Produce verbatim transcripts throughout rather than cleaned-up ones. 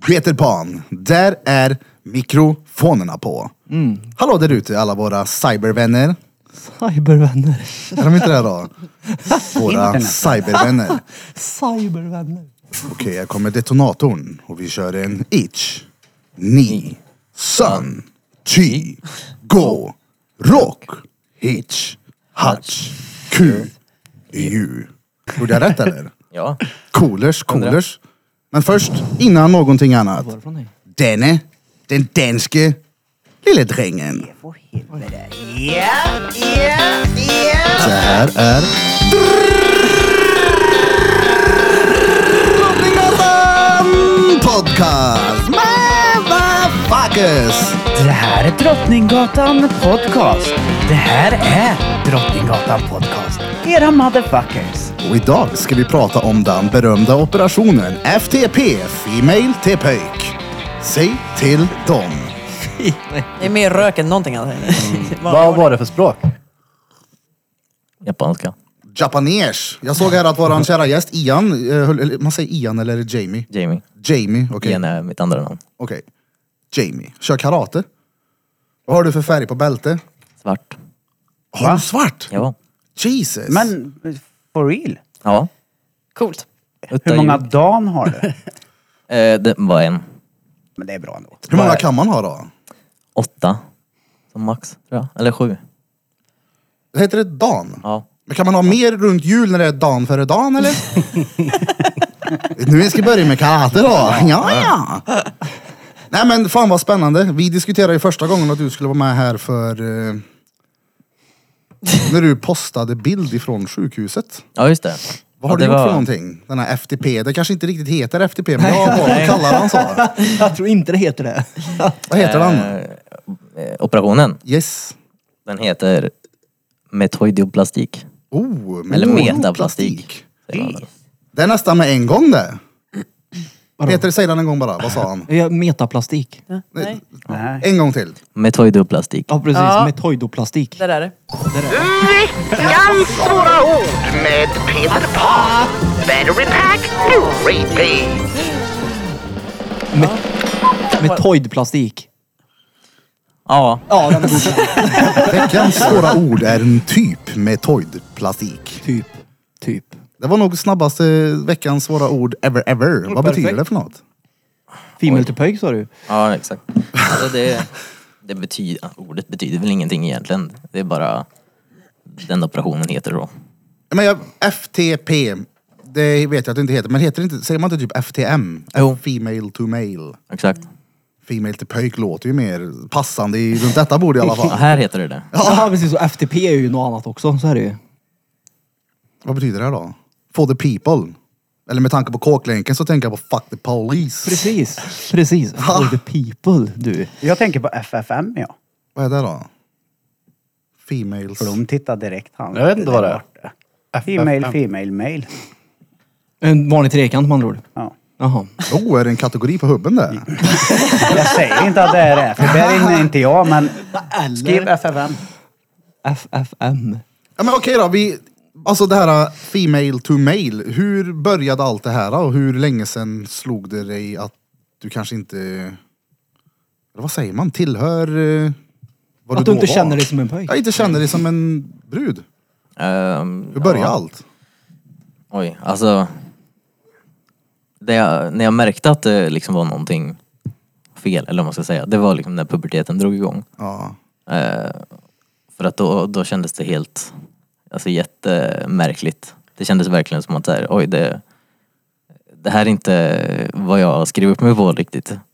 Peter Pan. Där är mikrofonerna på. Mm. Hallå där ute alla våra cybervänner. Cybervänner. Är de inte det då? Våra cybervänner. Cybervänner. Okej, okay, jag kommer detonatorn och vi kör en ich, ni, sun, ty, go, rock, hitch, hatch, ku, ju. Gjorde jag rätt eller? Ja. Coolers, coolers. Men först, innan någonting annat. Denne, den danske lille drängen. Ja, ja, ja. Det här är Drottninggatan Podcast. Motherfuckers. Det här är Drottninggatan Podcast. Det här är Drottninggatan Podcast. Era motherfuckers. Och idag ska vi prata om den berömda operationen F T P, Female till pöjk. Säg till dem. Det är mer rök än någonting annat. Mm. Vad var det för språk? Japanska. Japanes. Jag såg här att våran kära gäst Ian, eh, man säger Ian eller är det Jamie? Jamie. Jamie, okej. Okay. Ian är mitt andra namn. Okej. Okay. Jamie. Kör karate. Vad har du för färg på bälte? Svart. Har du svart? Ja. Jesus. Men, for real? Ja. Coolt. Hur många dan har du? eh, det var en. Men det är bra ändå. Hur många kan man ha då? Åtta. Som max, tror jag. Eller sju. Det heter det dan? Ja. Men kan man ha mer runt jul när det är dan före dan, eller? Nu ska vi börja med karate då. Ja, ja. Nej men fan vad spännande. Vi diskuterade ju första gången att du skulle vara med här för... Eh, när du postade bild ifrån sjukhuset. Ja, just det. Vad har ja, du gjort var... för någonting? Den här F T P. Det kanske inte riktigt heter F T P, men jag vad kallar han så. Jag tror inte det heter det. Vad heter den? Eh, operationen? Yes. Den heter metoidoplastik. Oh, Eller metaplastik. Det är nästan med en gång det. Peter, säg den en gång bara. Vad sa han? Ja, metaplastik. Ja, nej. Nej. En gång till. Metoidoplastik. Ja, precis. Ja. Metoidoplastik. Där är det. Veckans svåra ord med Peter Pan. Battery pack, repeat. Me- Metoidplastik. Ja. Ja, den är godkänd. Veckans svåra ord är en typ metoidplastik. Typ. Typ. Det var nog snabbaste veckans svåra ord ever ever. Vad perfekt. betyder det för något? Female till pöjk sa du. Ja, exakt. Alltså det, det betyder, ordet betyder väl ingenting egentligen. Det är bara den operationen heter då. Men jag, F T P, det vet jag att det inte heter. Men heter det inte, säger man inte typ F T M? Jo. Female to male. Exakt. Female till pöjk låter ju mer passande i, runt detta bord i alla fall. Ja, här heter det det. Ja, precis. Och F T P är ju något annat också. Så är det ju. Vad betyder det här då? For the people. Eller med tanke på kåklänken så tänker jag på fuck the police. Precis. Precis. For the people, du. Jag tänker på F F M, ja. Vad är det då? Females. För de tittar direkt. Han. Jag vet inte vad det är. Female, female, male. En vanlig trekant man tror. Ja. Jaha. Oh, är det en kategori på hubben där? Jag säger inte att det är det, för där inne är inte jag, men skriv F F M. F F M. Ja men okej då, vi... Alltså det här female to male. Hur började allt det här och hur länge sedan slog det dig att du kanske inte... Eller vad säger man? Tillhör... eh, vad Att du inte då känner var? dig som en pöjk. Jag inte känner dig som en brud. Um, Hur började ja. allt? Oj, alltså. Det jag, när jag märkte att det liksom var någonting fel, eller vad man ska säga. Det var liksom när puberteten drog igång. Ja. Uh, för att då, då kändes det helt... Alltså jättemärkligt. Det kändes verkligen som att så här, oj det... Det här är inte vad jag skrev upp mig på riktigt. Um,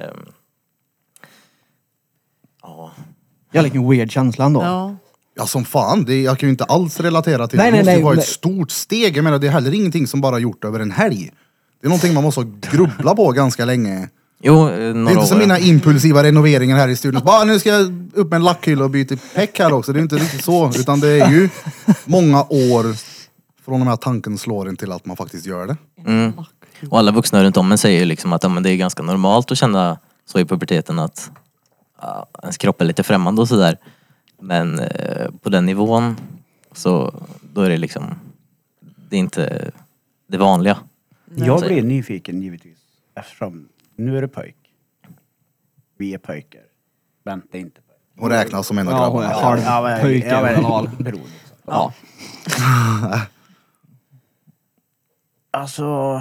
ja. Jag lägger en weird känsla ändå. Ja. Ja som fan, det, jag kan ju inte alls relatera till Nej, det. Det nej, måste ju nej, vara nej. ett stort steg. Jag menar, det är heller ingenting som bara gjort över en helg. Det är någonting man måste grubbla på ganska länge. Jo, Det är några inte som år. mina impulsiva renoveringar här i studion. Bara nu ska jag upp med en lackhylla och byta peck här också. Det är inte riktigt så. Utan det är ju många år från och med att tanken slår en till att man faktiskt gör det. Mm. Och alla vuxna runt om en säger ju liksom att ja, men det är ganska normalt att känna så i puberteten att ja, ens kropp är lite främmande och sådär. Men eh, på den nivån så då är det liksom det är inte det vanliga. Jag blir nyfiken givetvis, eftersom Nu är det pojk. Vi är pojkar. Vänta inte på det. Hon räknas som en av Ja, hon grabbarna. är halv Ja, men- pojke ja, men- kanal. Bror liksom. Ja. Alltså...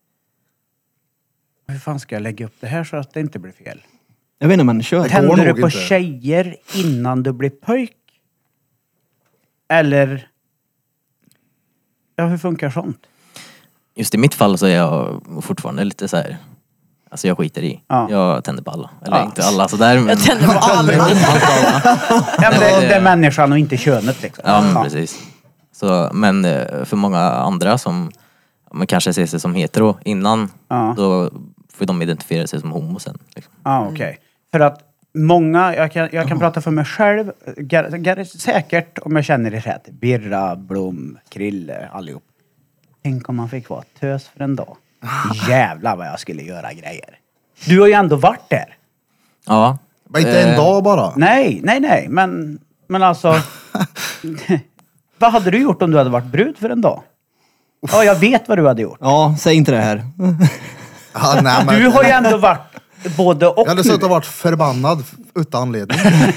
Hur fan ska jag lägga upp det här så att det inte blir fel? Jag vet inte, men kör. går Tänder du nog på inte. tjejer innan du blir pojk? Eller... Ja, hur funkar sånt? Just i mitt fall så är jag fortfarande lite så här. Alltså jag skiter i. Ja. Jag tänder på alla. Eller Ja. inte alla sådär. Men... Jag tänder på alla. Ja, men det, det är människan och inte könet liksom. Ja, men precis. Så, men eh, för många andra som man kanske ser sig som hetero innan, Ja. då får de identifiera sig som homo sen. Liksom. Ja, okej. För att många, jag kan, jag kan prata för mig själv, gar, gar, säkert om jag känner det rätt. Birra, Blom, Krille, allihop. Tänk om man fick vara tös för en dag. Jävlar vad jag skulle göra grejer. Du har ju ändå varit där. Ja. Men inte en Eh, dag bara. Nej, nej, nej. Men, men alltså... vad hade du gjort om du hade varit brud för en dag? Ja, jag vet vad du hade gjort. Ja, säg inte det här. Ja, nej, men, Du har ju ändå varit både och jag hade nu. suttit och varit förbannad utan anledning.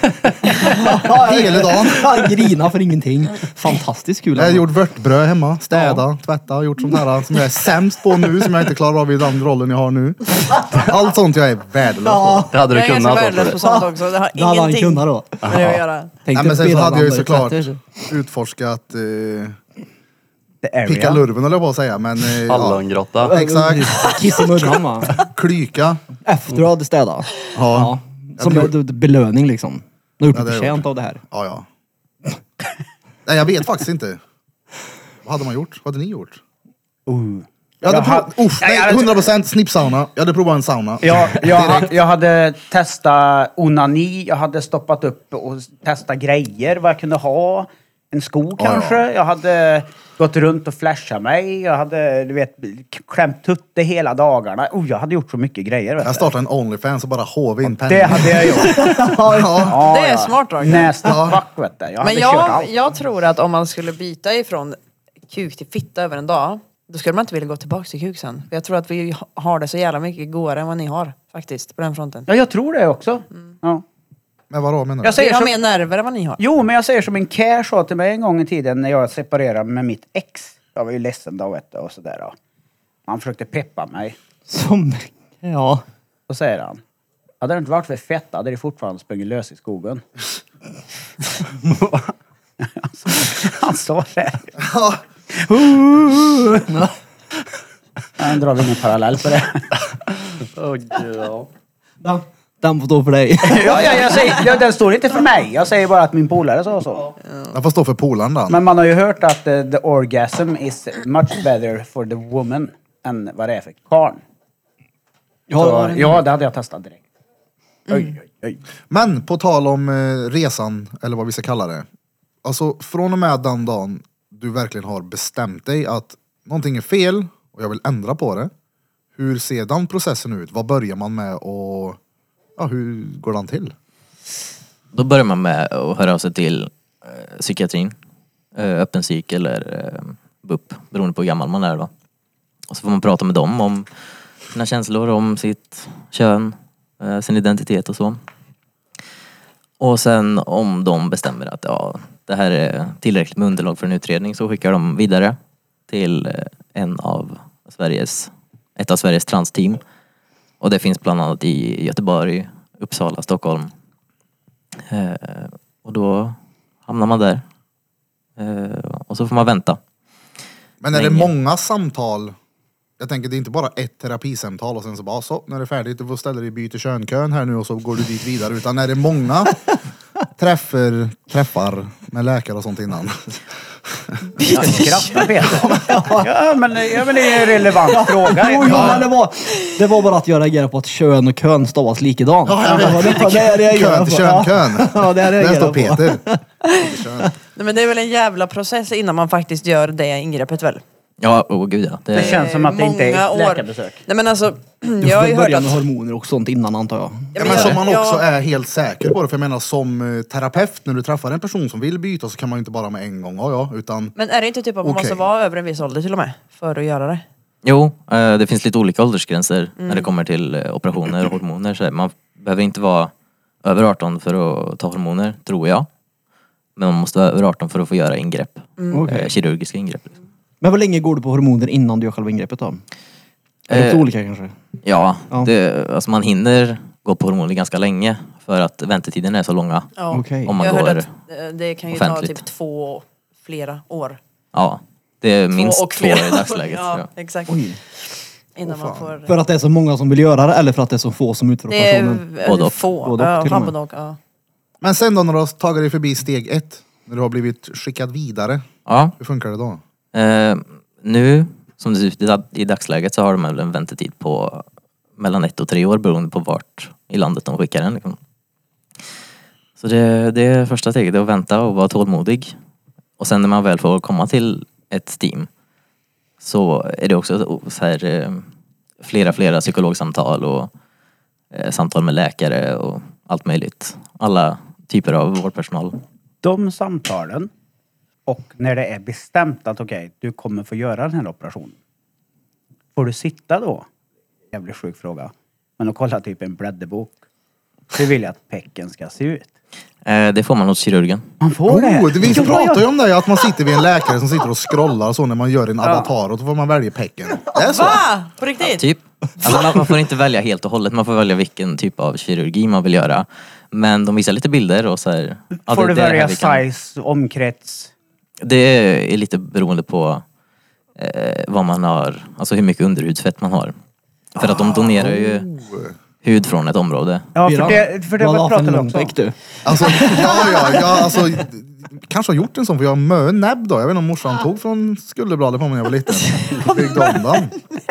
Hela dagen. Han grina för ingenting. Fantastiskt kul. Jag har gjort vörtbröd hemma, städa, tvätta, gjort sånt här som jag är sämst på nu, som jag inte klarar av i den rollen jag har nu. Allt sånt jag är värdelös på. Det hade du Jag är ganska kunnat. värdelös på sånt också. Det har Det hade han ingenting kunnat då. med det att göra. Tänkte Nej, men sen så spela hade jag ju Lambert såklart Tvätter. utforskat eh, The area. picka lurven eller på att säga, men eh, ja, Hallongrotta. exakt. Kiss i murran va? Klyka. Efter du hade städat. Ja. Ja. Som en d- belöning liksom. Du har gjort Ja, dig det har jag förtjänt av det här. Ja, ja. Nej, jag vet faktiskt inte. Vad hade man gjort? Vad hade ni gjort? Uh. Jag hade Jag prov... hade- Uff, Jag- nej, jag- hundra procent snippsauna. Jag hade provat en sauna. Ja, jag, jag hade testat onani, jag hade stoppat upp och testat grejer, vad jag kunde ha. En sko Ja, kanske. ja. Jag hade gått runt och flashat mig. Jag hade, du vet, klämt tutte hela dagarna. Oh, jag hade gjort så mycket grejer. Vet Jag du. startade en Onlyfans och bara hov in pengar. Det hade jag gjort. Ja. Ja, Det är ja. smart drag. Nästa Ja. fuck, vet du. Jag hade Men kört jag, allt. jag tror att om man skulle byta ifrån kuk till fitta över en dag, då skulle man inte vilja gå tillbaka till kuk sen. För jag tror att vi har det så jävla mycket godare än vad ni har faktiskt på den fronten. Ja, jag tror det också. Ja. Men vadå menar du? Jag Vi säger har som, mer nerver än vad ni har. jo, men jag säger som en care sa till mig en gång i tiden när jag separerade med mitt ex. Jag var ju ledsen då, vet du, och sådär. Då. Han försökte peppa mig. Som... Ja. Då säger han. Hade det inte varit för fetta hade det fortfarande sprungit lös i skogen. Han sa det. Ja. Han drar vi ingen parallell på det. Åh, ja. Den, den får stå för dig. Ja, ja, jag säger, ja, den står inte för mig. Jag säger bara att min polare sa så. Jag får stå för polaren då. Men man har ju hört att uh, the orgasm is much better for the woman än vad det är för karln. Så, ja, det hade jag testat direkt. Oj, oj, oj. Men på tal om eh, resan, eller vad vi ska kalla det. Alltså från och med den dagen du verkligen har bestämt dig att någonting är fel och jag vill ändra på det. Hur ser den processen ut? Vad börjar man med och ja, hur går den till? Då börjar man med att höra av sig till eh, psykiatrin. Eh, öppen psyk eller eh, B U P, beroende på hur gammal man är då. Och så får man prata med dem om sina känslor, om sitt kön, eh, sin identitet och så. Och sen om de bestämmer att ja, det här är tillräckligt med underlag för en utredning, så skickar de vidare till eh, en av Sveriges, ett av Sveriges transteam. Och det finns bland annat i Göteborg, Uppsala, Stockholm. Eh, och då hamnar man där. Eh, och så får man vänta. Men är det Länge. många samtal? Jag tänker det är inte bara ett terapisamtal och sen så bara så, när det är färdigt du får ställa dig i byte könkön här nu och så går du dit vidare. Utan är det många träffar, träffar med läkare och sånt innan? Skratta Peter. Ja, men, ja, men det är en relevant fråga. Jo, ja, men det var, det var bara att jag reagerade på att kön och kön stavas likadant. Ja, jag vet. Det var det jag reagerade Kön till på. könkön. Ja, det jag Där reagerade står på. Peter. Nej, men det är väl en jävla process innan man faktiskt gör det ingreppet väl? Ja, åh gud ja. Det känns som att det inte är Många ett år. läkarbesök. Nej men alltså, Du jag har får ju hört börja med att... hormoner och sånt innan antar jag. Ja, Ja, men men jag- som man också jag- är helt säker på det. För jag menar som eh, terapeut, när du träffar en person som vill byta så kan man ju inte bara med en gång, ja ja, utan Men är det inte typ att man Okej. måste vara över en viss ålder till och med för att göra det? Jo, eh, det finns lite olika åldersgränser när det kommer till eh, operationer och hormoner. Så man behöver inte vara över arton för att ta hormoner, tror jag. Men man måste vara över arton för att få göra ingrepp. Okej. Eh, kirurgiska ingrepp. Liksom. Men hur länge går du på hormoner innan du gör själva ingreppet då? Är det Eh, lite olika kanske? Ja, Ja. Det, alltså man hinner gå på hormoner ganska länge för att väntetiden är så långa. Ja. Okej. Om man Jag går, hörde att eh, det kan ju ta offentligt. typ två, flera år. ja, det är minst två och två flera i dagsläget. ja, tror jag. exakt. Oj. Innan man får... För att det är så många som vill göra det eller för att det är så få som utför Det är operationen? eh, Både och. få. Både och ja, till och fan med. både och, ja. Men sen då när du har tagit dig förbi steg ett, när du har blivit skickad vidare, Ja, hur funkar det då? eh, nu som det ser ut i dag- i dagsläget så har de väl en väntetid på mellan ett och tre år beroende på vart i landet de skickar den. Liksom. Så det, det är första steget, det är att vänta och vara tålmodig. Och sen när man väl får komma till ett team så är det också så här, eh, flera, flera psykologsamtal och eh, samtal med läkare och allt möjligt. Alla typer av vårdpersonal. De samtalen och när det är bestämt att okej, du kommer få göra den här operationen. Får du sitta då? Jävligt sjuk fråga. Men att kolla typ en blädderbok. Hur vill jag att pecken ska se ut? Eh, det får man hos kirurgen. Man får det. Oh, det vi Ja, pratar ju ja. om det, att man sitter vid en läkare som sitter och scrollar och så när man gör en avatar och då får man välja pecken. Det är så. Va? På riktigt? Typ. Alltså man, man får inte välja helt och hållet. Man får välja vilken typ av kirurgi man vill göra. Men de visar lite bilder och så här. Ja, Får det- du det är här välja vi kan- size, omkrets? Det är lite beroende på eh, vad man har. Alltså hur mycket underhudsfett man har. För att de donerar ju hud från ett område. Ja, Bira, för det, för det vad var har för pratade vi lång också peck du? Alltså, ja, ja, ja, alltså, kanske har gjort en sån för jag har mö näbb då. Jag vet inte om morsan tog från skulderbladet på mig när jag var liten. Byggde om den.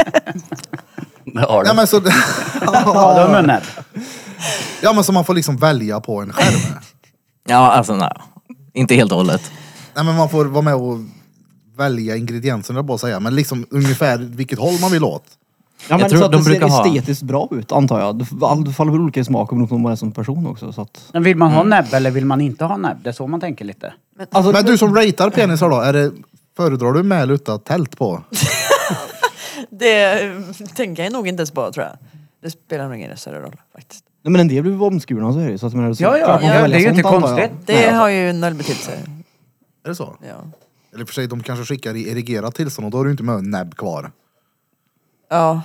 Det har du. Ja, men så, Ja, det var munnen. ja, men så man får liksom välja på en skärm. Ja, alltså nej. Inte helt och hållet. Nej, men man får vara med och välja ingredienserna, bara säga. Men liksom ungefär vilket håll man vill åt. Ja, men Jag tror så att de det ser brukar ha- estetiskt bra ut antar jag. Det det faller väl olika i smak om man är som person också. Så att... Men vill man ha näbb eller vill man inte ha näbb? Det är så man tänker lite. Alltså, Men du som ratear penisar då, är det, föredrar du med eller utan tält på? Det eh, tänker jag nog inte ens på, tror jag. Det spelar nog ingen större roll faktiskt. nej, men en del blir omskurna så är det ju. Så att, jag menar, så, Ja, ja, klart man kan ja, välja det är ju sånt, inte antar jag. konstigt. Det har ju noll betydelse. Är det så? Ja. Eller för sig, de kanske skickar i erigerat tillstånd och då har du inte med en näbb kvar. Ja.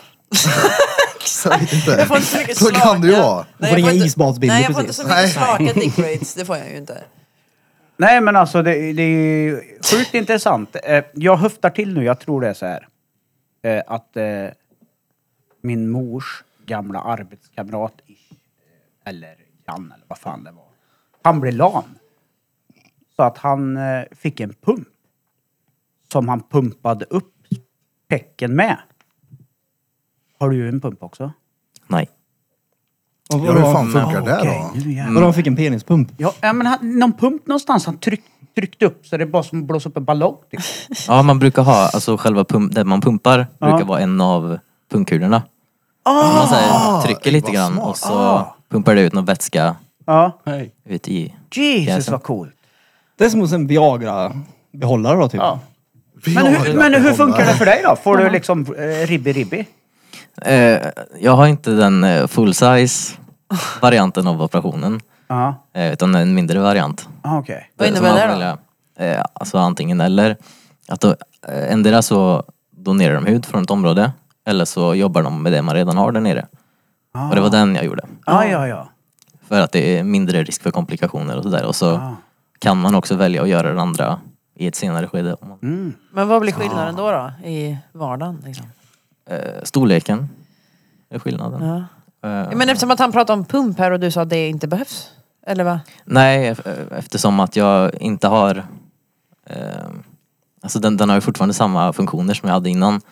Jag vet inte. Jag får inte så mycket Så slaka. kan det ju vara. Du får jag inga inte- isbadsbilder Nej, jag får inte precis. så mycket Nej. slaka dick rates. Det får jag ju inte. Nej, men alltså det, det är ju sjukt intressant. Eh, Jag höftar till nu, jag tror det är så här. eh, Att eh, min mors gamla arbetskamrat, ish, eh, eller Jan eller vad fan det var. Han blev lam. Så att han eh, fick en pump. Som han pumpade upp pecken med. Har du ju en pump också? Nej. Och Ja, vadå? hur fan funkar det Okej, då? nu jävlar. Vadå, han fick en penispump? Ja, ja, men han, någon pump någonstans. Han tryck, tryckte upp så det är bara som att blåsa upp en ballong. Typ. Ja, man brukar ha, alltså själva pump, där man pumpar Ja. brukar vara en av pungkulorna. Ah! Man så här, trycker lite vad grann smart. och så Ah. pumpar det ut någon vätska Ja. Hej. ut i. Jesus Jäsen. vad coolt. Det är som en Viagra-behållare då typ. Ja. Vi Men har hur, det men hur behållare. funkar det för dig då? Får du liksom eh, ribbi-ribbi? Eh, jag har inte den eh, full size varianten av operationen. Ja, Eh, utan en mindre variant. ah, okej. Vad Så innebär man det då? välja, eh, alltså antingen eller. Att då, eh, endera så donerar de hud från ett område. Eller så jobbar de med det man redan har där nere. Och det var den jag gjorde. Ah, ja, ja. För att det är mindre risk för komplikationer och sådär. Och så Ah. kan man också välja att göra det andra i ett senare skede. Om man, Mm. Men vad blir skillnaden då, då i vardagen? Liksom? eh, storleken är skillnaden. Ja. Eh, Men eftersom att han pratade om pump här och du sa att det inte behövs. Eller vad? Nej, e- eftersom att jag inte har... Eh, alltså den, den har ju fortfarande samma funktioner som jag hade innan.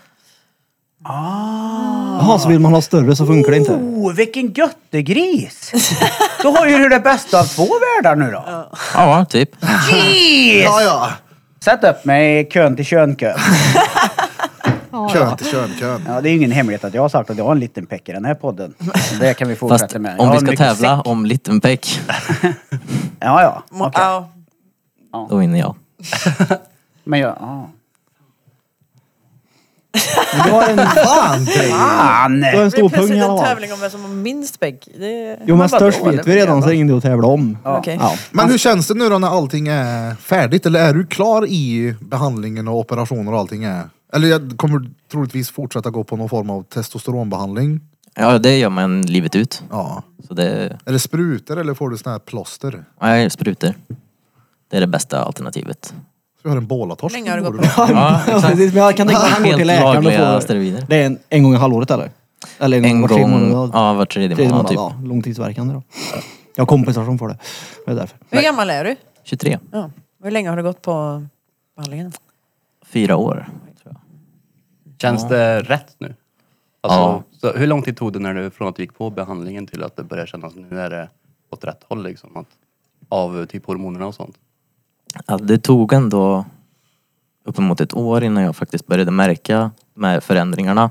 Jaha, så vill man ha större så funkar det inte. Oh, vilken göttegris! Då har ju du det bästa av två världar nu då. Ja, typ. Jeez! Ja, ja. Sätt upp mig i kön till könkön. Kön till kön, kön. Ja, det är ju ingen hemlighet att jag har sagt att jag har en liten peck i den här podden. Det kan vi fortsätta Fast med. Jag om har vi ska mycket tävla säck. om liten peck, Ja, ja. Mo- Okej. Ja. då vinner jag. Men jag... Ja. Du har en, Fan, Dave. Fan! du har en Det stor blir pung i plötsligt alla en fall. tävling om vem som har minst späck. Det... Jo, men bara, störst "Åh, vet det vi blir redan, så det är jävla." inget att tävla om. Okej. Ja. Men hur känns det nu då när allting är färdigt? Eller är du klar i behandlingen och operationer och allting är? Eller jag kommer du troligtvis fortsätta gå på någon form av testosteronbehandling? Ja, det gör man livet ut. Ja. Så det, Är det sprutor eller får du såna här plåster? nej, sprutor. Det är det bästa alternativet. Så vi har en bålatorsk. Hur länge har du gått borde på? du- Ja, Ja, precis, men jag kan tänka mig att han går Helt till läkaren och lagliga får... steroider. Det är en, en gång i halvåret eller? Eller en, En var tredje gång, månad. ja var tredje Tredje månad månad, typ. ja. Långtidsverkande då. Jag har kompisar som får det. Det är därför. Hur gammal är du? tjugotre. Ja. Hur länge har du gått på behandlingen? Fyra år. Tror jag. Känns Ja. det rätt nu? Alltså, Ja. så hur lång tid tog det när du, från att du gick på behandlingen till att det började kännas nu är det åt rätt håll liksom? Att, av typ hormonerna och sånt? Ja, det tog ändå uppemot ett år innan jag faktiskt började märka med förändringarna.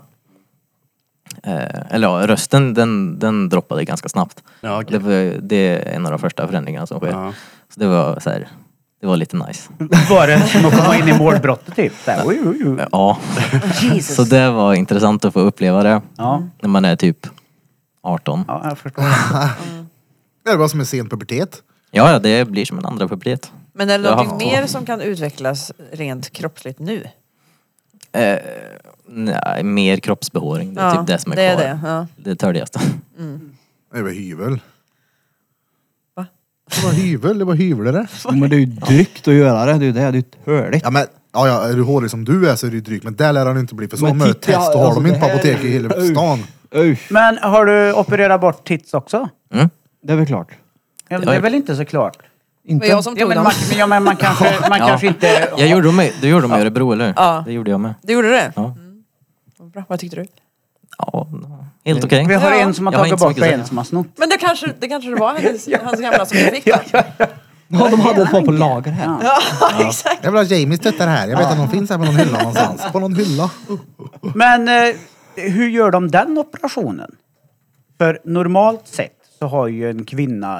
Eh, eller ja, rösten den, den droppade ganska snabbt. Ja, okej. Det, var, det är en av de första förändringarna som sker. Ja. Så det var så här, det var lite nice. Var det som att komma in i målbrottet typ? Där. Oj, oj, oj. Ja, så det var intressant att få uppleva det Ja, när man är typ arton. ja, jag förstår. Det är bara som en sen pubertet. Ja, ja, det blir som en andra pubertet. Men är det Jag har någonting haft- mer som kan utvecklas rent kroppsligt nu? Eh, nej, mer kroppsbehåring. Det är typ det som är det kvar. är det. Ja. Det törligaste. Det var hyvel. Va? Det var hyvel, det var hyvlare. Jo, men det är ju drygt att göra det. Det är ju det. Det är ju törligt. Ja men, ja, ja, är du hårig som du är så är det ju drygt. Men där lär han inte bli. För så Men med titta, test och har alltså, de inte på det här- apoteket i hela stan. Usch. Men har du opererat bort tits också? Mm. Det är väl klart. Ja, Det det har är väl inte så klart? Det Inte? var jag som Ja tog men dem. man, men, ja, men man kanske, man Ja. kanske inte... Jag gjorde dem, i- du gjorde dem i Örebro, eller? Ja. Det gjorde jag med. Du gjorde det? Ja. Mm. Vad bra. Vad tyckte du? Ja, helt okej. Vi har Ja. en som har Jag har tagit inte så bort mycket och att en säga. som har snott. Men det kanske det, kanske det var hennes, hans gamla som du fick då? Ja, de hade ett par på lager här. Ja. Ja, exakt. Jag vill ha Jamies tuttar här. Jag vet att de finns här på någon hylla någonstans. På någon hylla. Men eh, hur gör de den operationen? För normalt sett så har ju en kvinna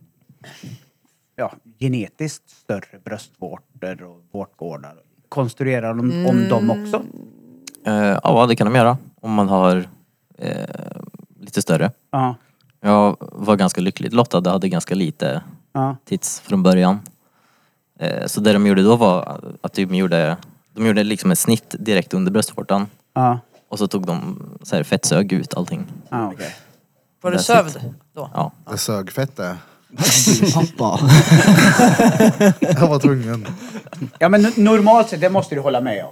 ja, genetiskt större bröstvårtor och vårtgårdar. Konstruerar de om dem också? Eh, ja, det kan de göra. Om man har eh, lite större. Ja. Jag var ganska lyckligt lottad. Jag hade ganska lite Ja. tits från början. Eh, så det de gjorde då var att de gjorde, de gjorde liksom ett snitt direkt under bröstvårtan. Ja. Och så tog de så här fettsög ut allting. Ja, okej. Var du That's sövd då? Ja. Det sög fett det. Pappa. Jag var tvungen. Ja men n- normalt sett, det måste du hålla med om.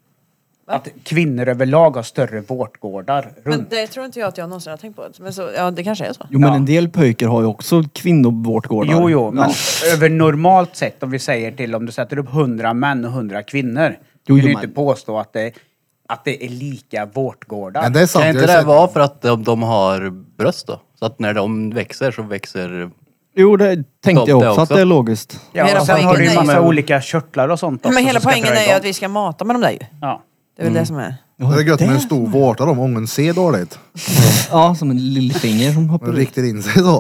Att kvinnor överlag har större vårtgårdar Men runt. det tror inte jag att jag någonsin har tänkt på. Men så, ja, det kanske är så. Jo, men Ja. en del pojkar har ju också kvinnovårtgårdar. Jo, jo, men Ja. över normalt sett om vi säger till om du sätter upp hundra män och hundra kvinnor. Jo, vill jo, du men- inte påstå att det, att det är lika vårtgårdar. Men det är sant. Kan jag inte har det sett- vara för att de, de har bröst då? Så att när de växer så växer... Jo, det tänkte De- jag det också, att också. det är logiskt. Ja, Hela och sen poängen har du ju är ju- massa olika körtlar och sånt också Men hela som ska poängen dra är ju igång. att vi ska mata med dem där ju. Ja. Det är väl det som är. Det är gött med en stor vårta om ungen ser dåligt. Ja, som en lillfinger som hoppar Och ut. riktar in sig så.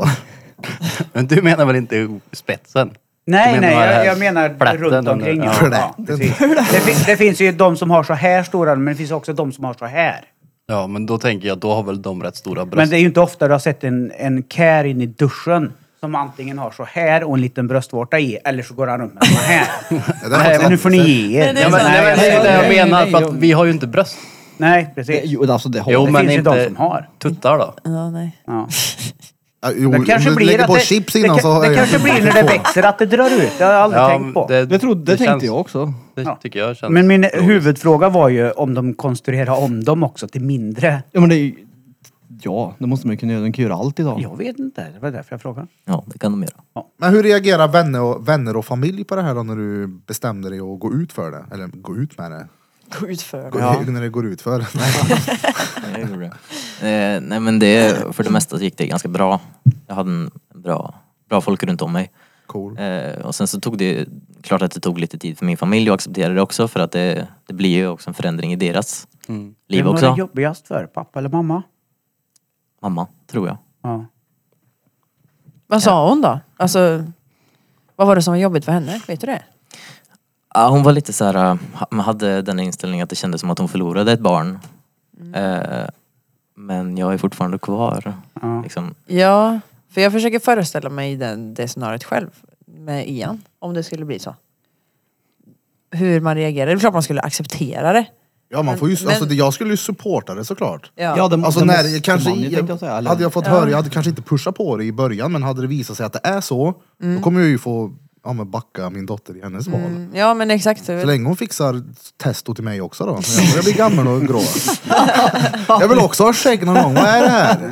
Men du menar väl inte spetsen? Nej, Du nej, menar jag, här jag menar plätten runt under- omkring. ja. Ja. Ja, precis. det, fin- det finns ju de som har så här stora, men det finns också de som har så här. Ja, men då tänker jag, då har väl de rätt stora bröst. Men det är ju inte ofta du har sett en, en kär in i duschen som antingen har så här och en liten bröstvårta i, eller så går han runt med så här. Ja, det är Nej, faktiskt men nu får ni ge er. Nej, Ja, men, sant. nej, men det är det jag nej, menar, nej, för att jag- vi har ju inte bröst. Nej, Det, precis. jo, alltså det har Jo, det men finns ju inte de som har. tuttar då. Ja, nej. Ja. Ja, jo, Det kanske om du blir lägger att på det, chips det, innan kan- så... det kanske blir när det växer att det drar ut. Det har jag aldrig tänkt på. det, Det, trodde, det känns- tänkte jag också. Det Ja. tycker jag känns Men min logiskt. huvudfråga var ju om de konstruerar om dem också till mindre. Ja, men det är ju... Ja, det måste man ju kunna göra. De kan göra allt idag. Jag vet inte, det var därför jag frågade. Ja, det kan de göra. Men hur reagerar vänner och, vänner och familj på det här då när du bestämde dig att gå ut för det? Eller gå ut med det? Gå ut för Gå, det. När det går ut för. Jag gjorde det. Eh, nej men det, för det mesta så gick det ganska bra. Jag hade en bra, bra folk runt om mig. Cool. Eh, och sen så tog det, klart att det tog lite tid för min familj att acceptera det också. För att det, det blir ju också en förändring i deras Mm. liv Vem var också. det jobbigast för? Pappa eller mamma? Mamma, tror jag. Ja. Vad sa hon då? Alltså, vad var det som var jobbigt för henne? Vet du det? Ja, hon var lite så här, äh, man hade den inställningen att det kändes som att hon förlorade ett barn. Mm. Eh, men jag är fortfarande kvar. Ja. Liksom. Ja, för jag försöker föreställa mig den, det scenariot själv med Ian, om det skulle bli så. Hur man reagerar. Det är klart man skulle acceptera det. Ja, man får ju, Men- alltså, det- jag skulle ju supporta det såklart. Ja. Ja, det, Alltså det när, måste kanske, man ju, jag, tänkte jag säga, eller? hade jag fått Ja. höra, jag hade kanske inte pushat på det i början, men hade det visat sig att det är så, då kommer jag ju få ja, men backa min dotter i hennes val. Mm, ja, men exakt. Så länge hon fixar testo till mig också då. Jag börjar bli gammal och grå. Jag vill också ha skägg någon gång. Vad är det här?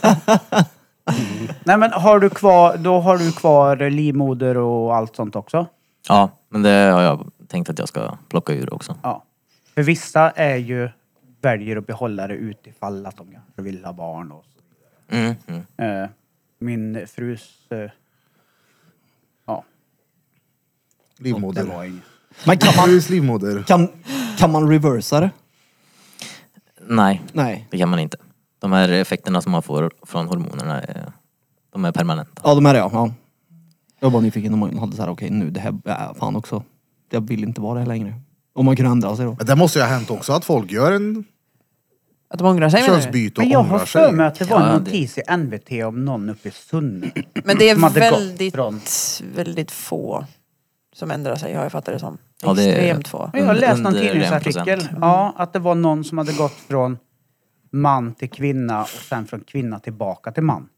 Nej men har du kvar, då har du kvar livmoder och allt sånt också? Ja, men det har jag tänkt att jag ska plocka ur också. Ja. För vissa är ju, väljer att behålla det utifall att de kanske vill ha barn och så. Mm, mm. Eh, min frus, eh, ja, det Livmoder. var inget. Men kan man, Frus livmoder. kan, kan man reversa det? Nej, Nej. det kan man inte. De här effekterna som man får från hormonerna är, de är permanenta. Ja, de är det ja. ja. Jag var bara nyfiken om man hade så här, okej nu det här, ja, fan också. Jag vill inte vara det här längre. Om man kunde ändra sig då. Men det måste ju ha hänt också att folk gör en Att de ångrar sig, menar du? könsbyte Men och jag ångrar har för mig sig. att det var Ja, en det- notis i N V T om någon uppe i Sunne. Men det är som hade gått väldigt, från- väldigt få som ändrar sig, har jag fattat det som. Ja, det är- Extremt få. Jag har läst någon Under en tidningsartikel. procent. Ja, att det var någon som hade gått från man till kvinna och sen från kvinna tillbaka till man.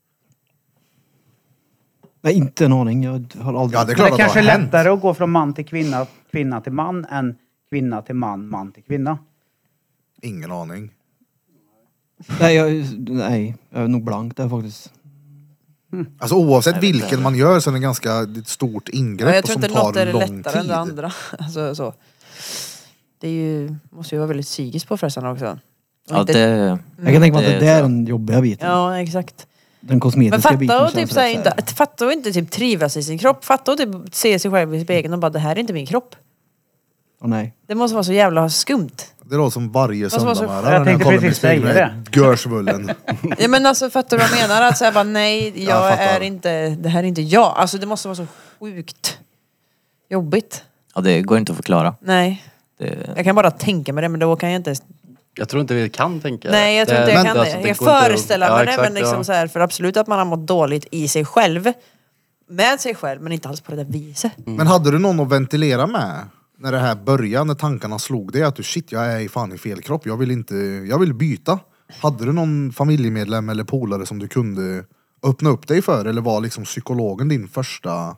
Nej, inte en aning. Jag har aldrig... Ja, det är Men klart det att kanske är det har hänt. lättare att gå från man till kvinna, kvinna till man än kvinna till man, man till kvinna. Ingen aning. Nej, jag, nej, jag är nog blank där faktiskt. Alltså oavsett vilken man gör så är det ganska det är ett stort ingrepp Ja, jag och tror som inte något tar är lång lättare än tid. det andra. Alltså, så. Det är ju, måste ju vara väldigt psykiskt påfrestande också. Och Ja, inte- det, Jag kan tänka mig Det att det är är så. den jobbiga biten. Ja, exakt. Den Men kosmetiska biten fatta och känns typ såhär, rätt inte, så här- fatta och inte typ trivas i sin kropp. Fatta och typ se sig själv i spegeln och bara, det här är inte min kropp. Åh, nej. Det måste vara så jävla skumt. Det låter som varje Måste vara så- söndagmorgon Jag när tänkte kollar mig i precis säga spegeln det. med görsvullen. Ja, men alltså fattar du vad jag menar? Att säga bara nej, jag, Jag fattar. är inte, det här är inte jag. Alltså det måste vara så sjukt jobbigt. ja, det går inte att förklara. Nej, Det, jag kan bara tänka mig det, men då kan jag inte. Jag tror inte vi kan tänka Nej, jag tror inte jag men- kan alltså, det. det Jag går inte att- föreställer ja, mig det, exakt, men liksom ja. så här, för absolut att man har mått dåligt i sig själv. Med sig själv, men inte alls på det där viset. Men hade du någon att ventilera med? När det här började, när tankarna slog dig att du shit, jag är i fan i fel kropp. Jag vill inte, jag vill byta. Hade du någon familjemedlem eller polare som du kunde öppna upp dig för? Eller var liksom psykologen din första,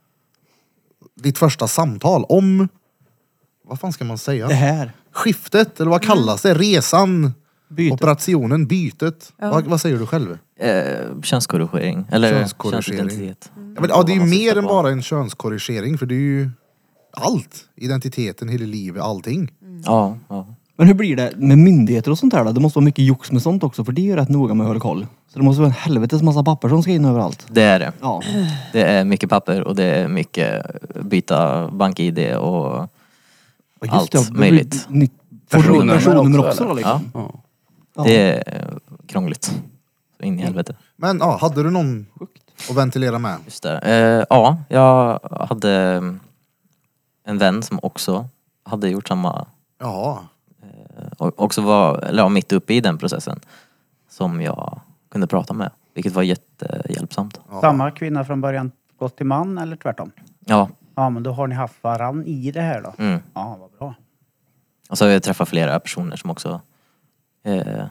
ditt första samtal om, vad fan ska man säga? Det här. Skiftet, eller vad kallas det? Resan, Bytet. operationen, bytet. Vad, vad säger du själv? eh, könskorrigering. Eller Könskorrigering. könsidentitet. Ja, men, ja, det är ju Vad man mer syftar än på. bara en könskorrigering, för det är ju allt. Identiteten, hela livet, allting. Ja, ja. Men hur blir det med myndigheter och sånt här då? Det måste vara mycket jox med sånt också, för det är ju rätt noga med att hålla koll. Så det måste vara en helvetes massa papper som ska in överallt. Det är det. Ja. Det är mycket papper och det är mycket byta bank-id och Ja, allt det. möjligt. Nytt Personnummer personnummer också, också, då Ja, liksom. Ja. Ja. det är krångligt. Så in i helvete. Men ja, hade du någon att ventilera med? Just det. Eh, ja, jag hade en vän som också hade gjort samma Ja. och också var, eller ja, mitt uppe i den processen som jag kunde prata med. Vilket var jättehjälpsamt. Ja. Samma kvinna från början gått till man eller tvärtom? Ja, Ja, men då har ni haft varann i det här då? mm. Ja, vad bra. Och så har jag träffat flera personer som också eh, eh,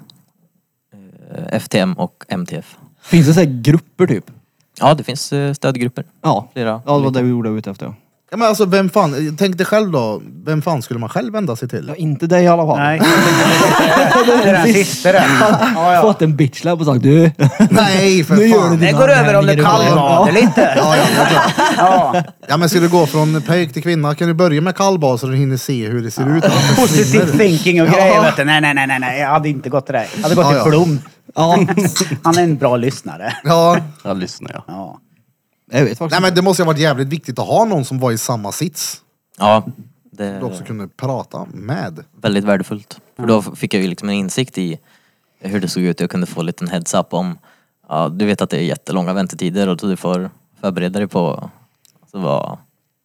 F T M och M T F. Finns det så här grupper typ? Ja, det finns eh, stödgrupper. Ja. Flera. Ja, det var det vi gjorde ute efter. Ja, men alltså vem fan, tänk dig själv då, vem fan skulle man själv vända sig till? Ja, inte dig i alla fall. Nej, det är den sista där. Ja, ja. Fått en bitchlap och sagt du. Nej, för Nu gör fan. du Det går över om det kallbader lite. Ja, ja, det är klart. Ja. Ja, men ska du gå från pojk till kvinna kan du börja med kallbad så du hinner se hur det ser ut. Positive thinking och grejer. Vet du. Nej, nej, nej, nej, nej. Jag hade inte gått till dig. Jag hade gått Ja, till ja. Blom. Ja. Han är en bra lyssnare. Ja, Jag lyssnar ja. Ja. Jag vet faktiskt. nej men det måste ju ha varit jävligt viktigt att ha någon som var i samma sits. Ja, det Du också är kunde prata med. väldigt värdefullt. För då fick jag ju liksom en insikt i hur det såg ut. Jag kunde få en liten heads up om, ja, du vet att det är jättelånga väntetider och du får förbereda dig på alltså, vad,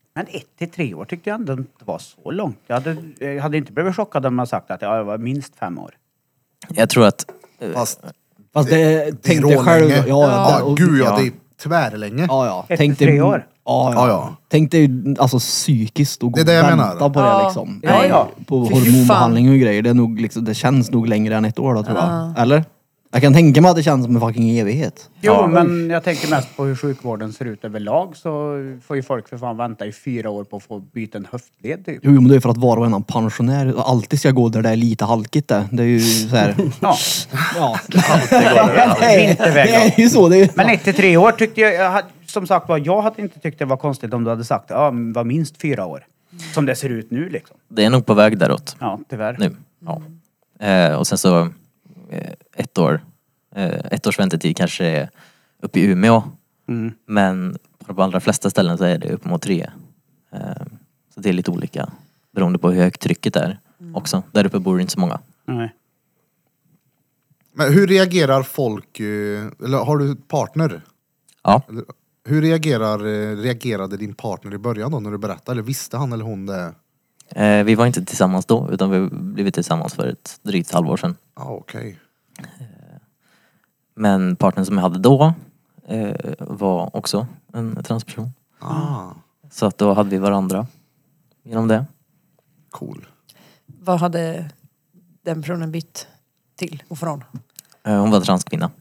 Men ett till tre år tyckte jag ändå inte var så långt. Jag hade, jag hade inte blivit chockad om man sagt att jag var minst fem år. Jag tror att... Fast Fast det, det är tänk dig själv. rålänge. Ja, Ja, ja, och- gud ja, ja. det är tvärlänge. Ja, ja. Ett Tänk till dig, tre år. Ja, Ja, ja. ja. Tänk dig alltså psykiskt och Det är det jag vänta menar. på det Ja. liksom. Ja, ja. På Fy fan. hormonbehandling och grejer. Det, är nog, liksom, det känns nog längre än ett år då tror jag. Eller? Jag kan tänka mig att det känns som en fucking evighet. Jo, Ja. men jag tänker mest på hur sjukvården ser ut överlag, så får ju folk för fan vänta i fyra år på att få byta en höftled typ. Jo, men det är för att var och en pensionär alltid ska gå där det är lite halkigt det. Det är ju så här. Ja. Ja. Nej, Det är ju så. Det är, Men ett till tre år tyckte jag, jag hade, som sagt var, jag hade inte tyckt det var konstigt om du hade sagt ja, men var minst fyra år. Som det ser ut nu liksom. Det är nog på väg däråt Ja, tyvärr. nu. Ja. Eh, och sen så eh, ett år. Eh, ett års väntetid kanske är uppe i Umeå. Mm. Men på de allra flesta ställen så är det upp mot tre. Eh, så det är lite olika. Beroende på hur högt trycket är också. Där uppe bor det inte så många. Nej. Men hur reagerar folk, eh, eller har du partner? Ja. Eller, hur reagerar, eh, reagerade din partner i början då när du berättade? Eller visste han eller hon det? Eh, vi var inte tillsammans då utan vi blev tillsammans för ett drygt halvår sedan. Ja, okej. Men partnern som jag hade då eh, var också en transperson. Ah, Så att då hade vi varandra genom det. cool. Vad hade den personen bytt till och från? Eh, hon var transkvinna.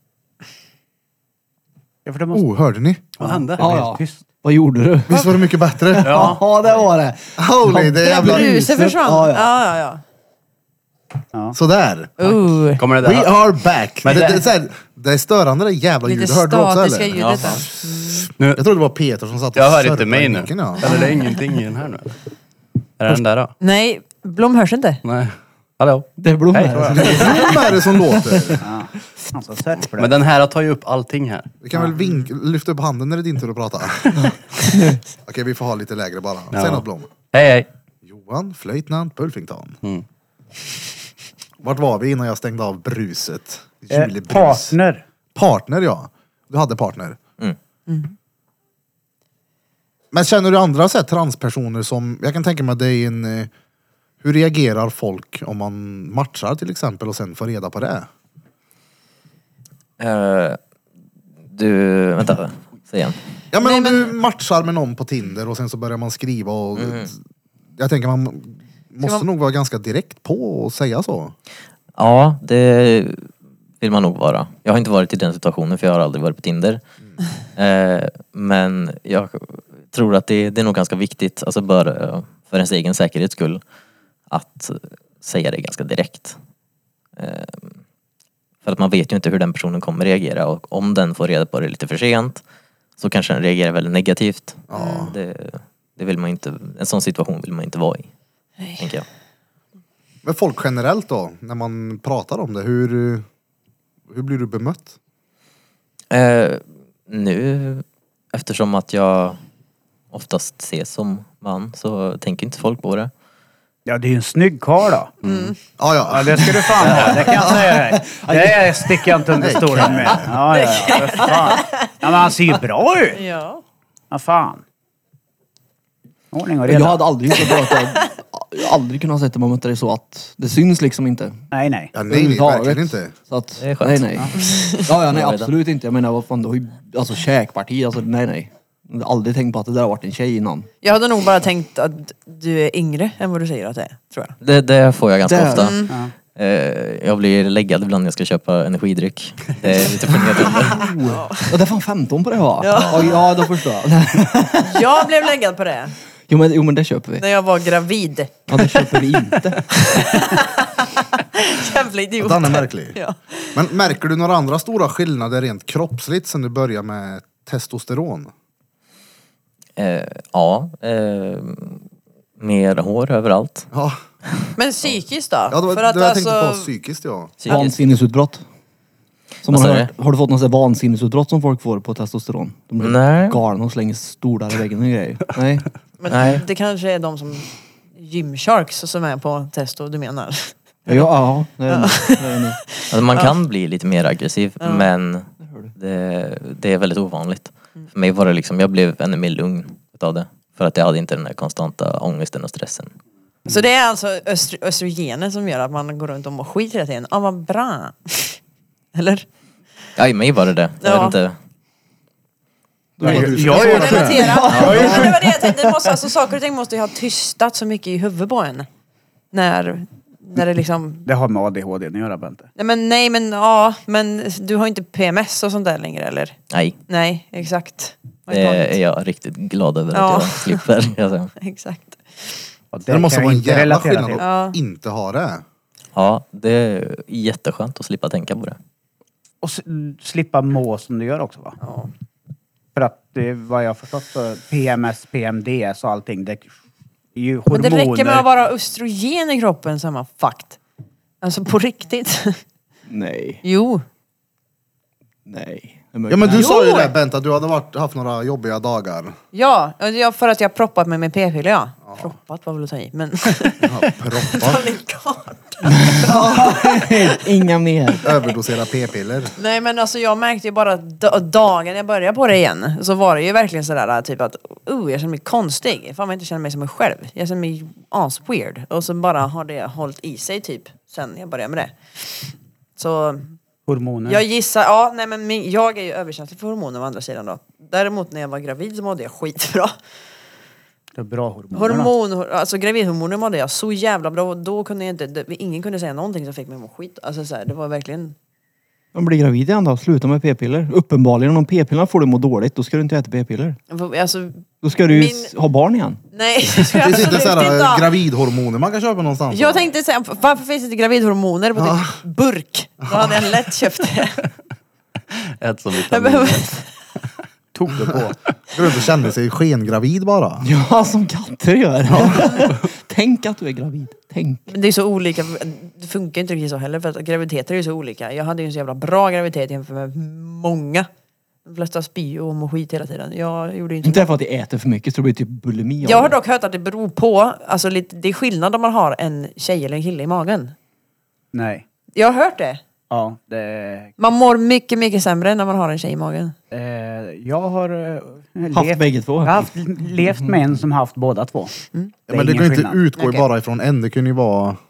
Ja, för det måste... Oh, hörde ni? Vad hände? Det var Ja, helt ja. tyst. Vad gjorde du? Visst var det mycket bättre? Ja, ja det var det. Holy, det är jävla... Bruset försvann. Ja, Ja, ja. ja, ja. Sådär. Uh, Kommer det We där? are back. Men det, det- det, är så här, det är störande det jävla lite ljudet. Hörde du också statiska eller? ljudet Ja. där. Jag trodde det var Peter som satt och Jag hör sörplade inte mig i nu. micken, ja. Eller det är ingenting i den här nu. Är det den där då? Nej, Blom hörs inte. Nej. Hallå? Det är blommor. Hej. Vem är det som låter? Ja. Alltså, sörplar. Men den här tar ju upp allting här. Vi kan väl vink, lyfta upp handen när det är din tur att prata. Okej, vi får ha lite lägre bara. Säg Ja. något Blom. Hej hej. Johan Flöjtnant Bulfington. Mm. Vart var vi innan jag stängde av bruset? Eh, Julebrus. partner. Partner, ja. Du hade partner. Mm. Men känner du andra så här, transpersoner som, jag kan tänka mig att det är en, eh, hur reagerar folk om man matchar till exempel och sen får reda på det? Eh, du, vänta, säg igen. Ja men Nej, om men- du matchar med någon på Tinder och sen så börjar man skriva och jag tänker man måste man- nog vara ganska direkt på och säga så. Ja, det vill man nog vara. Jag har inte varit i den situationen för jag har aldrig varit på Tinder. Eh, men jag tror att det, det är nog ganska viktigt, alltså bara för ens egen säkerhets skull, att säga det ganska direkt. Eh, för att man vet ju inte hur den personen kommer reagera och om den får reda på det lite för sent så kanske den reagerar väldigt negativt. Ja. Det, det vill man inte, en sån situation vill man inte vara i, tänker jag. Men folk generellt då, när man pratar om det, hur, hur blir du bemött? Eh, nu, eftersom att jag oftast ses som man så tänker inte folk på det. Ja, det är ju en snygg karl då. Ja, Ja, ja. det ska du fan ha. Det kan jag säga dig. Det sticker jag inte under stolen med. Ja, ja, ja. För fan. Ja, men han ser ju bra ut. Ja. Vad fan. Ordning och Jag reda. hade aldrig gjort det att jag, jag hade aldrig kunnat sätta mig mot det så att det syns liksom inte. Nej, nej. Ja, nej, nej, Överhuvudtaget. verkligen inte. Så att, Det är skönt. nej nej. Ja, ja nej Jag vet absolut inte. Jag menar vad fan, du har ju, alltså käkparti, alltså nej nej. Jag hade aldrig tänkt på att det där har varit en tjej innan. Jag hade nog bara tänkt att du är yngre än vad du säger att det är, tror jag. Det, det får jag ganska Där. ofta. Mm. Eh, jag blir läggad ibland när jag ska köpa energidryck. Det är lite förnedrande. Ja, det är fan femton på det va? Ja. Ja, ja då förstår jag. Jag blev läggad på det Jo men, jo men det köper vi. när jag var gravid. Ja det köper vi inte. Jävla idiot. Den är märklig. Ja. Men märker du några andra stora skillnader rent kroppsligt sen du börjar med testosteron? Eh, ja, eh, mer hår överallt. Ja, Men psykiskt då? ja det var För att det jag alltså, tänkte på psykiskt ja. Psykiskt. Vansinnesutbrott. Som Vad man sa har, du? hört, har du fått någon sån här vansinnesutbrott som folk får på testosteron? De blir Nej. galna och slänger stolar i väggen och grejer. Nej. men Nej. det kanske är de som Gymsharks som är på testo, du menar? Ja, ja det är det. Det är det nog. Alltså man kan bli lite mer aggressiv men det, det är väldigt ovanligt. För mig var det liksom, jag blev ännu mer lugn utav det. För att jag hade inte den där konstanta ångesten och stressen. Så det är alltså östro- östrogenen som gör att man går runt och mår skit hela tiden. Ja, vad bra. Eller? Ja, i mig var det det. Jag Ja. vet inte. Jag, jag- jag, jag- Relatera. Ja, det var det jag tänkte. Det måste, alltså, saker och ting måste ju ha tystat så mycket i huvudet på en. När, när det liksom... Det har med A D H D att göra, Bente. Nej men, nej men ja, men du har inte P M S och sånt där längre eller? Nej, Nej, exakt. Vad det är är point? jag riktigt glad över Ja. att jag slipper. Alltså. Exakt. Och det måste kan vara jag en inte jävla relatera skillnad till. att Ja. inte ha det. Ja, det är jätteskönt att slippa tänka på det. Och s- slippa må som du gör också, va? Ja. För att det är vad jag har förstått så P M S, P M D S och allting. Det är ju Men hormoner. det räcker med att vara östrogen i kroppen så är man fucked. Alltså på riktigt. Nej, Jo. nej. Ja men du Jo! sa ju det Bent, att du hade varit, haft några jobbiga dagar. Ja, och jag- för att jag har proppat mig med p-piller ja. Proppat var väl att ta i, men... Ja, proppa, Inga mer. överdosera p-piller. Nej men alltså jag märkte ju bara d- dagen jag började på det igen. Så var det ju verkligen sådär typ att uh, jag känner mig konstig. Fan jag inte känner mig som mig själv. Jag känner mig asweird. Och så bara har det hållit i sig typ sen jag började med det. Så Hormoner. jag gissar, ja nej men min, jag är ju överkänslig för hormoner å andra sidan då. Däremot när jag var gravid så mådde jag skitbra. Det är bra hormoner. Hormon, alltså gravidhormoner mådde jag så jävla bra. Och då kunde jag inte, det, ingen kunde säga någonting som fick mig att må skit. Alltså så här, det var verkligen... De blir gravid igen då. Sluta med p-piller. Uppenbarligen om p-pillerna får du må dåligt, då ska du inte äta p-piller. Alltså, Då ska du ju Min- s- ha barn igen. nej det ska jag Det finns inte absolut inte sådana ha. gravidhormoner man kan köpa någonstans. Jag tänkte säga, varför finns det inte gravidhormoner på typ burk? Då hade jag lätt köpt det. Ät som Jag vitaminer. behöver... Tog du på. Du inte kände sig skengravid bara. Ja, som katter gör. Tänk att du är gravid. Tänk. Men det är så olika, det funkar inte riktigt så heller för att graviditeter är ju så olika. Jag hade ju en så jävla bra graviditet jämfört med många. De flesta spy och mår skit hela tiden. Jag gjorde ju inte... Inte därför att de äter för mycket så det blir typ bulimi av Jag har det. dock hört att det beror på, alltså lite, det är skillnad om man har en tjej eller en kille i magen. Nej. Jag har hört det. Ja, det... Man mår mycket, mycket sämre när man har en tjej i magen. Eh, jag har eh, Haft levt, bägge två. jag har haft, levt med en som haft båda två. Ja, är men det ingen kan ju inte skillnad. utgå Okej. bara ifrån en. Det kunde ju vara... Det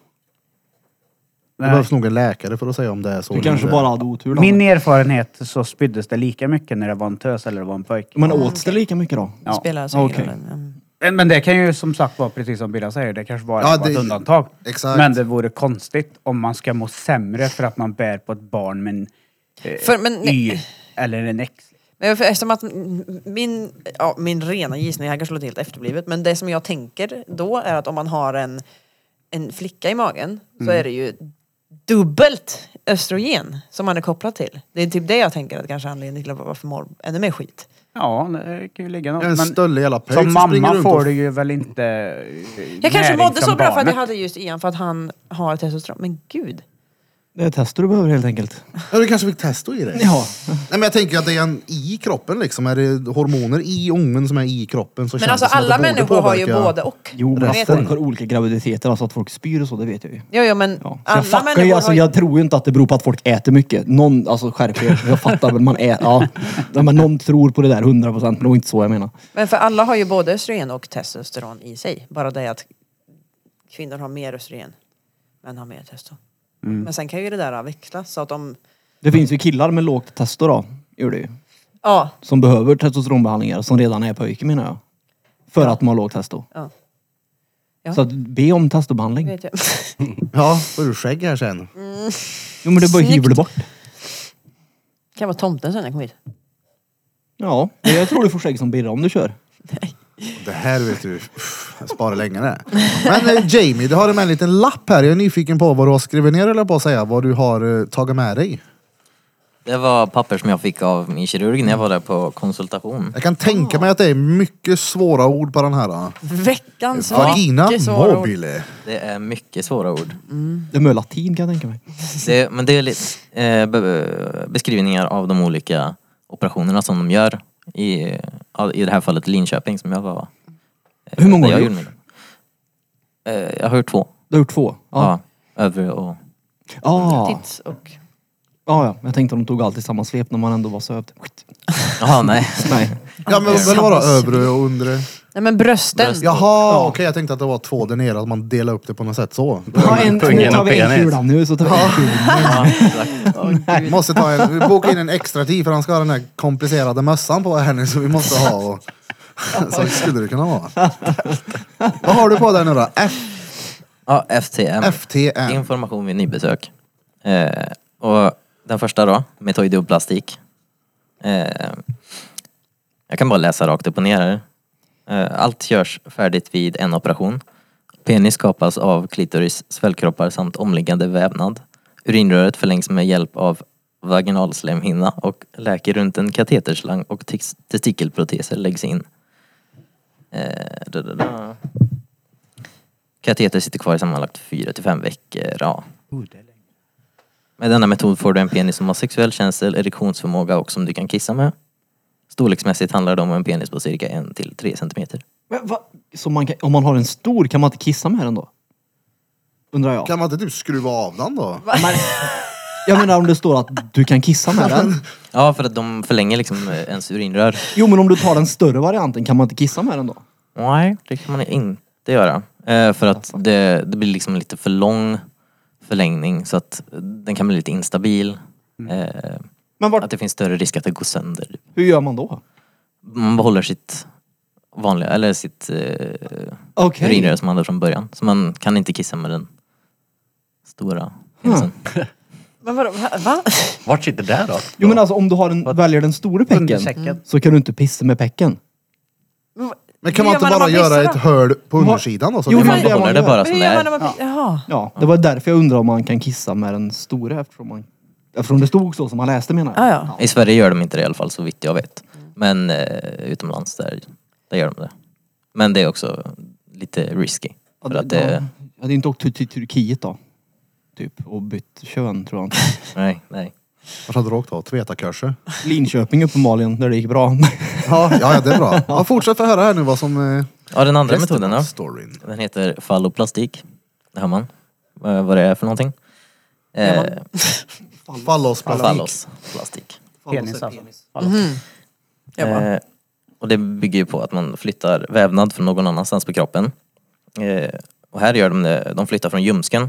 Nej. behövs nog en läkare för att säga om det är så. Du eller kanske inte. bara hade otur då. Min erfarenhet så spyddes det lika mycket när det var en tös eller det var en pojk. Men åts det lika mycket då? Ja. Spelar så okej. ingen roll. Mm. Men- Men det kan ju som sagt vara precis som Birra säger, det kanske bara Ja, var ett det- undantag. Exakt. Men det vore konstigt om man ska må sämre för att man bär på ett barn med en eh, För- men- Y eller en X. Men för- eftersom att min, ja, min rena gissning, här kanske låter helt efterblivet, men det som jag tänker då är att om man har en, en flicka i magen så är det ju dubbelt östrogen som man är kopplad till. Det är typ det jag tänker att kanske anledningen till att varför mår ännu mer skit. Ja, det kan ju ligga något. En Men stöllig jävla pöjk som som springer mamma runt får och- du ju väl inte eh, Jag kanske näring mådde så från bra för att jag barnet. hade just Ian för att han har testosteron. Men gud. Det är tester du behöver helt enkelt. Ja, du kanske fick testo i det. Ja. Nej, men jag tänker att det är en i kroppen liksom. Är det hormoner i ungen som är i kroppen så Men känns alltså det som att alla det borde människor har ju påverka- både och. Jo, men Jag att vet folk det. har olika graviditeter, alltså att folk spyr och så, det vet jag ju. Jo, jo, men Ja. Så alla jag, fuckar människor ju, alltså, har ju... jag tror ju inte att det beror på att folk äter mycket. Någon, alltså skärp er, jag fattar väl, man är, ja. Men någon tror på det där hundra procent, men det var inte så jag menar. Men för alla har ju både östrogen och testosteron i sig. Bara det att kvinnor har mer östrogen. Män har mer testo. Men sen kan ju det där växlas så att de... Det finns ju killar med lågt testo då, gör det ju. Ja, Som behöver testosteronbehandlingar, som redan är pojkar menar jag. För att de har lågt testo. ja. Ja. Så att be om testobehandling. Vet jag. Ja, får du skägg här sen. Jo men det bara Snyggt. hyvla bort. Kan vara tomten sen när jag kommer hit. Ja, jag tror du får skägg som Birra om du kör. Det här vet du, uff, jag sparar länge det. Men eh, Jamie, du har med en liten lapp här. Jag är nyfiken på vad du har skrivit ner eller på att säga. Vad du har eh, tagit med dig. Det var papper som jag fick av min kirurg när jag var där på konsultation. Jag kan tänka mig att det är mycket svåra ord på den här. eh. Veckans Vagina mycket svåra ord. mobile. Det är mycket svåra ord. Det är med latin kan jag tänka mig. Det, men det är lite eh, be, beskrivningar av de olika operationerna som de gör. I, I det här fallet Linköping som jag var. eh, Hur många där har jag du gjorde min. Eh, Jag har gjort två. Du har gjort två? Ja. Övre och... Ja. Tits och... Ja, ja. Jag tänkte att de tog alltid samma svep när man ändå var sövd. Jaha, nej. Nej. Ja men väl vara övre och undre. Nej men brösten. Bröst. Jaha, okej okay, jag tänkte att det var två där nere, att man delar upp det på något sätt så. Ja, en, nu Pungen tar och vi en penis. kula nu så tar vi en kula. Vi måste ta en, vi bokar in en extra tid för han ska ha den här komplicerade mössan på här nu så vi måste ha och, så skulle det kunna vara. Vad har du på där nu då? F, Ja, F T M. F T M. Information vid nybesök. Eh, och den första då, metoidoplastik. Eh, jag kan bara läsa rakt upp och ner här. Eh, allt görs färdigt vid en operation. Penis skapas av klitoris, svällkroppar samt omliggande vävnad. Urinröret förlängs med hjälp av vaginalslemhinna och läker runt en kateterslang och tex- testikelproteser läggs in. Eh, da, da, da. Kateter sitter kvar i sammanlagt fyra till fem veckor. Ja. Med denna metod får du en penis som har sexuell känsel, erektionsförmåga och som du kan kissa med. Storleksmässigt handlar det om en penis på cirka en till tre centimeter. Men, va? Så man kan, om man har en stor, kan man inte kissa med den då? Undrar jag. Kan man inte typ skruva av den då? Men, jag menar om det står att du kan kissa med den. Ja, för att de förlänger liksom ens urinrör. Jo, men om du tar den större varianten, kan man inte kissa med den då? Nej, det kan man inte göra. Eh, för att det, det blir liksom lite för lång förlängning så att den kan bli lite instabil. Eh, Men vart, att det finns större risk att det går sönder. hur gör man då? Man behåller sitt vanliga, eller sitt eh, Okej. urinrör som man hade från början. Så man kan inte kissa med den stora penisen. Men vadå, va? va? Vart sitter det då? Jo, men alltså om du har en, väljer den stora Under pecken säcken. så kan du inte pissa med pecken. Men kan Hur man gör inte man bara när man göra pissar ett hål på undersidan då? Så Jo, det men man det- Behåller det gör. bara Men som hur det gör man är. när man... Jaha. Ja, det var därför jag undrar om man kan kissa med den stora eftersom man... Eftersom det stod så som man läste menar jag. Ah, ja. I Sverige gör de inte det i alla fall så vitt jag vet. Men eh, utomlands där, där gör de det. Men det är också lite risky. Ja, För att det, ja. det, Jag hade inte åkt till, till Turkiet då. Typ. Och bytt kön tror jag inte. nej, nej. Vart hade du åkt då? Tvetakurser? Linköping uppenbarligen där det gick bra. Ja, ja, det är bra. Ja, fortsätt få höra här nu vad som... Eh, Ja, den andra resten metoden av då. storyn. Den heter falloplastik. Det hör man. Eh, vad det är för någonting. Eh, Fallosplastik. fallosplastik. Penis alltså. Jag bara, Eh, och det bygger ju på att man flyttar vävnad från någon annanstans på kroppen. Eh, och här gör de det, de flyttar från ljumsken.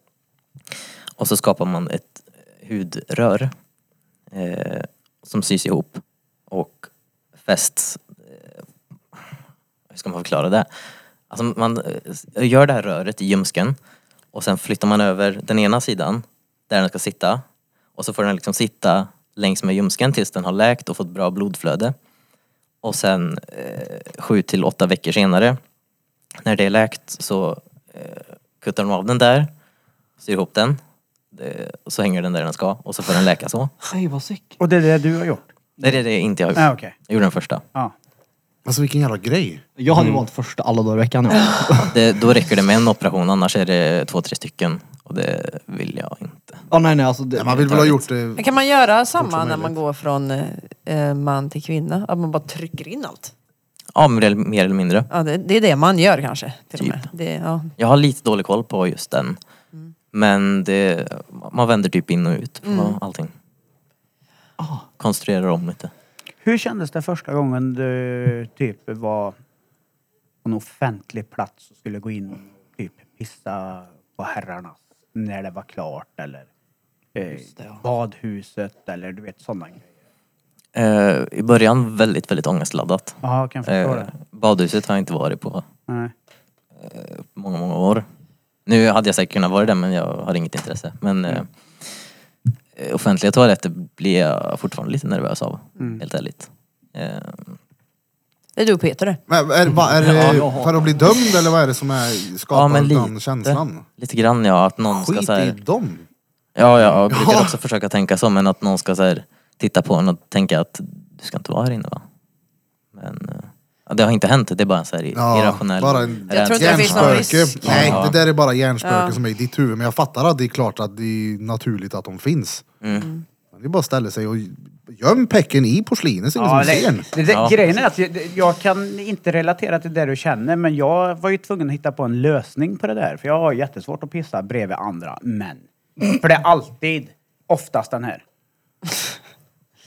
Och så skapar man ett hudrör eh, som sys ihop och fästs. Eh, hur ska man förklara det? Alltså man eh, gör det här röret i ljumsken och sen flyttar man över den ena sidan där den ska sitta och så får den liksom sitta längs med ljumsken tills den har läkt och fått bra blodflöde. Och sen eh, sju till åtta veckor senare när det är läkt så eh, kuttar de av den där, syr ihop den det, och så hänger den där den ska och så får den läka så. Nej, vad sick. Och det är det du har gjort? Det är det, det inte jag har gjort. Ja, okej. Jag gjorde den första. Ja. Alltså vilken jävla grej. Jag hade valt första alla dagar i veckan. Ja. Det, då räcker det med en operation, annars är det två, tre stycken. Och det vill jag inte. Ja, nej, nej, alltså det, Ja, man vill väl ha gjort det... men kan man göra samma som när man möjligt. går från eh, man till kvinna? Att man bara trycker in allt? Ja, mer, eller- mer eller mindre. Ja, det, det är det man gör kanske. Till och Typ. med. Det, ja. Jag har lite dålig koll på just den. Men det, man vänder typ in och ut på allting. Konstruerar om lite. Hur kändes det första gången du typ var på en offentlig plats och skulle gå in och typ pissa på herrarna när det var klart eller eh, badhuset eller du vet sådana grejer? Eh, I början väldigt, väldigt ångestladdat. Ja, jag kan förstå Eh, det. badhuset har jag inte varit på Nej. många, många år. Nu hade jag säkert kunnat vara det men jag har inget intresse. Men eh, offentliga toaletter blir jag fortfarande lite nervös av. Helt ärligt. Eh, Det är du och Peter det. Men är, vad, är det Ja. för att bli dömd eller vad är det som är, skapar ja men den lite. känslan? Lite grann ja. Att någon ska Skit så här, i dem. Ja, ja, jag brukar Ja. också försöka tänka så, men att någon ska så här, titta på en och tänka att du ska inte vara här inne va? Men eh, ja, det har inte hänt, det är bara en så här Ja, irrationell bara en Jag tror inte det finns någon hjärnspöke. risk. Nej, Ja. det där är bara hjärnspöke Ja. som är i ditt huvud. Men jag fattar att det är klart att det är naturligt att de finns. Mm. Det är bara att ställa sig och göm pecken i porslinet så ingen Ja, som ser den. det, det, det, Ja. Grejen är att jag, jag kan inte relatera till det du känner men jag var ju tvungen att hitta på en lösning på det där. För jag har jättesvårt att pissa bredvid andra män. För det är alltid, oftast den här.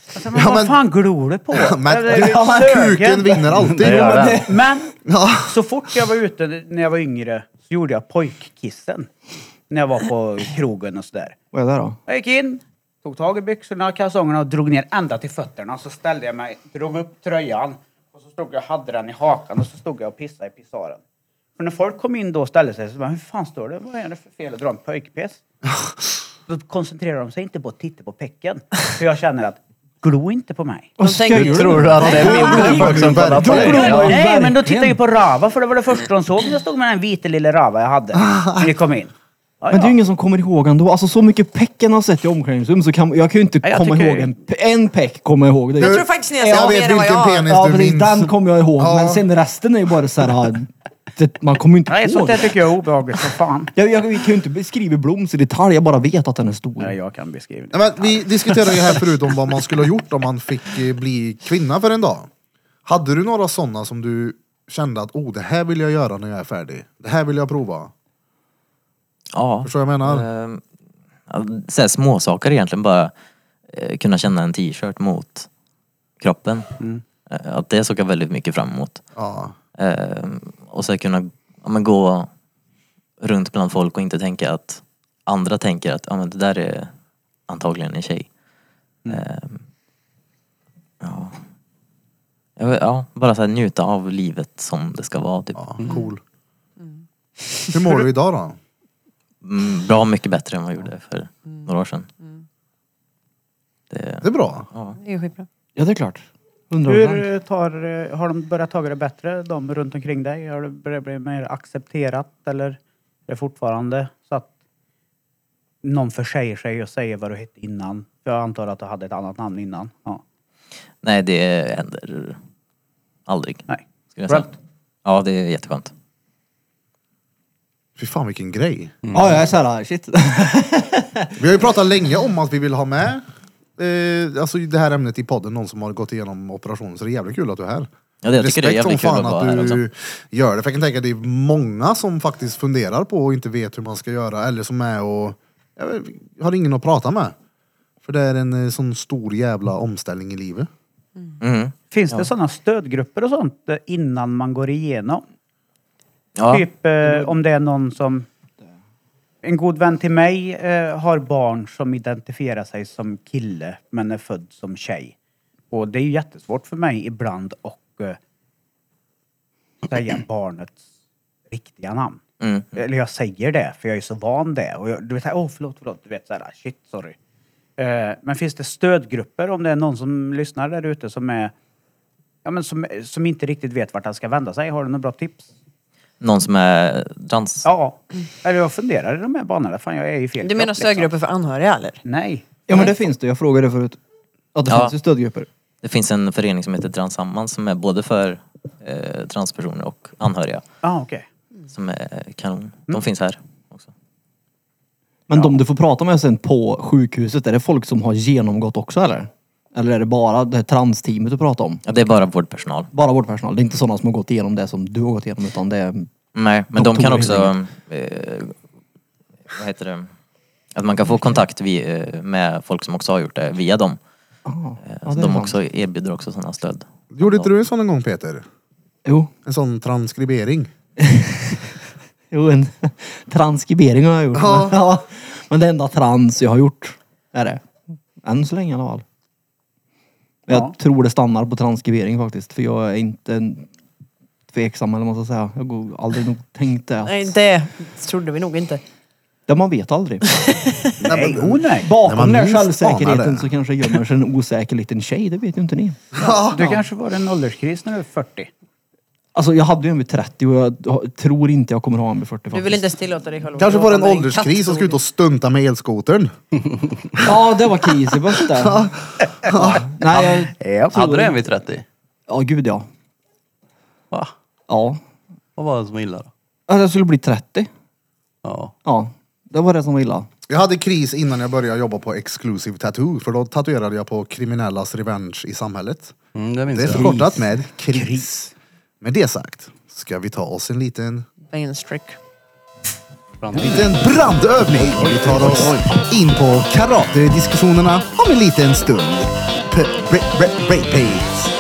Alltså, men Ja, vad men- fan glor du på? Men, Eller, ja, men sögen. kuken vinner alltid. Det gör Men den. Men Ja. så fort jag var ute när jag var yngre så gjorde jag pojkkissen. När jag var på krogen och sådär. Vad är det då? Jag gick in, tog tag i byxorna, kalsongerna och drog ner ända till fötterna. Så ställde jag mig, drog upp tröjan och så stod jag, hade den i hakan och så stod jag och pissade i pissaren. För när folk kom in då och ställde sig så bara, hur fan står det? Vad är det för fel att dra en pojkpiss? Då koncentrerar de sig inte på att titta på pecken. För jag känner att, glo inte på mig. Vad tänker- skojar Tror du att det är mindre folk som kollar på dig? Ja. Nej, men då tittade jag på Rava, för det var det första de såg när jag stod med den vita lilla Rava jag hade. När jag kom in. Ja, Men det är ja. ju ingen som kommer ihåg ändå. Alltså så mycket pecken har sett i omklädningsrum så kan jag kan ju inte Nej, jag komma tycker- ihåg en, en peck kommer jag ihåg. Det är Jag ju- tror faktiskt ni har Jag sett vet mer än vad vilken jag har. penis Ja, du precis, minns. den kommer jag ihåg. Ja. Men sen resten är ju bara så här. Det, man kommer ju inte Nej, ihåg. sånt där tycker jag är obehagligt för fan. Jag, jag, vi kan ju inte beskriva Bloms i detalj, jag bara vet att den är stor. Nej, jag kan beskriva det. Nej, men vi diskuterade ju här förut om vad man skulle ha gjort om man fick eh, bli kvinna för en dag. Hade du några sådana som du kände att oh, det här vill jag göra när jag är färdig? Det här vill jag prova. Ja. Förstår du vad jag menar? Eh, ja, så här små saker egentligen, bara eh, kunna känna en t-shirt mot kroppen. Eh, att det såg jag väldigt mycket fram emot. Ja. Eh, och så kunna ja, men gå runt bland folk och inte tänka att andra tänker att ja, men det där är antagligen en tjej. Eh, ja. Jag vet- ja, bara så här, njuta av livet som det ska vara typ. Ja, cool. Hur mår du idag då? Mm, bra mycket bättre än vad jag gjorde för några år sedan. Det, Det är bra. ja. Det är skitbra. Ja, det är klart. hundra procent. Hur tar, har de börjat ta det bättre, de runt omkring dig? Har det börjat bli mer accepterat eller är det fortfarande så att någon försäger sig och säger vad du hette innan? För jag antar att du hade ett annat namn innan. Ja. Nej, det händer aldrig. Nej. Skulle jag säga. Skönt. Ja, det är jätteskönt. Fy fan vilken grej. Ja, jag är såhär, shit. Vi har ju pratat länge om att vi vill ha med eh, alltså det här ämnet i podden. Någon som har gått igenom operationen. Så det är jävligt kul att du är här. Ja, det, jag tycker det är jävligt kul som att fan vara här att också. du gör det. För jag kan tänka att det är många som faktiskt funderar på och inte vet hur man ska göra. Eller som är och jag vet, har ingen att prata med. För det är en eh, sån stor jävla omställning i livet. Mm. Finns det sådana stödgrupper och sånt eh, innan man går igenom? Ja. Typ eh, om det är någon som... En god vän till mig eh, har barn som identifierar sig som kille men är född som tjej. Och det är ju jättesvårt för mig ibland att eh, säga barnets riktiga namn. Mm. Eller jag säger det, för jag är så van det. Och jag, du vet, åh oh, förlåt, förlåt. Du vet såhär, shit, sorry. Eh, men finns det stödgrupper om det är någon som lyssnar där ute som är... Ja, men som, som inte riktigt vet vart han ska vända sig? Har du några bra tips? Någon som är trans. Ja, eller jag funderar i de här banorna. Fan, jag är i fel Du menar kropp, stödgrupper för anhöriga eller? Liksom. Nej. Ja, men det finns det. Jag frågade förut. Att det Ja. finns ju stödgrupper. Det finns en förening som heter Transamman som är både för eh, transpersoner och anhöriga. Ja, ah, okej. Som är kanon. De finns här också. Men de du får prata med sen på sjukhuset, är det folk som har genomgått också eller? Eller är det bara det här transteamet du pratar om? Ja, det är bara vårdpersonal. Bara vårdpersonal. Det är inte sådana som har gått igenom det som du har gått igenom, utan det är... Nej, men de kan Doktorer, också... Eh, vad heter det? Att man kan få kontakt vi, eh, med folk som också har gjort det via dem. Ah, Eh, ja, så det är de sant. också erbjuder också sådana stöd. Gjorde inte du en sån en gång Peter? Jo. En sån transkribering? Jo, en transkribering har jag gjort. Ja. Men, ja, men det enda trans jag har gjort är det. Än så länge i alla fall. Men Jag Ja. tror det stannar på transkribering faktiskt. För jag är inte en tveksam eller vad man ska säga. Jag har aldrig nog tänkt det. Att... Nej, det trodde vi nog inte. Det man vet aldrig. Nej, oh, nej. När Bakom man den här minst anar självsäkerheten det. så kanske gömmer sig en osäker liten tjej. Det vet ju inte ni. Du kanske var en ålderskris när du är fyrtio. Alltså jag hade ju en vid trettio och jag har- tror inte jag kommer ha en vid fyrtio Du faktiskt. vill inte ens tillåta dig själv att Kanske gråta får en med ålderskris och ska ut och katt. stunta med elskotern. Ja, det var kris i början. Ja. Nej, jag... Ja. Hade du en vid trettio? Ja, gud ja. Va? Ja. Vad var det som var illa då? Att jag skulle bli trettio. Ja. Ja, det var det som var illa. Jag hade kris innan jag började jobba på Exclusive Tattoo. För då tatuerade jag på kriminellas revenge i samhället. Mm, det minns Det är jag. förkortat med kris. Med det sagt ska vi ta oss en liten, Banestrick. en liten brandövning. Och vi tar oss in på karate-diskussionerna om en liten stund. P- Ra- Ra- Rapace.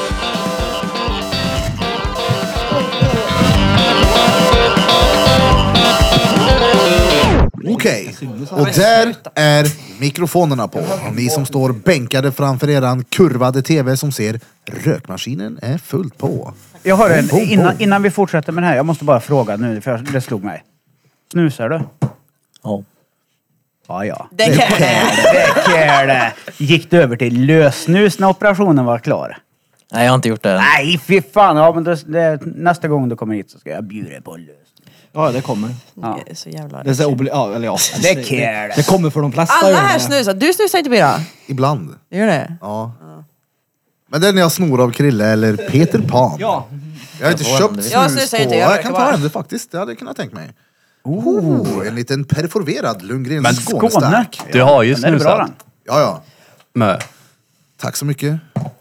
Okej, och där är mikrofonerna på. Och ni som står bänkade framför eran kurvade tv som ser rökmaskinen är fullt på. Jag har en, innan, innan vi fortsätter med det här, jag måste bara fråga nu, för det slog mig. Snusar du? Ja. Ja, ja. Det kan jag. Det kan det. Gick du över till lösnus när operationen var klar? Nej, jag har inte gjort det än. Nej, fy fan. Ja, men det, det, nästa gång du kommer hit så ska jag bjuda dig på en lösnus. Ja, det kommer. Ja. Det är så jävla... Det är så obli- ja, eller ja. Det kan det. Det kommer för de flesta. Alla gör här det. snusar. Du snusar inte, Bira? Ibland. Gör det? Ja. Men den jag snor av Krille eller Peter Pan. Ja. Jag har inte Jag får köpt ändå- snus Jag snusar på... inte, jag Jag röker kan ta bara. hem det faktiskt. Det hade jag kunnat tänka mig. Oh, en liten perforerad Lundgrens Men Skåne? Skånestark. Du har ju Den är bra snusat. den. Ja, ja. Mö. Tack så mycket.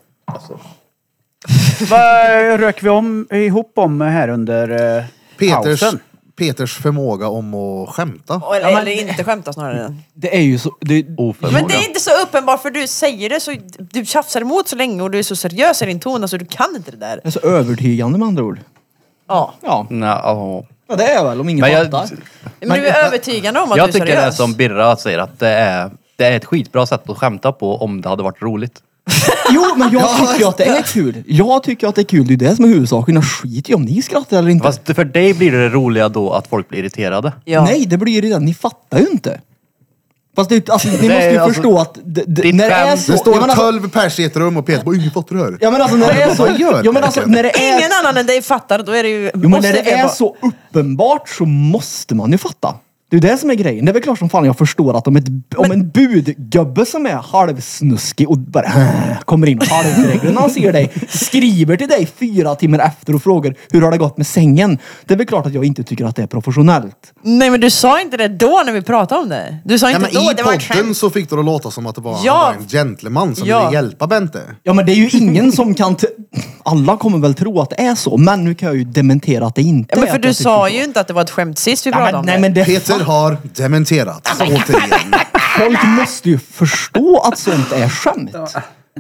Vad rök vi om, ihop om här under eh, Peters, pausen? Peters förmåga om att skämta. Eller, eller inte skämta snarare. Det är ju så... Det, Oförmåga. Men det är inte så uppenbart för du säger det så... Du tjafsar emot så länge och du är så seriös i din ton. Alltså du kan inte det där. det är så övertygande med andra ord. Ja. Ja. Nej, ja. Ja, det är väl om ingen Men jag, fattar. Men du är övertygande om att jag du är tycker det är seriös. som Birra säger, att det är, det är ett skitbra sätt att skämta på om det hade varit roligt. Jo, men jag tycker att det är kul. Jag tycker att det är kul. Det är det som är huvudsaken. Jag skiter ju om ni skrattar eller inte. Fast för dig blir det roliga då att folk blir irriterade. Ja. Nej, det blir ju redan. Ni fattar ju inte. Fast det, alltså, ni Det måste är ju alltså- förstå att det, det, Ditt när det är skämt- så... Det står ja, men alltså, tolv pers i ett rum och Peter bara, ingen fattar det här. ja, men alltså när det är så... Vad gör Ja, men alltså när det är... Ingen annan än dig fattar, då är det ju... Jo, men måste när det är vara- så uppenbart så måste man ju fatta. Det är det som är grejen. Det är väl klart som fan jag förstår att om, ett, om en budgubbe som är halvsnuskig och bara äh, kommer in och halvdräglig när han ser dig, skriver till dig fyra timmar efter och frågar hur har det gått med sängen. Det är väl klart att jag inte tycker att det är professionellt. Nej, men du sa inte det då när vi pratade om det. Du sa Ja, inte men då, i det var ett podden skämt. så fick det att låta som att det var, Ja. han var en gentleman som Ja. ville hjälpa Bente. Ja, men det är ju ingen som kan... T- Alla kommer väl tro att det är så, men nu kan jag ju dementera att det inte Ja, men är. för att du jag tycker sa så. ju inte att det var ett skämt sist vi Ja, pratade men, om nej, det. men det Peter har dementerat. Återigen. Folk måste ju förstå att sånt är skämt. Ja,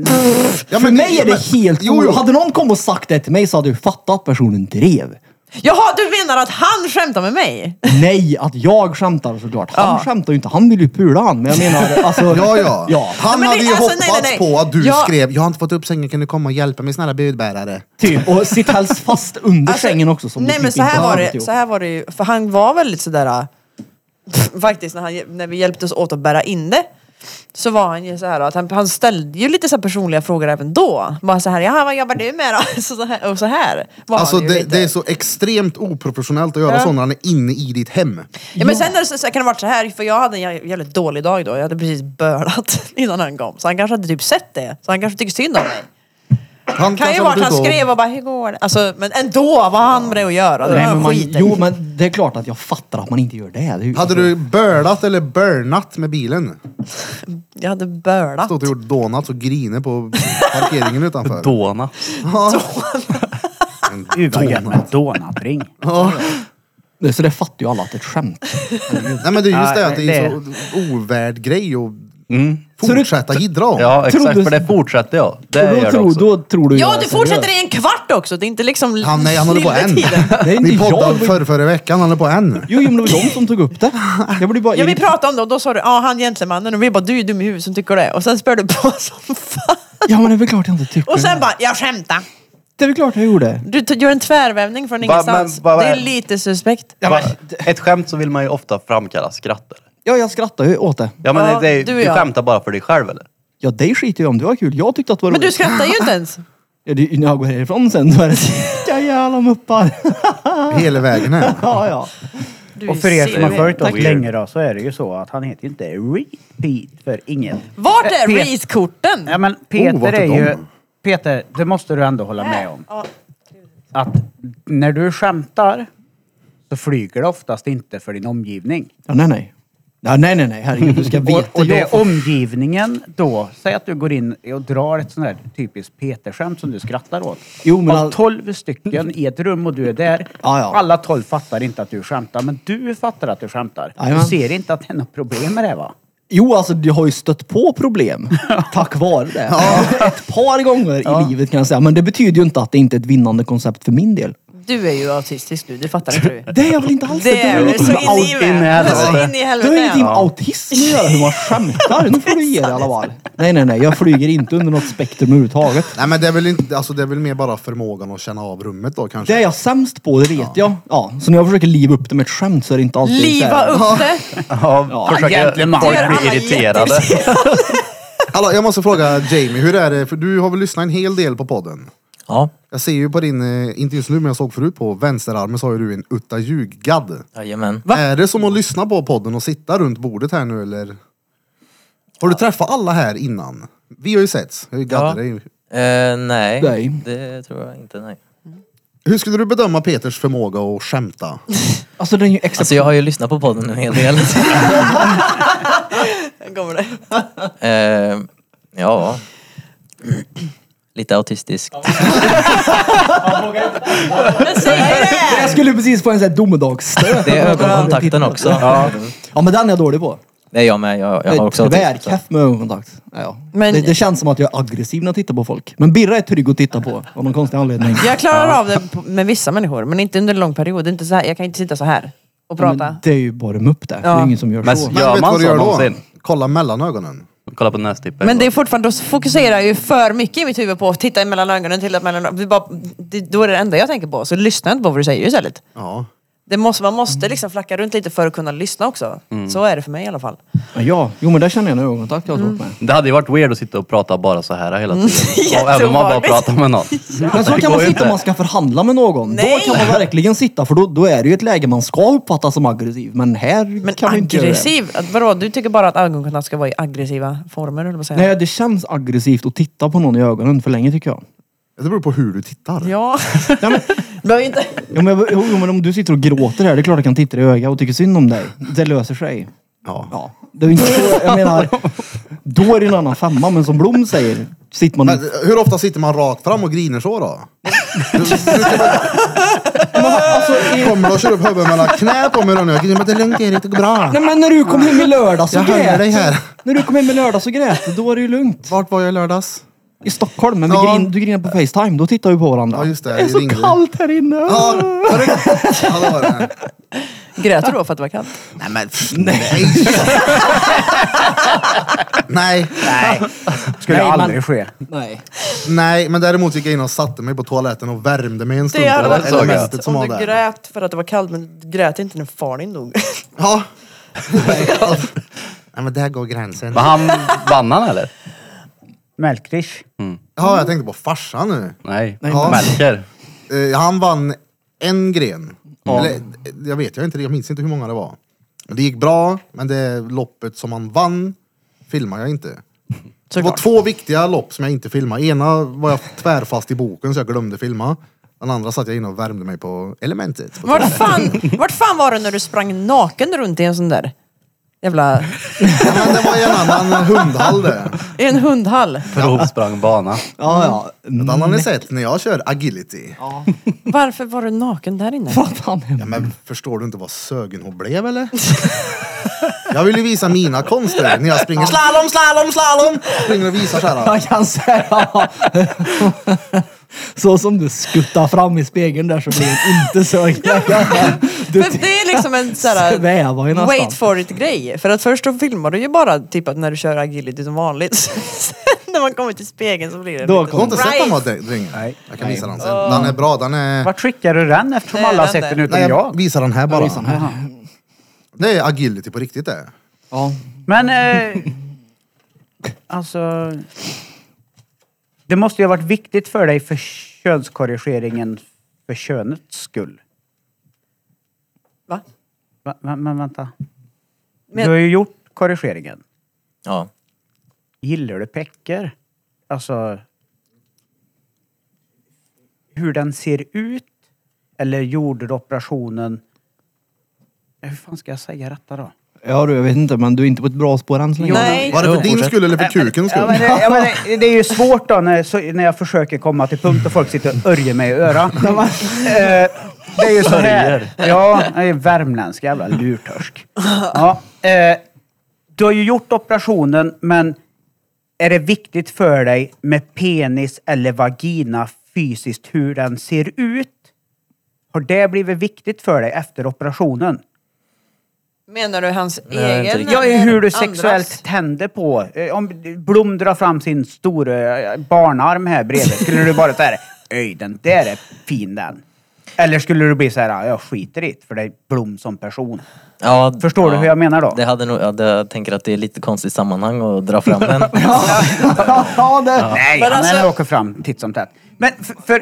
För men- mig är det men- helt... Jo, jo. Hade någon kommit och sagt det till mig så hade du fattat att personen drev. Jaha, du menar att han skämtar med mig? Nej, att jag skämtar såklart. Han Ja. skämtar ju inte. Han vill ju pula han. Men jag menar, alltså... Ja, ja. ja. Han Nej, men hade det- ju alltså, hoppats nej, nej, nej. på att du Ja. skrev, jag har inte fått upp sängen, kan du komma och hjälpa mig snälla budbärare? Typ. Och sitt helst fast under Alltså, sängen också. Som nej, du men typ så här, inte var har det, gjort. så här var det ju. För han var väldigt sådär... Faktiskt, när, han, när vi hjälptes åt att bära in det. Så var han ju så här att han, han ställde ju lite så här personliga frågor även då. Bara så här, jaha, vad jobbar du med då? Så, så här, och så här var Alltså han ju det, lite. det är så extremt oprofessionellt att göra Ja. så när han är inne i ditt hem. Ja, men sen är det så, så kan det ha varit så här, för jag hade en jä- jävligt dålig dag då. Jag hade precis bölat innan han kom. Så han kanske hade typ sett det. Så han kanske tycker synd om mig. Han Kan ju kanske vara att hade han gått och- skrev och bara, hur går det? Alltså, men ändå, vad har han med det att göra? Det Nej, var men man, skiten. jo, men det är klart att jag fattar att man inte gör det. det är ju, Hade alltså, du börlat eller burnat med bilen? Jag hade bölat. Stått och gjort donuts och griner på parkeringen utanför. Dåna. En Gud vad gött med donut. donutring. Ja. det- Så det fattar ju alla att det är ett skämt. Nej men det är just Ja, det att det är det- så ovärd grej att Mm. fortsätta jiddra om. Ja, exakt. Tror du- För det fortsätter jag. Det Och gör då, det tror, också. då tror du Ja, jag är du fortsätter seriös. i en kvart också. Det är inte liksom Han, nej, han håller på lilla än. tiden. Det är inte Vi jag. poddade för förra veckan, han håller på än. Jo, jo, men det var de som tog upp det. Jag blir bara Ja, vi irriterad. pratade om det och då sa du, ja han gentlemannen och vi bara, du är dum i huvudet som tycker det. Och sen spör du på som fan. Ja, men det är väl klart jag inte tycker Och sen det. bara, jag skämtar. Det är väl klart jag gjorde. Du t- gör en tvärvävning från Va, ingenstans. men vad det är är- lite suspekt. Ja, Va? men, Ett skämt så vill man ju ofta framkalla skratt. Eller? ja, jag skrattar ju åt det. Ja, men Ja, det är, du och du jag. skämtar bara för dig själv eller? Ja, det skiter jag om. Det var kul. Jag tyckte att det var Men du roligt. skrattar ju inte ens. Ja, det, när jag går härifrån sen då är det vilka jävla muppar. Hela vägen här. Ja, ja. Du Och för er som har ser- följt oss Weird. länge då, så är det ju så att han heter ju inte Repeat för ingen. Vart är Pet- Reese-korten? Ja men Peter Oh, vart är är ju... de? Peter, det måste du ändå hålla med om. Ja. Att när du skämtar så flyger det oftast inte för din omgivning. Ja, nej, nej. Ja, nej, nej, nej. Herregud, du ska veta. Och, och det jag är omgivningen då. Säg att du går in och drar ett sånt här typiskt Peter-skämt som du skrattar åt. Jo, men Av all- tolv stycken i ett rum och du är där. Ja, ja. Alla tolv fattar inte att du skämtar. Men du fattar att du skämtar. Jajamän. Du ser inte att det är något problem med det va? Jo, alltså jag har ju stött på problem tack vare det. Ett par gånger Ja. i livet kan jag säga. Men det betyder ju inte att det inte är ett vinnande koncept för min del. Du är ju autistisk du, det fattar inte du. Det är jag väl inte alls. Det är väl du så in i in i helvete. Så in i Det har helvete. ingenting med ja. autism att göra, hur man skämtar. Nu får du ge det i alla fall. Nej, nej, nej. Jag flyger inte under något spektrum överhuvudtaget. Nej men det är väl inte, alltså det är väl mer bara förmågan att känna av rummet då kanske. Det är jag sämst på, det vet jag. Ja, så när jag försöker liva upp det med ett skämt så är det inte alltid så Liva här- upp det. Ja, försöker gentleman. folk Det gör bli alla irriterade. Hallå, jag måste fråga Jamie, hur är det? För du har väl lyssnat en hel del på podden? Ja, Jag ser ju på din, eh, inte just nu men jag såg förut på vänsterarmen så har ju du en utta ljuggadd. jajamän. Är det som att lyssna på podden och sitta runt bordet här nu eller? Har du träffat alla här innan? Vi har ju sett, jag har ju gaddat Ja. dig. Eh, nej, Nej. det tror jag inte, nej. Hur skulle du bedöma Peters förmåga att skämta? Alltså den är ju exceptionell. Alltså jag har ju lyssnat på podden en hel del. Här kommer det. eh, ja. Lite autistisk. Jag säger det! Jag skulle precis få en sån här domedagsstöt. Det är ögonkontakten också. Ja. Ja, men den är jag dålig på. Det är jag med, jag, jag har också autism. tvärkaff med ögonkontakt. Ja, ja. Men- det, det känns som att jag är aggressiv när jag tittar på folk. Men Birra är trygg att titta på av någon konstig anledning. Jag klarar av det på- med vissa människor, men inte under en lång period. Det är inte så här, jag kan inte sitta så här och Ja, prata. men det är ju bara mupp det. Det är Ja. ingen som gör Men- så. Men Gör vet du man vad du så gör då? någonsin? Kolla mellan ögonen. Kolla på nästippen. Men det är fortfarande, då fokuserar jag ju för mycket i mitt huvud på att titta mellan ögonen till att mellan vi bara, det, då är det det enda jag tänker på. Så lyssna inte på vad du säger istället. Ja. Det måste, man måste liksom flacka runt lite för att kunna lyssna också. Mm. Så är det för mig i alla fall. Ja, jo men där känner jag en ögonkontakt jag har svårt med. Det hade ju varit weird att sitta och prata bara så här hela tiden. Och även om man bara Jätteovanligt. pratar med någon. Men så Det kan går man ju sitta inte. om man ska förhandla med någon. Nej. Då kan man verkligen sitta, för då, då är det ju ett läge man ska uppfatta som aggressiv. Men här Men kan vi inte göra det. aggressiv? Att, vadå, du tycker bara att ögonkontakt ska vara i aggressiva former, eller vad säger Nej, det känns aggressivt att titta på någon i ögonen för länge tycker jag. Det beror på hur du tittar. Ja. Ja, men, Behöver inte. ja, men, jo, men om du sitter och gråter här, det är klart jag kan titta dig i ögat och tycker synd om dig. Det löser sig. Ja. Ja, det är inte så, jag menar, då är det en annan femma, men som Blom säger, sitter man... Men hur ofta sitter man rakt fram och griner så då? Du, du ska bara, alltså, i, kommer och kör upp huvudet mellan knä på mig då nu. Jag griner, men det är lugnt Erik, det går bra. nej, men när du kom hem i lördag så Jag hör grät dig här. När du kom hem i lördag så grät då är det ju lugnt. Vart var jag i lördags? I Stockholm, men vi Ja. grin, du grinade på FaceTime, då tittar vi på varandra. Ja, just det, Det är jag så ringde. kallt här inne. Ja, var det? Ja, det var det. Grät du då för att det var kallt? Nej men pff, nej. Nej. Nej, skulle Nej, aldrig men- ske. Nej. Nej, men däremot gick jag in och satte mig på toaletten och värmde mig en stund Det hade på varit så elementet gött som om var du där. grät för att det var kallt, men du grät inte när far din dog. Ja. Nej men där går gränsen. Men han vann han eller? Melkrish. Ja, jag tänkte på farsan nu. Nej, Ja. Melker. Eh, han vann en gren. Eller, eh, jag vet jag inte, jag minns inte hur många det var. Men det gick bra, men det loppet som han vann filmar jag inte. Det var Såklart. två viktiga lopp som jag inte filmade. Ena var jag tvärfast i boken så jag glömde filma. Den andra satt jag inne och värmde mig på elementet. På Vart toaletten. fan, vart fan var det när du sprang naken runt i en sån där jävla... Ja, men det var i en annan hundhall det. I en hundhall? Provsprang bana. Ja, ja. Den har ni sett när jag kör agility. Ja. Varför var du naken där inne? För att han är... Ja, men förstår du inte vad sögen hon blev eller? Jag vill ju visa mina konster när jag springer slalom, slalom, slalom. Springer och visar så här. Jag kan säga... Så som du skuttar fram i spegeln där så blir det inte så... Du Men det är liksom en såhär svävar ju nästan. wait for it grej. För att först då filmar du ju bara typ att när du kör agility som vanligt. Sen när man kommer till spegeln så blir det Då lite Jag har inte sett right. den var drängen. Nej. Jag kan visa den sen. Den är bra, den är... Vart skickar du den eftersom Det är alla har den sett där. den utom Nej, jag jag? visar den här bara. Bara. Här. Det är agility på riktigt det. Ja. Men, eh, alltså... Det måste ju ha varit viktigt för dig för könskorrigeringen för könets skull. Va? Va, va, men vänta. Men- Du har ju gjort korrigeringen. Ja. Gillar du pecker? Alltså... Hur den ser ut? Eller gjorde du operationen... Hur fan ska jag säga detta då? Ja du, jag vet inte, men du är inte på ett bra spår än så länge. Nej. Var det för Jo, din fortsätt. skull eller för kukens Ja, skull? men det, ja, men det, det är ju svårt då när, så, när jag försöker komma till punkt och folk sitter och örjer mig i örat. eh, det är ju så här. Ja, jag är värmländsk jävla lurtörsk. Ja, eh, du har ju gjort operationen, men är det viktigt för dig med penis eller vagina fysiskt hur den ser ut? Har det blivit viktigt för dig efter operationen? Menar du hans Nej, egen? inte riktigt. Ja, eller hur du andras? sexuellt tänder på. Eh, Om Blom drar fram sin stora eh, barnarm här bredvid, skulle du bara säga, öj, den där är fin den. Eller skulle du bli så här, jag skiter i det, för det är Blom som person. Ja, Förstår ja, du hur jag menar då? Det hade nog, ja, det, jag tänker att det är lite konstigt sammanhang att dra fram den. Ja, det... Nej, Men han alltså- åker fram titt som tätt. Men för, för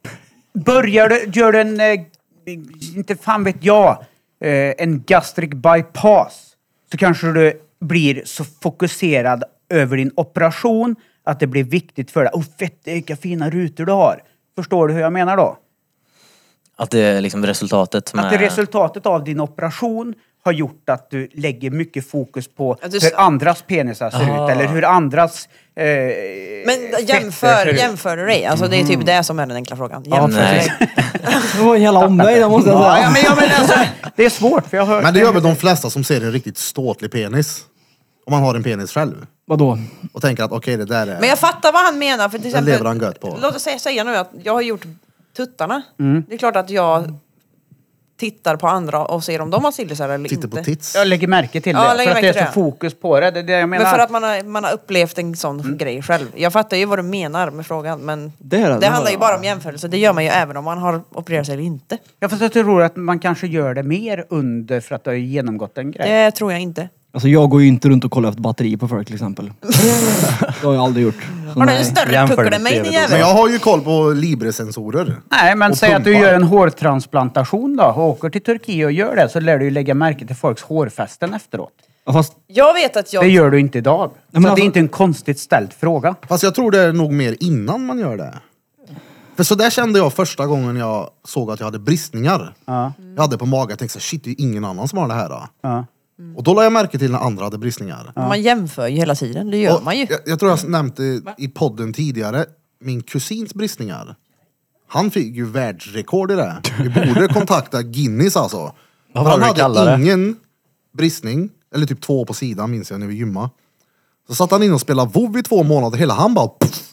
börjar du, gör du en, eh, inte fan vet jag, eh, en gastric bypass, så kanske du blir så fokuserad över din operation att det blir viktigt för dig. Åh, fett, vilka fina rutor du har. Förstår du hur jag menar då? Att det är liksom resultatet som Att det är... resultatet av din operation har gjort att du lägger mycket fokus på Att du- hur andras penisar ser Ah. ut. Eller hur andras... Eh, Men fetter jämför, ser ut. jämför du dig? Alltså det är typ det som är den enkla frågan. Jämför nej. dig. Det var en jävla omväg, det måste jag Ja, säga. ja, men, ja, men alltså, det är svårt för jag har hört... Men det gör väl de flesta som ser en riktigt ståtlig penis. Om man har en penis själv. Vadå? Och tänker att okej, det där är... Men jag fattar vad han menar. För till Den exempel, lever han gött på. Låt oss säga, säga nu att jag har gjort tuttarna. Mm. Det är klart att jag tittar på andra och ser om de har sillisar eller Tittar inte. på tits. Jag lägger märke till Ja, det. lägger För att det märke är till så det. fokus på det. Det är det jag menar. Men för att man har, man har upplevt en sån grej själv. Jag fattar ju vad du menar med frågan. Men Det är det. det handlar ju bara om jämförelse. Det gör man ju även om man har opererat sig eller inte. Jag fast jag tror att man kanske gör det mer under för att du har genomgått en grej. Det tror jag inte. Alltså jag går ju inte runt och kollar efter batteri på folk till exempel. Det har jag aldrig gjort. Så Har du nej. en större Jämför puckel med än mig din T V då. jävel? Men jag har ju koll på Libre-sensorer. Nej, men Och säg att du pumpar. gör en hårtransplantation då. Och åker till Turkiet och gör det, så lär du ju lägga märke till folks hårfästen efteråt. Ja, fast Jag vet att jag... Det gör du inte idag. men så alltså- det är inte en konstigt ställd fråga. Fast jag tror det är nog mer innan man gör det. För så där kände jag första gången jag såg att jag hade bristningar. Ja. Jag hade på magen. Jag tänkte så shit, det är ju ingen annan som har det här. Då. Ja. Och då lade jag märke till när andra hade bristningar. Man jämför ju hela tiden. Det gör Och man ju. Jag, jag tror jag nämnde i podden tidigare, min kusins bristningar. Han fick ju världsrekord i det. Vi borde kontakta Guinness alltså. Vad För var han det du hade kallade det? ingen bristning, eller typ två på sidan minns jag när vi gymmade. Så satt han in och spelade WoW i två månader, hela han bara pff,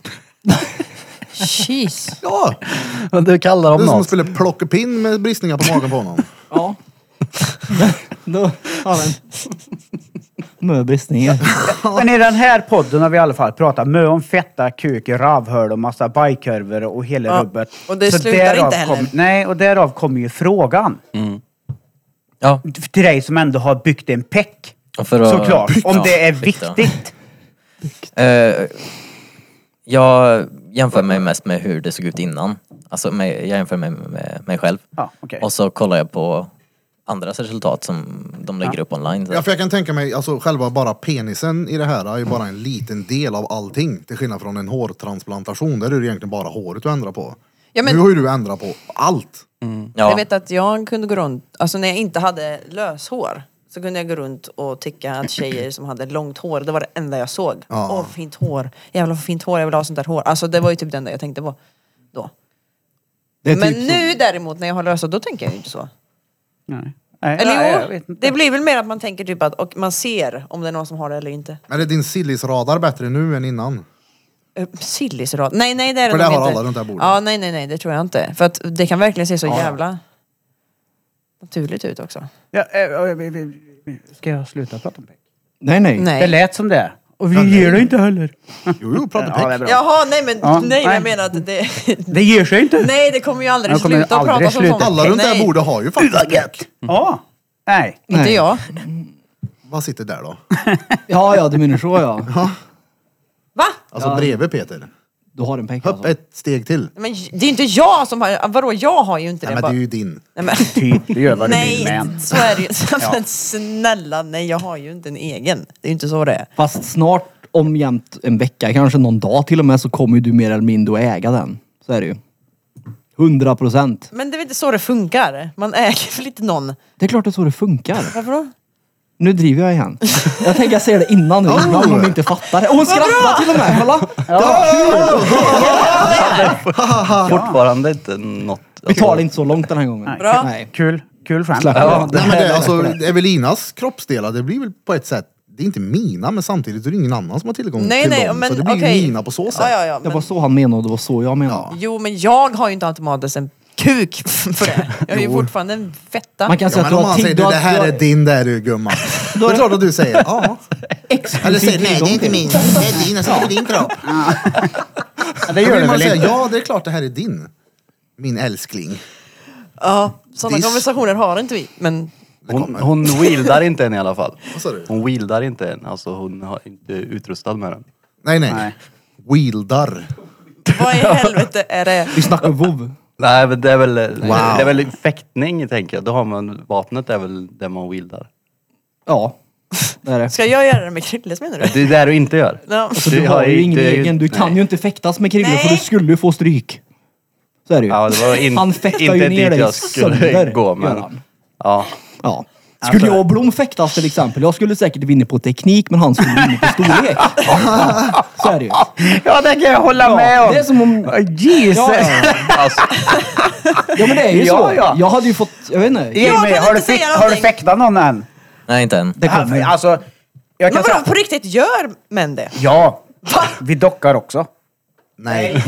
Jeez. ja. Men du kallar Det är dem som att något. spela plockepinn med bristningar på magen på honom. ja. Då har den. Möbristningar. Men i den här podden har vi i alla fall pratat mycket om fetta, kuk, ravhöl och massa bajkurvor och hela Ja, rubbet. och det Så slutar därav inte heller. Kom, nej, och därav kommer ju frågan. Ja, Till dig som ändå har byggt en peck. och för att... Såklart. Om Ja, det är byggt, ja. viktigt. Eh, jag jämför mig mest med hur det såg ut innan. Alltså med, jag jämför mig med mig själv. Ja, okej. Och så kollar jag på andras resultat som de lägger upp online. Så. Ja, för jag kan tänka mig, alltså själva bara penisen i det här är ju bara en liten del av allting. Till skillnad från en hårtransplantation, där är det egentligen bara håret du ändrar på. Ja, men- Nu har ju du ändrat på allt. Ja. Jag vet att jag kunde gå runt, alltså när jag inte hade löshår så kunde jag gå runt och tycka att tjejer som hade långt hår, det var det enda jag såg. Åh, Ja. vad fint hår. Jävlar vad fint hår, jag vill ha sånt där hår. Alltså det var ju typ det enda jag tänkte på då. Det är Men typ nu däremot när jag har löshår, då tänker jag ju inte så. Nej. Nej, Eller nej, jag jo, vet inte. det blir väl mer att man tänker typ att, och man ser om det är någon som har det eller inte. Men är din sillisradar bättre nu än innan? Uh, Sillisrad. Nej, nej det är det För det nog har inte. alla runt det här bordet. Ja, nej, nej, nej, det tror jag inte. För att det kan verkligen se så jävla naturligt ut också. Ja, eh, eh, vi- vi- vi- ska jag sluta prata om peck? Nej, nej. Det Nej. lät som det. Och vi ger det inte heller. Jo, jo, prata Ja, det är peck. bra. Jaha, nej men, Ja, nej, nej. jag menar att det... Det ger sig inte. Nej, det kommer ju aldrig Jag kommer sluta att aldrig prata om sluta. sånt. Alla runt det här Nej, bordet har ju faktiskt peck. Ja. Nej. inte Nej. jag. Vad sitter där då? Ja, ja, du menar så ja. Va? Alltså Ja. bredvid Peter. Du har en penk Upp alltså. ett steg till. Men det är inte jag som har... Vadå, jag har ju inte Nej det. men det är bara- ju din. Nej, men... Typ, det gör vad du vill med Nej, en. så är det ju. Men snälla, nej jag har ju inte en egen. Det är ju inte så det är. Fast snart, om jämt en vecka, kanske någon dag till och med, så kommer ju du mer eller mindre att äga den. Så är det ju. Hundra procent. Men det är väl inte så det funkar? Man äger väl inte någon? Det är klart det är så det funkar. Varför då? Nu driver jag igen. Jag tänker jag ser det innan nu, innan hon inte fattar det. Och hon skrattar till och med, kolla! Fortfarande inte något... Vi tar det inte så långt den här gången. Nej. Bra. Nej. Kul. Kul skämt. Släpp Ja, det. Nej men det, alltså Evelinas kroppsdelar, det blir väl på ett sätt det är inte mina, men samtidigt är det ingen annan som har tillgång Nej, till nej, dem. men så det blir okej. mina på så sätt. Ja, ja, ja, Det men, var så han menade och det var så jag menade. Ja. jo, men jag har ju inte automatiskt en kuk för det. Jag är ju fortfarande en fetta. Man kan Ja, säga men att om du har han tid- säger du du, har- det här du har är din där du gumman. Då är det klart att du säger ja. Eller säger nej, det är inte min. Det är din, jag sätter din kropp. Ja, det Då gör vill det man väl säga inte? ja, det är klart det här är din. Min älskling. Ja, sådana This- konversationer har inte vi. Men Hon, hon wieldar inte en i alla fall. Vad sa du? Hon wieldar inte en. Alltså hon har inte utrustad med den. Nej, nej. Nej. Wieldar. vad i helvete är det? Vi snackar WoW. Nej, men det är väl, det är väl fäktning tänker jag. Då har man, vapnet är väl det man wieldar. Ja, det är det. Ska jag göra det med Krilles menar du? Det är det du inte gör. Ja. Så du har ju ingen egen, du kan nej. ju inte fäktas med Krille Nej. för du skulle ju få stryk. Så är det ju. Ja, det var in, Han fäktar inte ju ner dit dig jag skulle sönder, gå. gör Men, han. ja. Ja. Skulle jag och Blom fäktas till exempel, jag skulle säkert vinna på teknik men han skulle vinna på storlek. Ja, så är det ju. Ja, det kan jag hålla Ja, med om. det är som om... Jesus! Ja, ja. Alltså, ja men det är ju Ja, så. ja. Jag hade ju fått, jag vet inte. Jimmy, Jag kan har, du inte säga fick, har du någonting. fäktat någon än? Nej, inte än. Det kommer. Alltså, jag Men kan vadå, säga... på riktigt, gör män det? Ja, vi dockar också. Nej.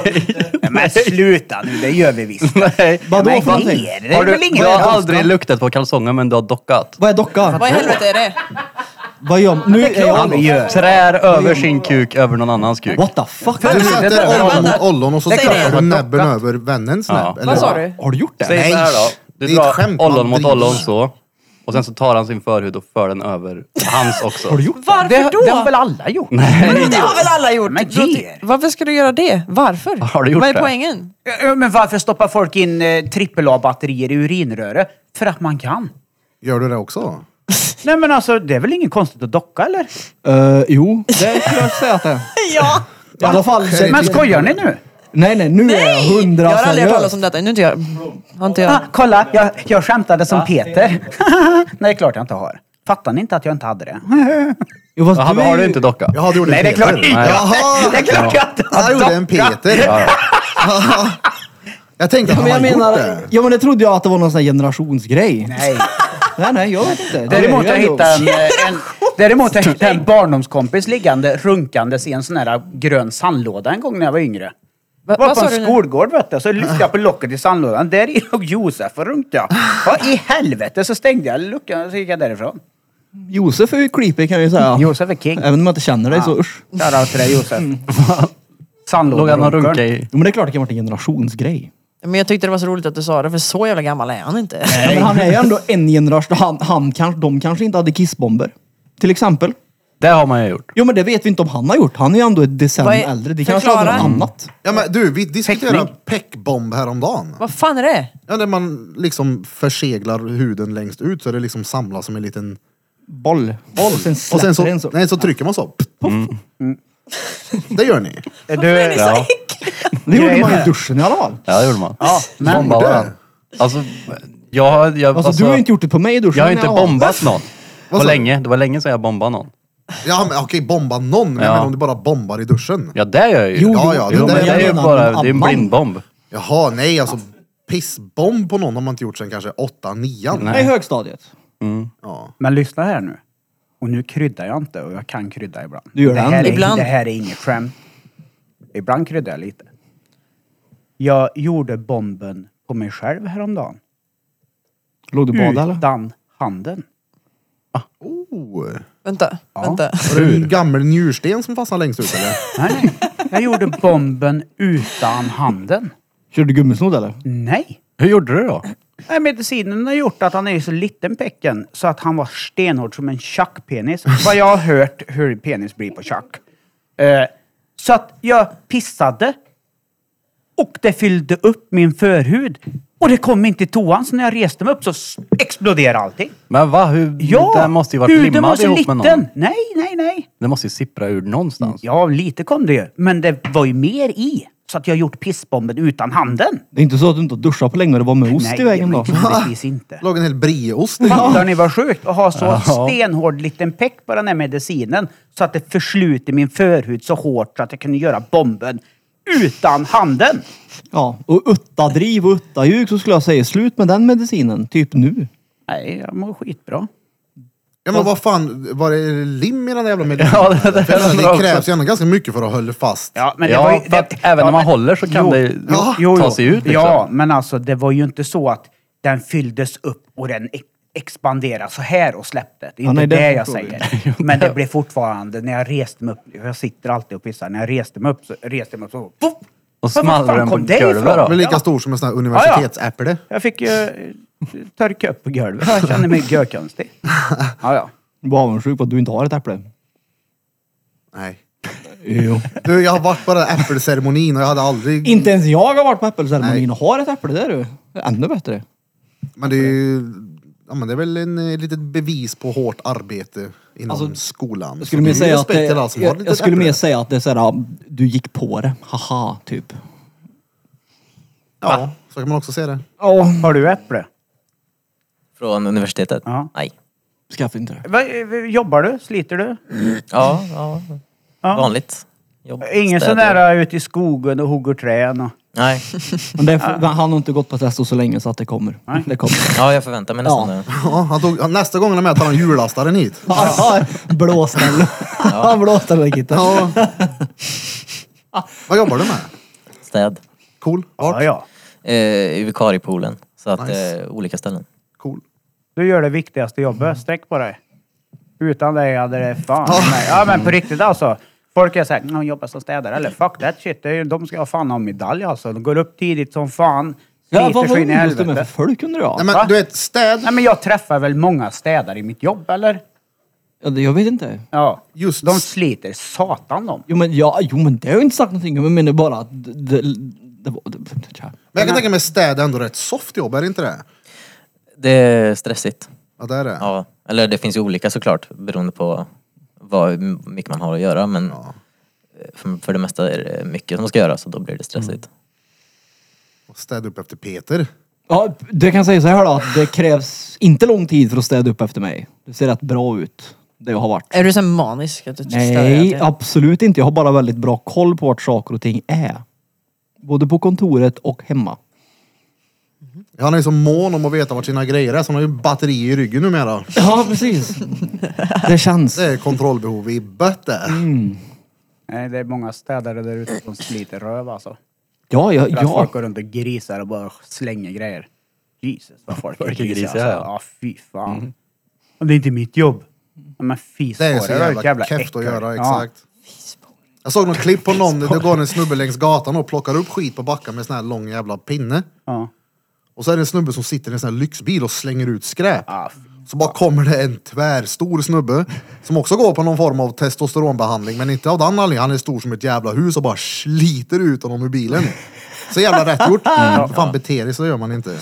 Men sluta nu, det gör vi visst. nej. Vadå Men för någonting? ger det Har väl du, ingen du har konstigt? aldrig luktat på kalsonger men du har dockat. Vad är docka? Vad i helvete är det? Vad gör man? Nu är jag... vi gör. Trär över sin kuk över någon annans kuk. What the fuck? Du det sätter där- ollon mot ollon och så Säg det. träffar du näbben över vännens Ja. näbb. eller? Vad sa du? Har du gjort det? Säg Nej, så här då. det Du är ett drar skämt, man ollon mot driver. ollon så. Och sen så tar han sin förhud och för den över hans också. Har du gjort det? Varför Det, då? det har väl alla gjort? Men det har väl alla gjort? Men Då- ge er. Varför ska du göra det? Varför? Har du gjort Vad är det? poängen? Ja, men varför stoppar folk in eh, trippel A-batterier i urinröret? För att man kan. Gör du det också? Nej men alltså, det är väl ingen konstigt att docka eller? Uh, jo, det skulle jag säga att det är. Ja! I alla fall... Men Men skojar ni nu? Nej, nej, nu är jag hundra Jag har aldrig hört talas seriös. om detta. Nu inte jag... Har inte jag... Ah, kolla, jag, jag skämtade som Peter. Nej, det är klart jag inte har. Fattar ni inte att jag inte hade det? Jo, fast Har, du är har du ju- inte dockat? Jaha, du gjorde Nej, en det är klart Peter. inte. Jaha! Det är klart jag inte Han har gjorde en dockat. Peter. Ja, ja. Jag tänkte att Men han jag har menar, gjort det. ja men det trodde jag att det var någon sån här generationsgrej. Nej. Nej, nej, jag vet inte. Däremot Det jag är ju ändå- hittade en, en, däremot jag hittade en barndomskompis liggande runkandes i en sån här grön sandlåda en gång när jag var yngre. Va, Jag var vad på sa en du nu? skolgård vet du, så lyfte jag på locket i sandlådan. Där i låg Josef och runkade. Vad i helvete, så stängde jag luckan och så gick jag därifrån. Josef är ju creepy kan jag ju säga. Josef är king. Även om jag inte känner dig så usch. Shoutout till dig Josef. Låg han och Sandlåderunkaren. runka i... Jo, men det är klart det kan ha varit en generationsgrej. Men jag tyckte det var så roligt att du sa det, för så jävla gammal är han inte. Ja, men han är ju ändå en generation. Han, han kanske, de kanske inte hade kissbomber. Till exempel. Det har man ju gjort. Jo men det vet vi inte om han har gjort. Han är ju ändå ett decennium Vad är- äldre. Det kanske hade förklara. något annat. Ja, men du, vi diskuterade Teckning. peckbomb häromdagen. Vad fan är det? Ja, där man liksom förseglar huden längst ut så det liksom samlas som en liten... Boll. Boll. Och sen Och släpper sen så, den så. nej, så trycker man så. Puff. Det gör ni. Du, Ja, Det gjorde man ju Grejen i är- duschen i alla fall. ja det gjorde man. ja, men Bomba det- varandra. Alltså, jag har... Jag, Alltså, du har ju inte gjort det på mig i duschen. Jag har men inte ja. bombat någon. Vad På sa du? länge. Det var länge sedan jag bombade någon. Ja, men okej, bomba någon. Men Ja. jag menar om du bara bombar i duschen. Ja, det gör jag ju. Jo, Ja, ja, jo, det Jo, där men det är ju menar bara... någon Det är en annan. blindbomb. Jaha, nej, alltså pissbomb på någon har man inte gjort sen kanske åtta, nian. Nej. I högstadiet. Ja. Men lyssna här nu. Och nu kryddar jag inte och jag kan krydda ibland. Du gör det det här ändå. är, Ibland. Det här är inget skämt. Ibland kryddar jag lite. Jag gjorde bomben på mig själv häromdagen. Låg du bad eller? Utan handen. Oh. Vänta, vänta. Var det en gammal njursten som fastnade längst ut eller? Nej, nej. Jag gjorde bomben utan handen. Körde du gummisnodd eller? Nej. Hur gjorde du då? Nej, medicinen har gjort att han är så liten pecken så att han var stenhård som en tjackpenis. Vad jag har hört hur penis blir på tjack. Eh, så att jag pissade och det fyllde upp min förhud. Och det kom inte i toan, så när jag reste mig upp så s- exploderade allting. Men va? Hur, Ja, det måste ju varit huden var limmad så ihop med liten. någon. Nej, nej, nej. Det måste ju sippra ur någonstans. Ja, lite kom det ju. Men det var ju mer i. Så att jag har gjort pissbomben utan handen. Det är inte så att du inte har duschat på länge och det var med ost Nej, i vägen då? men givetvis inte. Låg en hel brieost i. Fattar ni vad sjukt? Att ha så Ja. stenhård liten peck på den här medicinen. Så att det försluter min förhud så hårt så att jag kunde göra bomben utan handen. Ja, och utta-driv och utta-ljug så skulle jag säga slut med den medicinen. Typ nu. Nej, jag mår skitbra. Ja men vad fan, var det lim i den jävla miljön? Ja, det- det- För alltså, det det också. krävs ju ändå ganska mycket för att hålla fast. Ja, men det Ja, var ju, för att det, även ja, när man men- håller så kan jo, det Ja. jo, ta jo. sig ut liksom. Ja, men alltså det var ju inte så att den fylldes upp och den ex- expanderade så här och släppte. Det är Ja, inte nej, det det jag förstår vi. säger. Men det blev fortfarande, när jag reste mig upp, jag sitter alltid och pissar, när jag reste mig upp så reste jag mig upp så... Puff! Och Var small fan den på kom det golvet ifrån? då. Men lika Ja. stor som en sån här universitetsäpple. Jag fick ju törka upp på golvet. Jag känner mig görkonstig. Ja, ja. Du är avundsjuk på att du inte har ett äpple. Nej. Jo. Du, jag har varit på den här äppelceremonin och jag hade aldrig... Inte ens jag har varit på äppelceremonin och har ett äpple, det är du. Det är ännu bättre. Men det är ju... Ja, men det är väl en eh, litet bevis på hårt arbete inom Alltså, skolan. Jag skulle, Så mer det är säga ju att det, respekt till alla som har jag, ett jag skulle äpple. mer säga att det är såhär, du gick på det. Haha, typ. Ja, så kan man också se det. Ja, Har du äpple? Från universitetet? Ja. Nej. skaffa inte det. Va, jobbar du? Sliter du? Ja, ja. Ja. Vanligt. Jobb, Ingen sån städer. där ute i skogen och hugger träd och... Nej. Men det, han har nog inte gått på testo så länge så att det kommer. Nej. Det kommer. Ja, jag förväntar mig nästan Ja. det. Ja, han tog, nästa gång han är med tar han hjullastaren hit. Ja, blåställ. Ja, blåställ-kitten. Ja. Vad jobbar du med? Städ. Cool. Vart? Ja, ja. Eh, I vikariepoolen. Så att Nice. eh, olika ställen. Cool. Du gör det viktigaste jobbet. Sträck på dig. Utan dig hade det fan... Nej. Ja, men på riktigt alltså. Folk är såhär, de jobbar som städare. Eller fuck that shit. Det är, ju- de ska ha fan ha medalj alltså. De går upp tidigt som fan. Ja, Sliter vad sig in i umgås du med för helvete. folk undrar jag? Nej men Va? du vet, städ. Nej, men jag träffar väl många städare i mitt jobb, eller? Ja, det, jag vet inte. Ja. Just- De sliter satan de. Jo men, ja, jo, men det har jag inte sagt någonting om. Jag menar bara att det, det, det var... Det, tja. Men jag kan tänka mig städ är ändå rätt soft jobb, är det inte det? Det är stressigt. Ja det är det. Ja. Eller det finns ju olika såklart. Beroende på vad mycket man har att göra. Men Ja. för, för det mesta är det mycket som ska göras. Så då blir det stressigt. Och städa upp efter Peter. Ja, det kan jag säga så här då. Att det krävs inte lång tid för att städa upp efter mig. Det ser rätt bra ut. Det jag har varit. Är du så manisk att du ställer Nej, dig? absolut inte. Jag har bara väldigt bra koll på vart saker och ting är. Både på kontoret och hemma. Han är ju så mån om att veta vart sina grejer är så han har ju batteri i ryggen numera. Ja, precis. Det känns. Det är kontrollbehov i bötte. Nej, det är många städare där ute som sliter röv alltså. Ja, ja, För att ja. folk går runt och grisar och bara slänger grejer. Jesus vad folk är Folk är grisiga. grisiga, Alltså. ja. Ja, fy fan. Och det är inte mitt jobb. Ja, men fis Det är på så det. jävla, ett jävla keft äckel. att göra, Ja. exakt. Jag såg något klipp på någon, det går en snubbe längs gatan och plockar upp skit på backen med en sån här lång jävla pinne. Ja. Och så är det en snubbe som sitter i en sån här lyxbil och slänger ut skräp. Ja, fy. Så bara kommer det en tvärstor snubbe som också går på någon form av testosteronbehandling, men inte av den anledningen. Han är stor som ett jävla hus och bara sliter ut honom ur bilen. Så jävla rätt gjort. Mm. Fan beter dig, så gör man inte.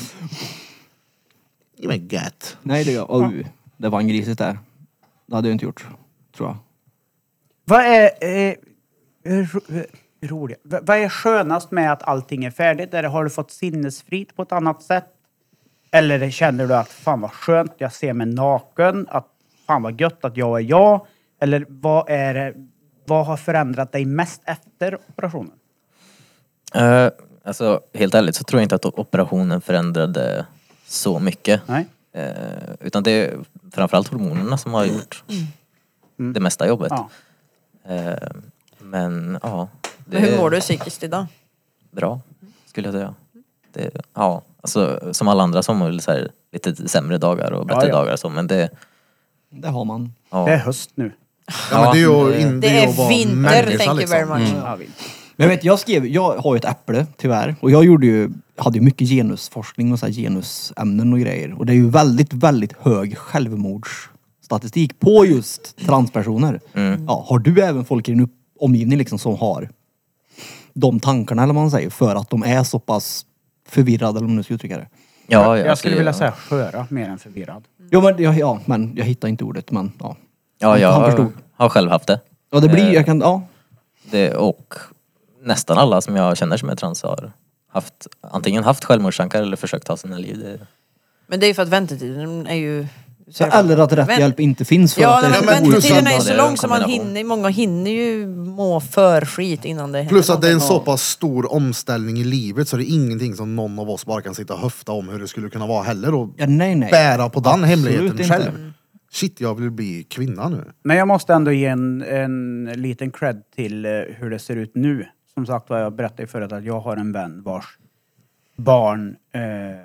Ge mig gött. Nej, det, oj, det var en grisigt där. Det hade jag inte gjort, tror jag. Vad är eh, ro, eh, roligt? Va- Vad är skönast med att allting är färdigt? Eller har du fått sinnesfritt på ett annat sätt? Eller känner du att fan vad skönt, jag ser mig naken, att fan vad gött att jag är jag? Eller vad är det, vad har förändrat dig mest efter operationen? Eh, alltså helt ärligt så tror jag inte att operationen förändrade så mycket. Nej? Eh, utan det är framförallt hormonerna som har gjort det mesta jobbet. Ja. Eh, men ja. Det Men hur är mår du psykiskt idag? Bra, skulle jag säga. Det, ja, alltså som alla andra som har väl så här, lite sämre dagar och bättre Ja, ja. dagar och så, men det... Det har man. Ja. Det är höst nu. Ja, men det är ju, det- in, Det ju är att vara vinter, människa, thank you liksom. very much. Ja, vi- Men jag vet, jag skrev, jag har ju ett äpple tyvärr. Och jag gjorde ju, hade ju mycket genusforskning och så här genusämnen och grejer. Och det är ju väldigt, väldigt hög självmordsstatistik på just transpersoner. Mm. Ja, har du även folk i din upp- omgivning liksom som har de tankarna eller vad man säger för att de är så pass förvirrade eller om man nu ska uttrycka det? Ja, ja, jag skulle det- vilja säga sköra mer än förvirrad. Ja men, ja, ja, men jag hittar inte ordet men ja. Ja, jag Han har, förstod. har själv haft det. Ja det blir, Eh. jag kan, ja. det. Och nästan alla som jag känner som är trans har haft, antingen haft självmordstankar eller försökt ta sina liv. Det, Men det är ju för att väntetiden är ju... Så, eller att rätt Vänt- hjälp inte finns för Ja, att det nej, Ja, men men plus väntetiden att- är ju Ja, så det är lång en så man kombination. hinner, många hinner ju må för skit innan det händer Plus att det är en någonting. så pass stor omställning i livet så det är ingenting som någon av oss bara kan sitta och höfta om hur det skulle kunna vara heller och Ja, nej nej. bära på den Absolut hemligheten inte. själv. Shit, jag vill bli kvinna nu. Men jag måste ändå ge en, en liten cred till eh, hur det ser ut nu. Som sagt vad jag berättade förut att jag har en vän vars barn eh,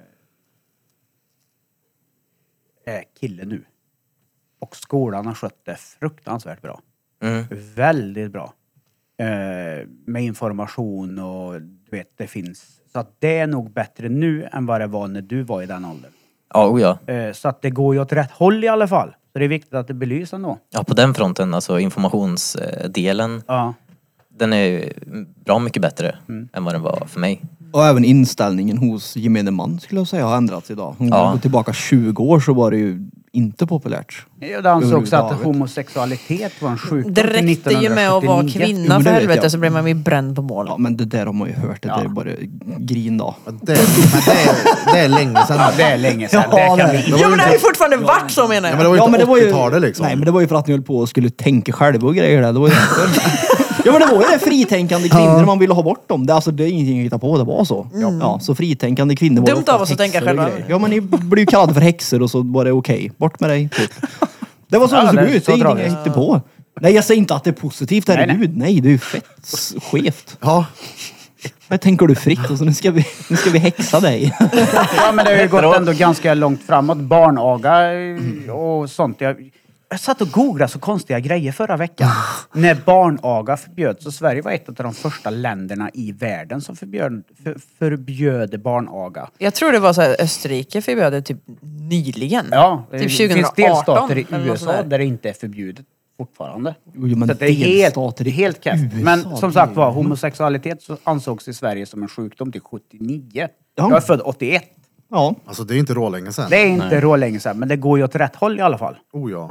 är kille nu. Och skolan har skött det fruktansvärt bra. Mm. Väldigt bra. Eh, med information och du vet, det finns. Så att det är nog bättre nu än vad det var när du var i den åldern. Ja, oh ja. Eh, så att det går ju åt rätt håll i alla fall. Så det är viktigt att det belyses ändå. Ja, på den fronten, alltså informationsdelen, Ja. den är ju bra mycket bättre än vad den var för mig. Och även inställningen hos gemene man skulle jag säga har ändrats idag. Om Ja. man går tillbaka tjugo år så var det ju inte populärt. Ja, det ansågs att Överhuvudtaget. homosexualitet var en sjukdom Det till räckte ju med att vara nittonhundrasjuttionio. kvinna Jo, men för det vet helvete jag. så blev man ju bränd på mål. Ja, men det där har man ju hört. Det Ja. där är bara grin då. Men det, men det, är, det är länge sedan. Ja, det är länge sedan. Ja, det kan nej. vi Ja men det har ju fortfarande varit så menar Ja, jag. men det var ju Ja, inte men det var ju, åttiotalet liksom. nej, men det var ju för att ni höll på och skulle tänka själva och grejer där. Det var ju ja, men det var ju det fritänkande kvinnor man ville ha bort dem. Det, alltså, det är ingenting att hitta på, det var så. Ja, så fritänkande kvinnor var Dumt oftast av oss att tänka häxor och själva. grejer. Ja, men ni blir ju kallade för häxor och så var det okej. Bort med dig. Typ. Det var så Ja, det såg det är ut. Det så är ingenting tragiskt. jag hittade på. Nej, jag säger inte att det är positivt, Nej, herregud. Nej, det är ju fett s- skevt. Ja, Men tänker du fritt och så nu ska vi, nu ska vi häxa dig. Ja, men det har ju gått ändå ganska långt framåt. Barnaga och sånt. Jag, jag satt och googlade så konstiga grejer förra veckan. När barnaga förbjöds. Och Sverige var ett av de första länderna i världen som förbjöd, för, förbjöd barnaga. Jag tror det var så här Österrike förbjöd det typ nyligen. Ja, Typ det finns tjugohundraarton delstater i eller något U S A sånt där. där det inte är förbjudet fortfarande. Jo, men Så att det är helt, delstater det i är helt kast. U S A, Men det som är sagt ju- var, homosexualitet så ansågs i Sverige som en sjukdom till sjuttionio. Ja. Jag är född åttioett. Ja. alltså det är inte rålänge sedan. Det är inte rå länge sedan, men det går ju åt rätt håll i alla fall. Oh ja.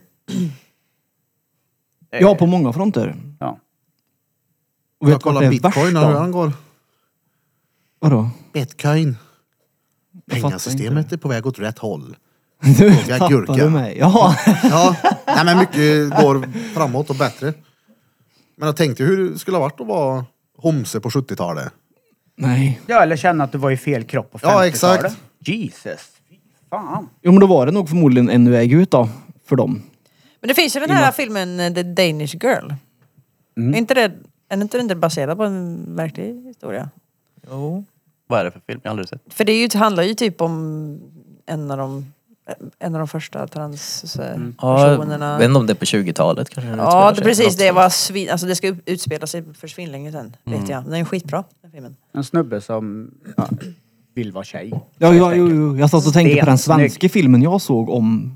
Ja, på många fronter. Ja. Och Jag vet du vad kollar det är bitcoin värsta? hur han går. Vadå? Bitcoin. Jag fattar Pengasystemet är på väg åt rätt håll. Du Fråga fattar gurka. du mig? Ja. Ja, nej men mycket går framåt och bättre. Men jag tänkte hur det skulle ha varit att vara homse på sjuttiotalet. Nej. Ja, eller känna att du var i fel kropp på Ja, femtiotalet. exakt. Jesus. Fy fan. Jo, men då var det nog förmodligen en väg ut då. För dem. Men det finns ju den här filmen eh, The Danish Girl. Är inte det, är inte den där baserad på en verklig historia? Jo. Vad är det för film? Jag har aldrig sett. För det är ju, det handlar ju typ om en av de, en av de första transpersonerna. Ja, vet inte om det är på tjugotalet kanske. den Ja, utspelar det, sig. precis. Något Det sånt. var svin, alltså det ska utspela sig för svinlänge sedan. Vet jag. Den är skitbra, den filmen. En snubbe som ja, vill vara tjej. Ja, ja, jo, jo. Jag satt och tänkte på den Stensnygg. svenska filmen jag såg om...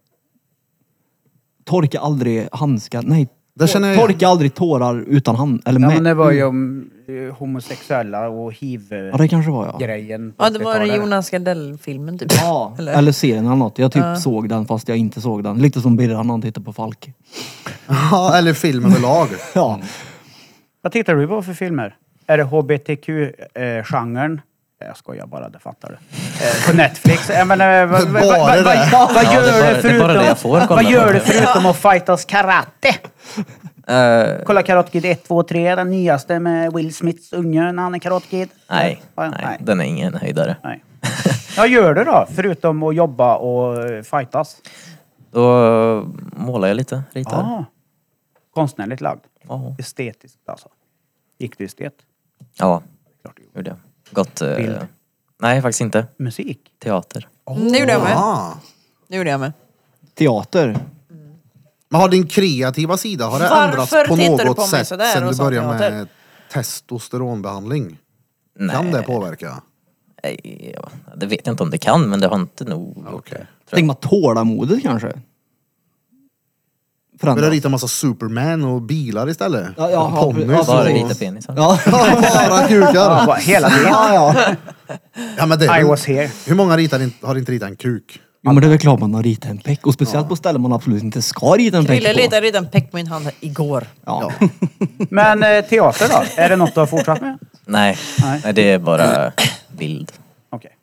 Torka aldrig handskar. Nej. Det känner jag igen. Torka aldrig tårar utan hand. Eller Ja, med. men det var ju om eh, homosexuella och hiv-grejen. Ja, det kanske var jag. Ja, det var den Jonas Gardell-filmen typ. Ja, Eller? eller serien eller något. Jag typ Ja. såg den fast jag inte såg den. Lite som Birra när han tittar på Falk. Ja, eller film överlag. Ja. Vad tittar du på för filmer? Är det H B T Q-genren? Jag skojar bara, det fattar du. Eh, på Netflix. Jag menar, vad, vad, vad, Bara vad, det. vad, vad Ja, gör det är bara- du det är bara det jag förutom, får kolla vad på. gör du förutom att fightas karate? Eh, Kolla Karate Kid ett, två, tre, den nyaste med Will Smiths unge när han är Karate Kid. nej, Ja, nej, den är ingen höjdare. nej. Vad gör du då, förutom att jobba och eh, fightas? Då målar jag lite, ritar. Ah. Konstnärligt lagd. Ja, Estetiskt alltså. Gick du estet? ja, Klart du gjorde. gjorde jag. Gått... eh, Bild. nej, faktiskt inte. Musik? Teater. Mm, det gjorde jag med. Ah. Det gjorde jag med. Teater. Men har din kreativa sida, har det Varför ändrats på tittar du något på mig sätt sådär sen och du sa började teater? med testosteronbehandling? Nej. Kan det påverka? Nej, ja, det vet jag inte om det kan, men det har inte nog gjort Okej. det. Tänk man tålamodet kanske. Börja Förändras. rita massa Superman och bilar istället. Ja, ja, Och ja, ponnys ja, Bara och- rita penisar. Ja. Bara kukar. Ja, bara hela tiden. Ja, ja. Ja, men det är I väl- was here. Hur många ritar in, har inte ritat en kuk? Jo, men det är väl klart man har ritat en peck. Och speciellt på ställen man absolut inte ska rita en peck Krille på. letade redan peck på min hand igår. Ja. Men eh, teater då? Är det något du har fortsatt med? Nej. Nej. Nej, det är bara bild. Okej.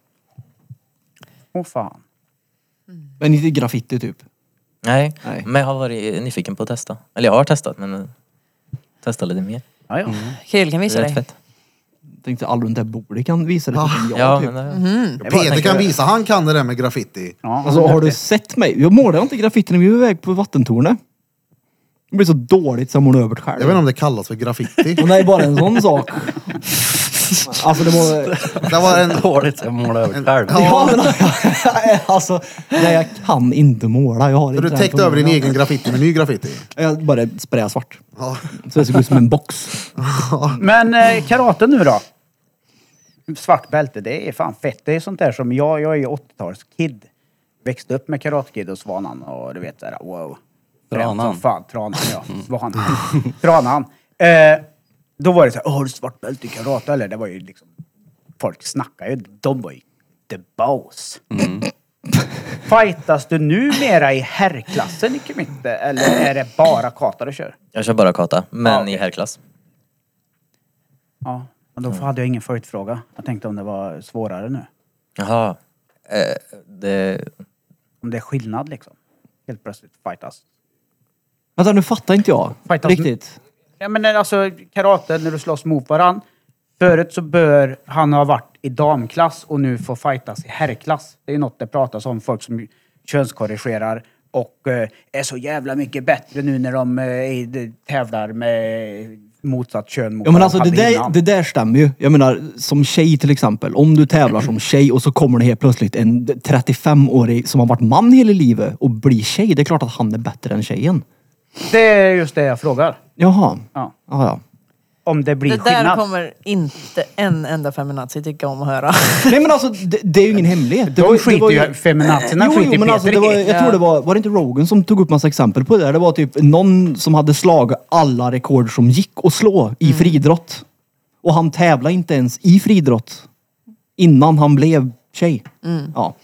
Åh fan. Men inte graffiti typ. Nej. Nej. men jag har varit nyfiken på att testa. Eller jag har testat, men eh, testa lite mer. Ja, ja. Krill kan Det visa är dig. rätt fett. Tänkte alla runt där bordet kan visa det. Ah, jag, Ja, typ. men det... Peter kan visa, han kan det där med graffiti. Ja, Alltså har du sett mig? Jag målar inte graffiti när vi är iväg på vattentornet. Det blir så dåligt så jag målar över det själv. Jag vet inte om det kallas för graffiti. Och det är bara en sån sak. Alltså det var... Det var en... Dåligt, jag målar över själv. Ja, men alltså, nej, jag kan inte måla. Jag har Så inte du den täckte över din förmågan. egen graffiti med ny graffiti? Jag bara sprayar svart. Ja. Så det ser ut som en box. Men eh, karate nu då? Svart bälte, det är fan fett. Det är sånt där som jag, jag är ju åttiotalskid. Växte upp med Karate-Kid och Svanan och du vet såhär, wow. Tranan. Fan, Tranan, ja. Svanan. Tranan. Eh, då var det såhär, åh har du svart bälte i karate eller? Det var ju liksom, folk snackade ju, de var ju the boss. Mm. Fightas du numera i herrklassen i Kemitte eller är det bara kata du kör? Jag kör bara kata, men Ja, okej. i herrklass. Ja, men då hade jag ingen följdfråga. Jag tänkte om det var svårare nu. Jaha. Eh, det... Om det är skillnad liksom. Helt plötsligt fightas. Vänta, nu fattar inte jag. Fightas- Riktigt. Ja men alltså karate när du slåss mot varann. Förut så bör han ha varit i damklass och nu få fightas i herrklass. Det är något det pratas om. Folk som könskorrigerar och eh, är så jävla mycket bättre nu när de eh, tävlar med motsatt kön mot Ja men vad alltså de det hade där, innan. det där stämmer ju. Jag menar, som tjej till exempel. Om du tävlar som tjej och så kommer det helt plötsligt en trettiofem-årig som har varit man hela livet och blir tjej. Det är klart att han är bättre än tjejen. Det är just det jag frågar. Jaha. Ja. Ja, ja. Om det blir Det där skillnad. kommer inte en enda feminazi tycka om att höra. Nej men alltså, det, det är ju ingen hemlighet. Det De var, skiter det var ju, feminazierna Jo, skiter jo, men i alltså, Peter det var, i. jag tror det var, var det inte Rogan som tog upp massa exempel på det där? Det var typ någon som hade slagit alla rekord som gick att slå i friidrott. Och han tävlade inte ens i friidrott innan han blev tjej. Ja.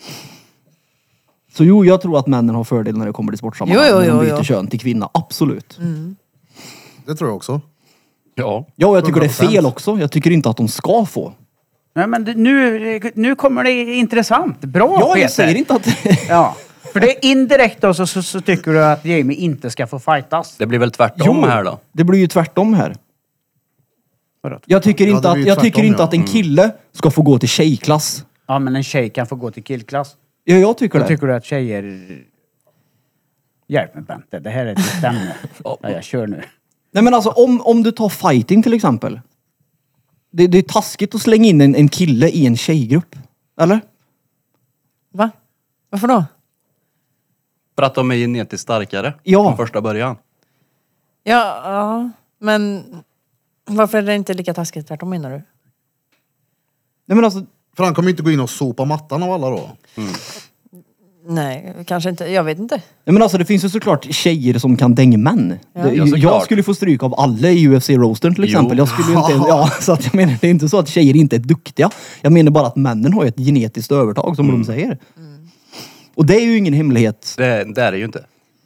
Så jo, jag tror att männen har fördel när det kommer till sportsammanhang. Jo, jo, när de jo, byter jo. kön till kvinna. Absolut. Det tror jag också. Ja. Ja, och jag tycker det är hundra procent. fel också. Jag tycker inte att de ska få. Nej, men det, nu, nu kommer det intressant. Bra Ja, Peter. jag säger inte att... Ja. För det är indirekt då så, så, så tycker du att Jamie inte ska få fightas. Det blir väl tvärtom här då? Det blir ju tvärtom här. Vadå? Jag tycker Ja, inte, det att, blir ju jag tycker tvärtom, inte ja. att en kille ska få gå till tjejklass. Ja, men en tjej kan få gå till killklass. Ja, jag tycker Då det. tycker du att tjejer... Hjälp mig Bente, det här är ett ämne. Ja, jag kör nu. Nej men alltså om, om du tar fighting till exempel. Det, det är taskigt att slänga in en, en kille i en tjejgrupp. Eller? Va? Varför då? För att de är genetiskt starkare Ja. från första början. Ja, ja, men varför är det inte lika taskigt tvärtom menar du? Nej men alltså, För han kommer inte gå in och sopa mattan av alla då. Nej, kanske inte. Jag vet inte. nej men alltså det finns ju såklart tjejer som kan dänga män. Ja. Det, Ja, såklart. jag skulle få stryk av alla i U F C-roastern till exempel. Jo. Jag skulle ju inte, ja, så att jag menar, det är inte så att tjejer inte är duktiga. Jag menar bara att männen har ju ett genetiskt övertag som de säger. Och det är ju ingen hemlighet. Det, det är det ju inte.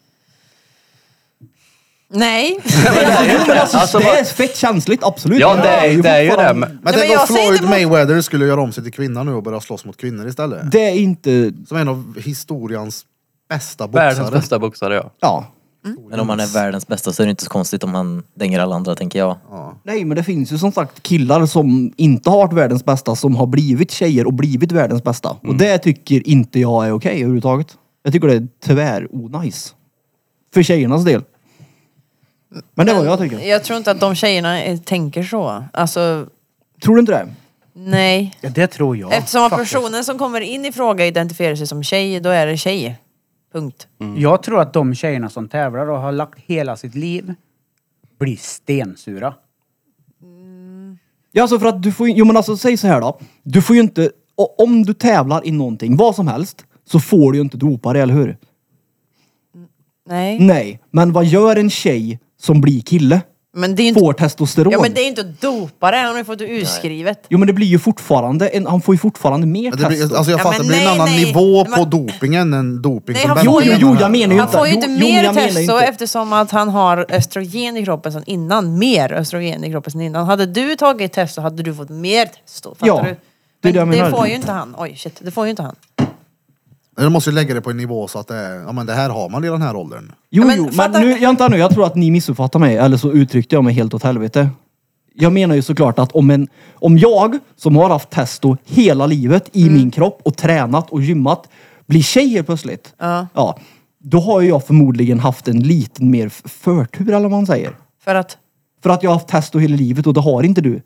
Nej. Men alltså, Alltså, det vad- är fett känsligt, absolut. Ja, Men det är, ju det är ju det. fortfarande- Men Men Nej, tänk men om jag säger Floyd inte emot- Mayweather skulle göra om sig till kvinna nu och börja slåss mot kvinnor istället. Det är inte... Som en av historiens bästa världens boxare. bästa boxare, ja. Ja. Men om han är världens bästa så är det inte så konstigt om han dänger alla andra, tänker jag. Ja. Nej, men det finns ju som sagt killar som inte har varit världens bästa som har blivit tjejer och blivit världens bästa. Och det tycker inte jag är okej överhuvudtaget. Jag tycker det är tyvärr onajs. För tjejernas del. Men det var jag tycker. Jag tror inte att de tjejerna eh, tänker så. Alltså, Tror du inte det? nej. Ja, det tror jag. Eftersom att faktiskt. personen som kommer in i fråga identifierar sig som tjej, då är det tjej. Punkt. Jag tror att de tjejerna som tävlar och har lagt hela sitt liv blir stensura. Ja, alltså för att du får ju, jo men alltså säg så här då. Du får ju inte, och om du tävlar i någonting, vad som helst, så får du ju inte dopa dig, eller hur? Nej. Nej, men vad gör en tjej som blir kille? Men det är inte... Får testosteron? Ja, men det är inte att dopa det. Han har ju fått det utskrivet. Jo men det blir ju fortfarande, en, han får ju fortfarande mer Men det blir, testo. alltså jag Ja, fattar, men det blir en nej, annan nej. nivå på Men- dopingen än doping Nej, som han Bente får ju- Jo, jo, jag menar ju Han inte- får ju inte jo, jo, mer jag menar testo inte- eftersom att han har östrogen i kroppen sen innan. Mer östrogen i kroppen sen innan. Hade du tagit testo hade du fått mer testo. Fattar Ja, du? det är Men det jag det, menar. får ju inte han. Oj, shit. Det får ju inte han. Du måste ju lägga det på en nivå så att det är, ja men det här har man i den här åldern. Jo, Ja, men jo, men fattar- nu, jag, inte nu, jag tror att ni missuppfattar mig, eller så uttryckte jag mig helt åt helvete. Jag menar ju såklart att om, en, om jag som har haft testo hela livet i mm. min kropp och tränat och gymmat blir tjej helt plötsligt. Ja. Ja, då har ju jag förmodligen haft en liten mer förtur eller vad man säger. För att? För att jag har haft testo hela livet och det har inte du.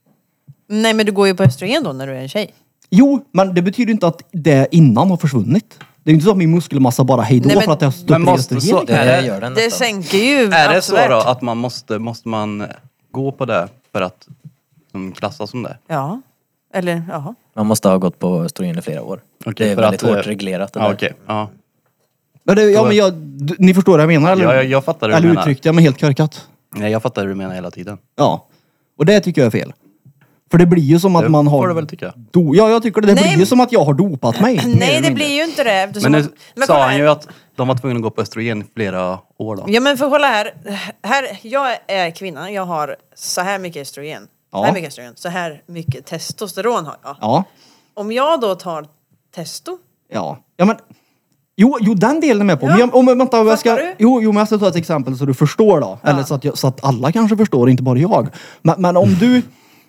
Nej, men du går ju på östrogen då när du är en tjej. Jo, men det betyder inte att det innan har försvunnit. Det är inte så att min muskelmassa bara hejdå Nej, men, för att jag men har måste stött så, Det, är det, gör den Det nästan. sänker ju är det så absolut. då att man måste, måste man gå på det för att som klassas som det? Ja. Eller, jaha. Man måste ha gått på östrogen i flera år. Okej, det är för väldigt att, hårt eh, reglerat. Det Ja, där. okej. Ja. Men det, ja, men jag, d- ni förstår vad jag menar, eller? Ja, jag, jag fattar hur du eller menar. uttryckte jag mig helt korkat? Nej, jag fattar hur du menar hela tiden. Ja. Och det tycker jag är fel. För det blir ju som att Det man har... får du väl tycka. Do- ja, jag tycker det. Det Nej, blir ju men- som att jag har dopat mig. mer eller Nej, det mindre. blir ju inte det. eftersom Men nu att- men sa kolla han här. ju att de var tvungna att gå på östrogen i flera år då. Ja, men för kolla här. här. Jag är kvinna. Jag har så här mycket östrogen. Ja. Så här mycket östrogen. Så här mycket testosteron har jag. Ja. Om jag då tar testo. Ja. Ja, men... Jo, jo, den delen är med på. Ja. Men jag, om, vänta, jag ska, Fattar du? jo, jo, men jag ska ta ett exempel så du förstår då. Eller så att, jag, så att alla kanske förstår, inte bara jag. Men, men om du...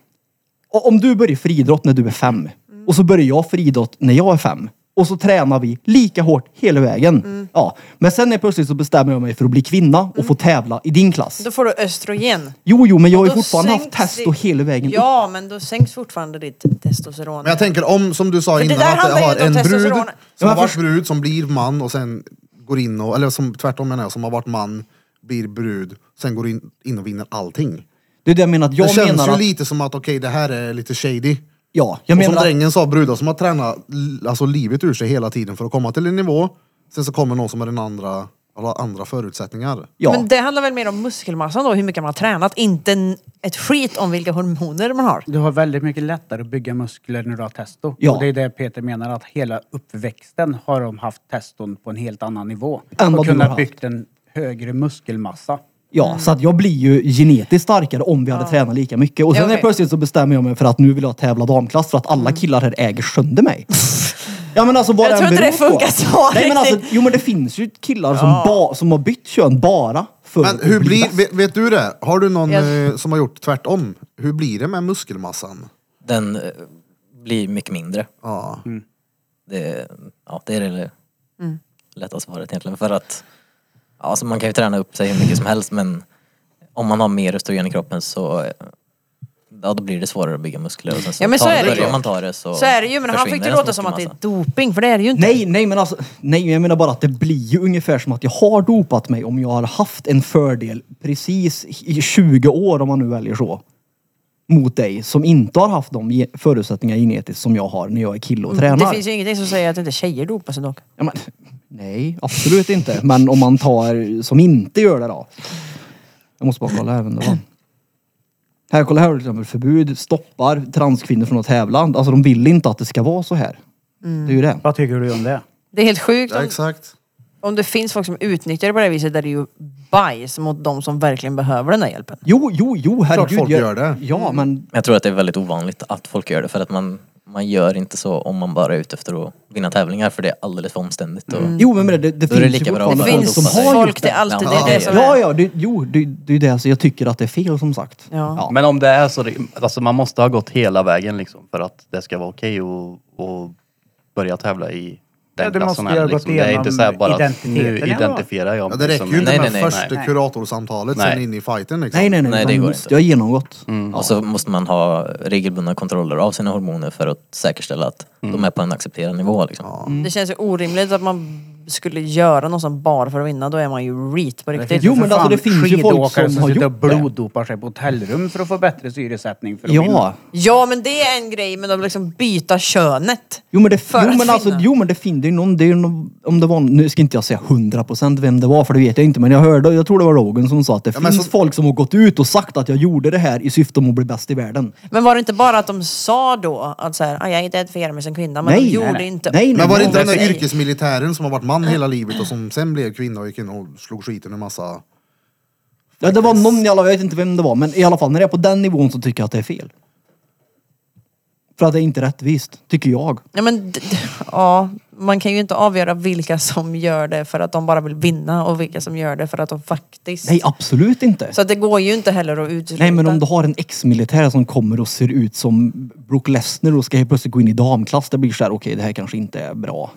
Om du börjar friidrott när du är fem. Mm. Och så börjar jag friidrott när jag är fem. Och så tränar vi lika hårt hela vägen. Mm. Ja. Men sen är plötsligt så bestämmer jag mig för att bli kvinna och få tävla i din klass. Då får du östrogen. Jo, jo, men jag har ju Och då fortfarande haft sänks testo ditt- hela vägen upp. Ja, men då sänks fortfarande ditt testosteron. Men jag tänker om, som du sa För det innan, där att handlar jag ju har inte om en brud testosteron. som Ja, har men varit för- brud som blir man och sen går in och, eller som tvärtom menar jag, som har varit man, blir brud, sen går in, in och vinner allting. Det är det jag menar. Att jag det känns menar ju att, lite som att okej, det här är lite shady. Ja, jag Och som menar att, drängen sa, brudar som har tränat l- alltså livet ur sig hela tiden för att komma till en nivå. Sen så kommer någon som har en andra, har andra förutsättningar. ja. Men det handlar väl mer om muskelmassan då, hur mycket man har tränat. Inte en- ett skit om vilka hormoner man har. Du har väldigt mycket lättare att bygga muskler när du har testo. Ja. Och det är det Peter menar, att hela uppväxten har de haft teston på en helt annan nivå. Än vad och du har kunnat haft. byggt en högre muskelmassa. Ja, så att jag blir ju genetiskt starkare om vi hade tränat lika mycket. Och sen Ja, okej. är plötsligt så bestämmer jag mig för att nu vill jag tävla damklass för att alla killar här äger sönder mig. Ja, men alltså, vad Jag den tror inte det beror på. funkar så Nej, men alltså, riktigt. jo, men det finns ju killar som, ba, som har bytt kön bara för Men att hur bli blir, bäst. vet, vet du det? Har du någon Jag- eh, som har gjort tvärtom? Hur blir det med muskelmassan? Den eh, blir mycket mindre. Ja. Det, ja, det är det lätta svaret egentligen. För att ja, alltså man kan ju träna upp sig hur mycket som helst, men om man har mer östrogen i kroppen så eh, ja, då blir det svårare att bygga muskler. Och sen så Ja, men så tar, är det börjar ju. man ta det så Så är det ju, men han försvinner fick det ens låta som att det är muskelmassa. doping, för det är det ju inte. Nej, nej, men alltså, nej, jag menar bara att det blir ju ungefär som att jag har dopat mig om jag har haft en fördel precis i tjugo år, om man nu väljer så, mot dig som inte har haft de ge- förutsättningar genetiskt som jag har när jag är kille och tränar. Det finns ju ingenting som säger att inte tjejer dopar sig dock. Ja, men, nej, absolut inte. Men om man tar som inte gör det då. Jag måste bara kolla även det var. Här, kolla här till exempel. Förbud stoppar transkvinnor från att tävla. Alltså de vill inte att det ska vara så här. Det är ju det. Vad tycker du om det? Det är helt sjukt Ja, om, exakt. om det finns folk som utnyttjar det på det här viset, där det är ju bajs mot de som verkligen behöver den här hjälpen. Jo, jo, jo, herregud. folk jag- gör det. Ja, men Jag tror att det är väldigt ovanligt att folk gör det, för att man, man gör inte så om man bara är ute efter att vinna tävlingar, för det är alldeles för omständigt. Och, jo, men det, det, det Då är det finns lika ju bra fortfarande att Det bara folk finns som har folk, gjort det är det. alltid Ja, det, är det som Ja, är. ja, det, jo, det, det är det. Så jag tycker att det är fel som sagt. Ja. Men om det är så, det- alltså man måste ha gått hela vägen liksom för att det ska vara okej och, och börja tävla i den Ja, du klassen. måste ju ha här, gått liksom. Det är inte igenom så här bara att identiteten, nu eller identifierar jag Ja, mig det räcker som ju inte Nej, med nej, nej, första nej. kuratorsamtalet Nej. sen in i fighten liksom. Nej, nej, nej. Nej, det man går måste inte. jag ha genomgått. och så måste man ha regelbundna kontroller av sina hormoner för att säkerställa att de är på en accepterad nivå. Liksom. Det känns ju orimligt att man skulle göra något som bara för att vinna. Då är man ju reet på riktigt. Jo, men alltså, det finns ju folk som har sitter och gjort det. bloddopar sig på hotellrum för att få bättre syresättning för att vinna. Ja. Ja, men det är en grej, men att liksom byta könet. Jo men det, För jo, att men alltså, finna. jo men det finns det är någon, det är någon, om det var, nu ska inte jag säga hundra procent vem det var för det vet jag inte, men jag hörde, jag tror det var Rogan som sa att det Ja, men finns så- folk som har gått ut och sagt att jag gjorde det här i syfte om att bli bäst i världen. Men var det inte bara att de sa då att så här, "Ah, jag är identifierad mig som kvinna", men Nej, de nej, gjorde nej. inte. Nej, nej, Men var det inte nej, den där nej. yrkesmilitären som har varit man hela livet och som sen blev kvinna och gick in och slog skiten ur massa... Ja, det var någon, i alla, jag vet inte vem det var, men i alla fall när det är på den nivån så tycker jag att det är fel. För att det är inte rättvist, tycker jag. Ja, men d- d- ja, man kan ju inte avgöra vilka som gör det för att de bara vill vinna och vilka som gör det för att de faktiskt... Nej, absolut inte. Så att det går ju inte heller att utesluta. Nej, men om du har en ex-militär som kommer och ser ut som Brock Lesnar och ska helt plötsligt gå in i damklass, det blir så här, okej, okay, det här kanske inte är bra.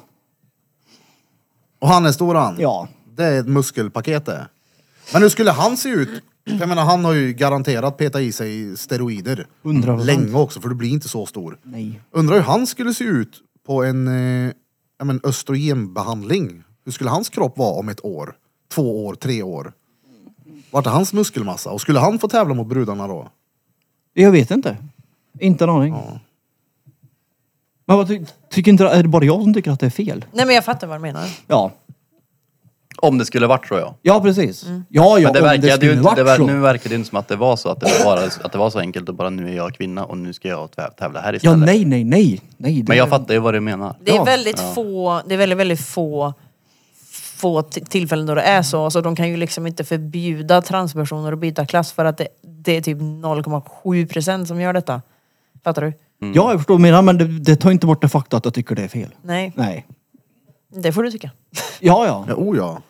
Och han är stor han. Ja. Det är ett muskelpaket det. Men hur skulle han se ut? För jag menar, han har ju garanterat petat i sig steroider. Undrar vad länge också, för du blir inte så stor. Nej. Undrar hur han skulle se ut på en eh, ja, men östrogenbehandling. Hur skulle hans kropp vara om ett år? Två år, tre år? Vart är hans muskelmassa? Och skulle han få tävla mot brudarna då? Jag vet inte. Inte en aning. Ja. Men vad ty tycker inte, är det bara jag som tycker att det är fel? Nej, men jag fattar vad du menar. Ja. Om det skulle varit så, ja. Ja, precis. Ja, ja, Men det om verkar, det skulle ju inte, varit det ver, så. nu verkar det inte som att det var så. Att det var, bara, att det var så enkelt och bara nu är jag kvinna och nu ska jag tävla här Ja, istället. nej, nej, nej. nej det Men jag fattar ju vad du menar. Det är Ja. väldigt Ja. få, det är väldigt, väldigt få få t- tillfällen då det är så. Så de kan ju liksom inte förbjuda transpersoner att byta klass för att det, det är typ noll komma sju procent som gör detta. Fattar du? Ja, jag förstår vad du menar, men det, det tar inte bort det faktum att jag tycker det är fel. Nej, Nej. det får du tycka. Ja, ja. Ja, oh ja.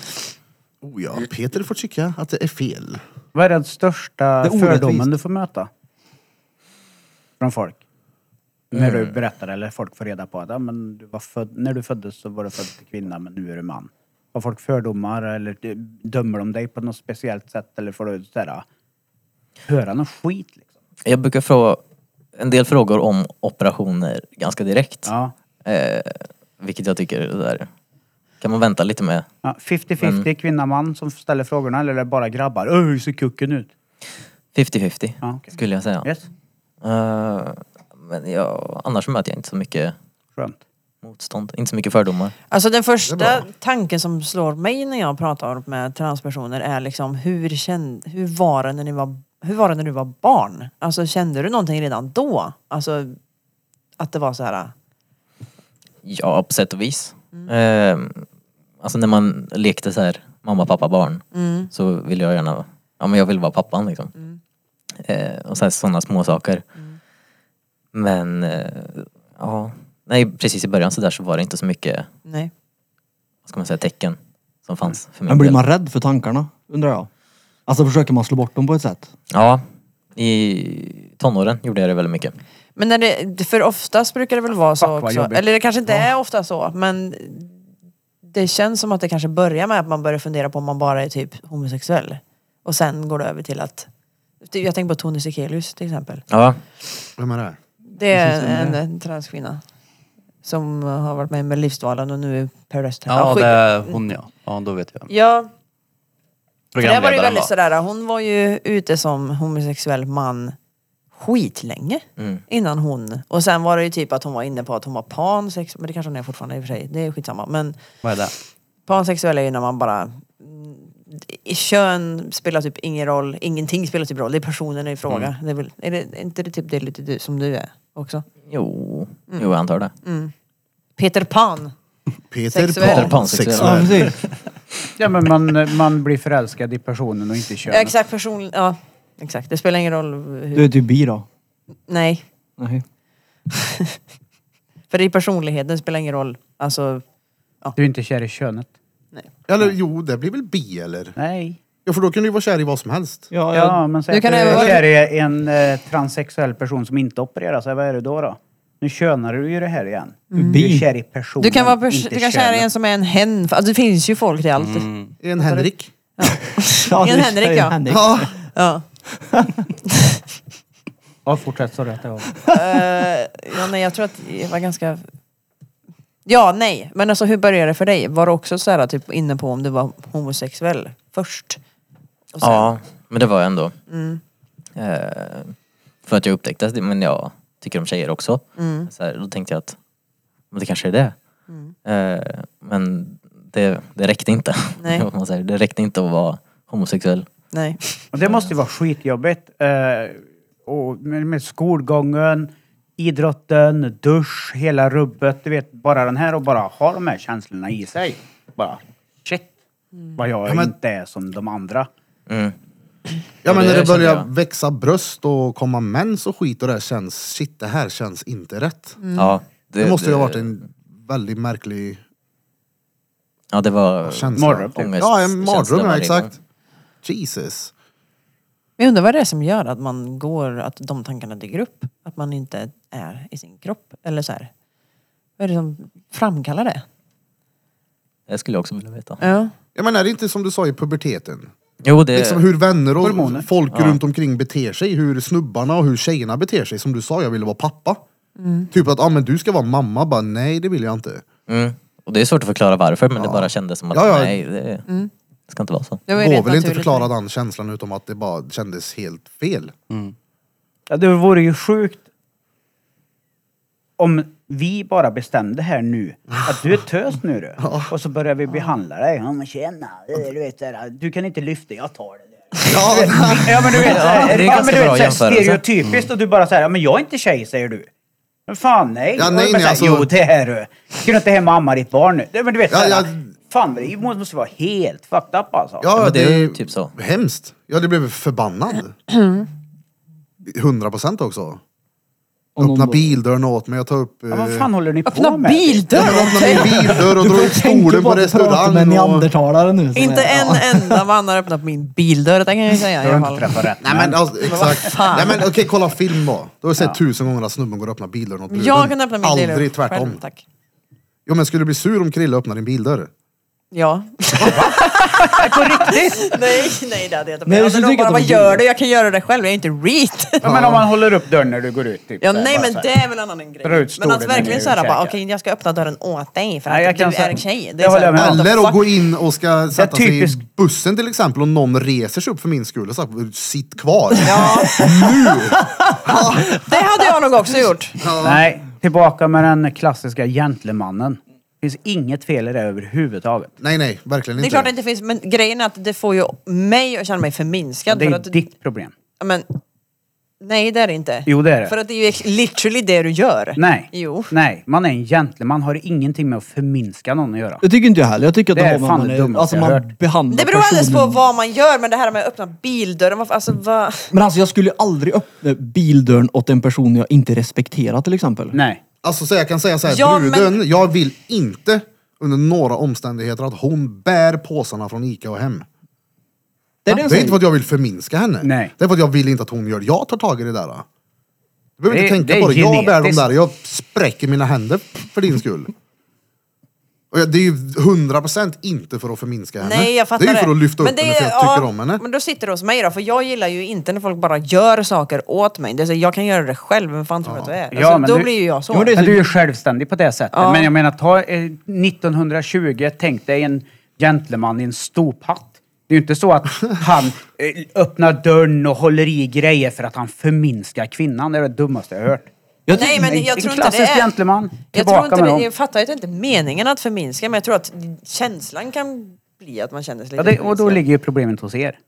Oh ja, Peter får tycka att det är fel. Vad är den största Det är orättvist. fördomen du får möta? Från folk? När du berättar eller folk får reda på att ja, men du var född, när du föddes så var du född till kvinna men nu är du man. Har folk fördomar eller dömer de dig på något speciellt sätt eller får du sådär, höra något skit liksom? Jag brukar få en del frågor om operationer ganska direkt. Ja. Eh, vilket jag tycker är där. Kan man vänta lite med. Ja, femtio femtio kvinna-man som ställer frågorna eller är det bara grabbar? Öh, hur ser kucken ut? femtio femtio Ja, okej. skulle jag säga. Yes, Eh, men jag, annars möter jag inte så mycket skönt. motstånd. Inte så mycket fördomar. Alltså den Det är första bra. tanken som slår mig när jag pratar med transpersoner är liksom hur, känd, hur, var det när ni var, hur var det när du var barn? Alltså kände du någonting redan då? Alltså att det var så här. Ja, på sätt och vis. Eh, alltså när man lekte så här mamma, pappa, barn. Mm. Så vill jag gärna, ja men jag vill vara pappan liksom. Mm. Eh, och så här, sådana små saker. Mm. Men eh, ja, nej precis i början så där så var det inte så mycket, Nej. vad ska man säga, tecken som fanns för min Men blir del. man rädd för tankarna, undrar jag? Alltså försöker man slå bort dem på ett sätt? Ja, i tonåren gjorde jag det väldigt mycket. Men när det, för oftast brukar det väl vara så Fuck, vad också. jobbigt. Eller det kanske inte är ofta så, men det känns som att det kanske börjar med att man börjar fundera på om man bara är typ homosexuell. Och sen går det över till att, jag tänker på Tony Sekelius till exempel. Ja, Vem är det? Det är Precis som en, det. en transkvinna. Som har varit med med Livsdvalen och nu är Paradise Hotel. Ja, skit. det är hon ja. Ja, då vet jag. Ja, för det var ju Programledaren väldigt va? sådär, hon var ju ute som homosexuell man skitlänge mm. innan hon. Och sen var det ju typ att hon var inne på att hon var pansex, men det kanske hon är fortfarande i och för sig. Det är skitsamma. Men Vad är det? pansexuell är ju när man bara mm, i kön spelar typ ingen roll, ingenting spelar typ roll. Det är personen i fråga. Mm. Det är, väl, är, det, är inte det typ det lite du, som du är också? Jo, jo jag antar det. Mm. Peter Pan. Peter Sexuell. Pan. Peter Pan sexuell. Ja, Sexuell. precis. Ja, men man, man blir förälskad i personen och inte Ja, könet. exakt person, ja. Exakt, det spelar ingen roll hur. Du är typ bi då? Nej. Nej. För det är personligheten, spelar ingen roll. Alltså, Du är inte kär i könet. Eller jo, det blir väl bi eller? Nej. Ja, för då kan du ju vara kär i vad som helst. Ja, Ja, ja. men säg Du att kan du även är vara- kär i en eh, transsexuell person som inte opererar sig. Vad är det då då? Nu könar du ju det här igen. Du är Bi. kär i personen, du kan vara pers- inte du kan köra könet. en som är en hen. Alltså, det finns ju folk till allt. Mm. En Henrik. Ja, En det- Henrik, det är ja. Henrik. Ja. Ja. Ja, fortsätt. Sorry att det var... Eh, ja, nej, jag tror att jag var ganska... Ja, nej. Men alltså hur började det för dig? Var du också så här, typ inne på om du var homosexuell först? Och sen- Ja, men det var jag ändå. Mm. Eh, för att jag upptäckte det, men jag tycker om tjejer också. Mm. Så här, då tänkte jag att men det kanske är det. Mm. Eh, men det, det räckte inte. Nej. Vad man säger. Det räckte inte att vara homosexuell. Nej. Och det måste ju vara skitjobbigt. Eh, och med, med skolgången, idrotten, dusch, hela rubbet. Du vet, bara den här och bara ha de här känslorna i sig. Bara, shit. Vad jag Ja, men- inte är som de andra. Mm. Ja, men det när det kände börjar jag. växa bröst och komma mens och skit och det här känns, shit det här känns inte rätt. Ja, Det, måste ju ha varit en väldigt märklig Ja, det var känsla. Mardröm, typ. ångest- Ja, en mardröm, känsla ja, varje exakt. gång. Jesus. Jag undrar vad det är som gör att man går, att de tankarna dyker upp. Att man inte är i sin kropp. Eller så här. Vad är det som framkallar det? Det skulle jag också vilja veta. Ja. Jag menar, är det inte som du sa i puberteten? Jo, det... Liksom hur vänner och Hormoner. folk Ja. runt omkring beter sig. Hur snubbarna och hur tjejerna beter sig. Som du sa, jag ville vara pappa. Typ att, ah, men du ska vara mamma. Bara, nej, det vill jag inte. Mm. Och det är svårt att förklara varför, men det bara kändes som att Ja, ja. nej, det, det ska inte vara så. Det var Det ju går rent väl inte naturligt. förklara den känslan utom att det bara kändes helt fel. Ja, det vore ju sjukt om vi bara bestämde här nu att du är tös nu du. Och så börjar vi behandla dig. Ja men tjena, du vet det där. Du kan inte lyfta, jag tar det där. Ja, Ja men du vet, Ja, ja, det är ja, ganska men du bra vet så här, jämförelse. stereotypiskt och du bara säger ja men jag är inte tjej säger du. Men fan nej. Ja, Och nej, jag bara nej, så här, alltså- Jo det är du. Ska du inte hem och amma ditt barn nu? Det- Men du vet Ja, så här, ja. fan det måste vara helt fucked up alltså. ja men det det är är ju typ så. hemskt. Ja, det blev förbannad. Hundra procent också. Och någon Öppna bara- bildörren åt mig. Jag tar upp... Ja, vad eh, fan håller ni Öppna på med? bildörr! öppna min bildörr och dra ut Tänker stolen på att du pratar restaurang. med en Och... neandertalare nu. som Inte är- en enda man har öppnat min bildörr, det kan jag ju säga. Du i har alla inte fall. träffat rätt. Nej men alltså, exakt. fan? Nej men okej, kolla film då. Du har sett tusen gånger att snubben går och öppnar bildörren åt bruden. Jag kan öppna min bildörr. Aldrig tvärtom. Själv, tack. Jo men skulle du bli sur om Krille öppnar din bildörr? Ja. På riktigt? nej, nej det hade jag inte. Nej, Men jag jag skulle bara, tycka att vad de- gör du? Jag kan göra det själv, jag är inte reet. Ja, men om man håller upp dörren när du går ut. Typ, Ja, så här, nej bara men så här. det är väl en annan grej. Dra ut Men stolen att verkligen när du såhär bara, käkar. okej jag ska öppna dörren åt dig för Nej, att jag du kan är säga- en tjej. det håller jag med om. Eller att att gå in och ska sätta sig typisk- i bussen till exempel och någon reser sig upp för min skull och sagt sitt kvar. Ja. Det hade jag nog också gjort. Nej, tillbaka med den klassiska gentlemannen. Det finns inget fel i det överhuvudtaget. Nej nej, verkligen Det är inte. klart det inte finns, men grejen är att det får ju mig att känna mig förminskad. Det är för ju att, ditt problem. men, nej det är det inte. Jo, det är det. För att det är ju ex- literally det du gör. Nej, Jo. nej, man är en gentleman, har ingenting med att förminska någon att göra. Det tycker inte jag heller. Jag tycker att Det det är har med fan man det är, dummaste alltså jag man hört. behandlar Det beror alldeles på personen. vad man gör, men det här med att öppna bildörren, varför- alltså vad... Men alltså jag skulle ju aldrig öppna bildörren åt en person jag inte respekterar till exempel. Nej. Alltså så jag kan säga så här, Ja, bruden, men- jag vill inte under några omständigheter att hon bär påsarna från Ica och hem. Det är Det det är jag inte för att säger. jag vill förminska henne. Nej. Det är för att jag vill inte att hon gör det. Jag tar tag i det där. Du behöver Det- inte tänka det är på det. Jag bär dem genetiskt. där. Jag spräcker mina händer för din skull. Och jag, det är ju hundra procent inte för att förminska henne. Nej, jag fattar det det. är ju för att lyfta upp Men det henne för jag är- tycker om henne. Men då sitter det hos mig då, för jag gillar ju inte när folk bara gör saker åt mig. Det är så, jag kan göra det själv, men fan tror du att du är? Alltså, Ja, men då du- blir ju jag så. Jo, men det är Men du är ju självständig på det sättet. Ja. Men jag menar, ta eh, nittonhundratjugo, tänk dig en gentleman i en stophatt. Det är ju inte så att han eh, öppnar dörren och håller i grejer för att han förminskar kvinnan. Det är det dummaste jag har hört. Jag Nej, tycker- men jag En tror inte det klassisk är... gentleman. Jag, Tillbaka tror inte med det, dem. jag fattar ju att det inte är meningen att förminska, men jag tror att känslan kan bli att man känner sig Ja, lite det, och då förminskad. ligger ju problemet hos er.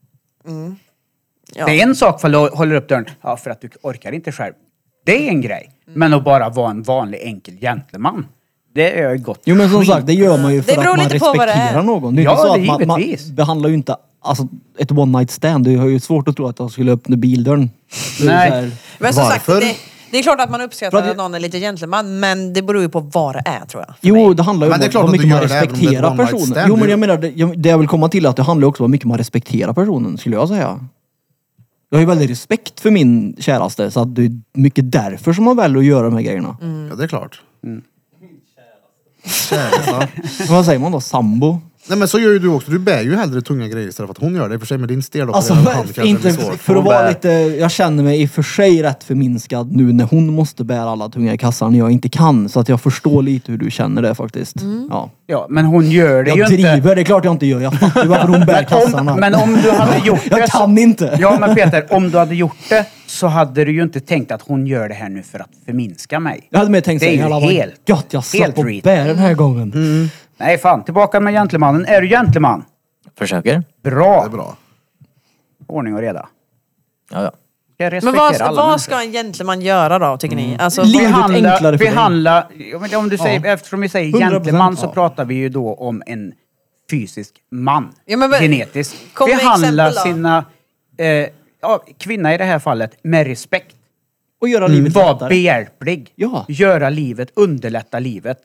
Ja. Det är en sak för att hålla upp dörren, ja, för att du orkar inte själv. Det är en grej. Men att bara vara en vanlig enkel gentleman, det är ju gott. Jo men som skit. sagt, det gör man ju för Det beror att man lite på vad det är. respekterar någon. Det är Ja, inte så det att man, man givetvis. behandlar ju inte alltså, ett one night stand. Det är ju svårt att tro att jag skulle öppna bildörren. Det är Nej. så här- Men som sagt, Varför? det, det är klart att man uppskattar För att det- att någon är lite gentleman, men det beror ju på vad det är tror jag. för Jo, mig. det handlar ju Men om det är klart hur att mycket du man gör det även om det är ett respekterar one night personen. stand. Jo, men Du- jag menar, det, jag, det jag vill komma till är att det handlar också om hur mycket man respekterar personen, skulle jag säga. Jag har ju väldigt respekt för min käraste, så att det är mycket därför som man väljer att göra de här grejerna. Ja, det är klart. Mm. Kärlek, Vad säger man då? Sambo? Nej men så gör ju du också. Du bär ju hellre tunga grejer istället för att hon gör det. I och för sig med din stel Alltså, hand kanske inte, det blir svårt. för att Hon vara bär- lite, jag känner mig i och för sig rätt förminskad nu när hon måste bära alla tunga kassar när jag inte kan. Så att jag förstår lite hur du känner det faktiskt. Ja. Ja, men hon gör det Jag ju driver, inte. det är klart jag inte gör. Jag fattar ju varför hon bär Men kassarna. om, men om du hade gjort det... Jag så- kan inte. Ja, men Peter, om du hade gjort det så hade du ju inte tänkt att hon gör det här nu för att förminska mig. Jag hade mer tänkt Det är säga, ju jävlar vad helt- gött jag slapp helt att reet. bära den här gången. Nej, fan. Tillbaka med gentlemannen. Är du gentleman? Försöker. Bra. Det är bra. Ordning och reda. Ja, ja. Jag Men respekterar vad ska, alla vad människor. ska en gentleman göra då, tycker ni? Alltså, Livet vad- behandla, enklare för dig. behandla, ja, men om du säger, eftersom vi säger hundra procent, gentleman så ja. pratar vi ju då om en fysisk man. Ja, men vad- genetiskt. kom med Behandla exempel då. sina, eh, ja, kvinna i det här fallet, med respekt. Och göra livet Var lättare. behjälplig. Ja. Göra livet, underlätta livet.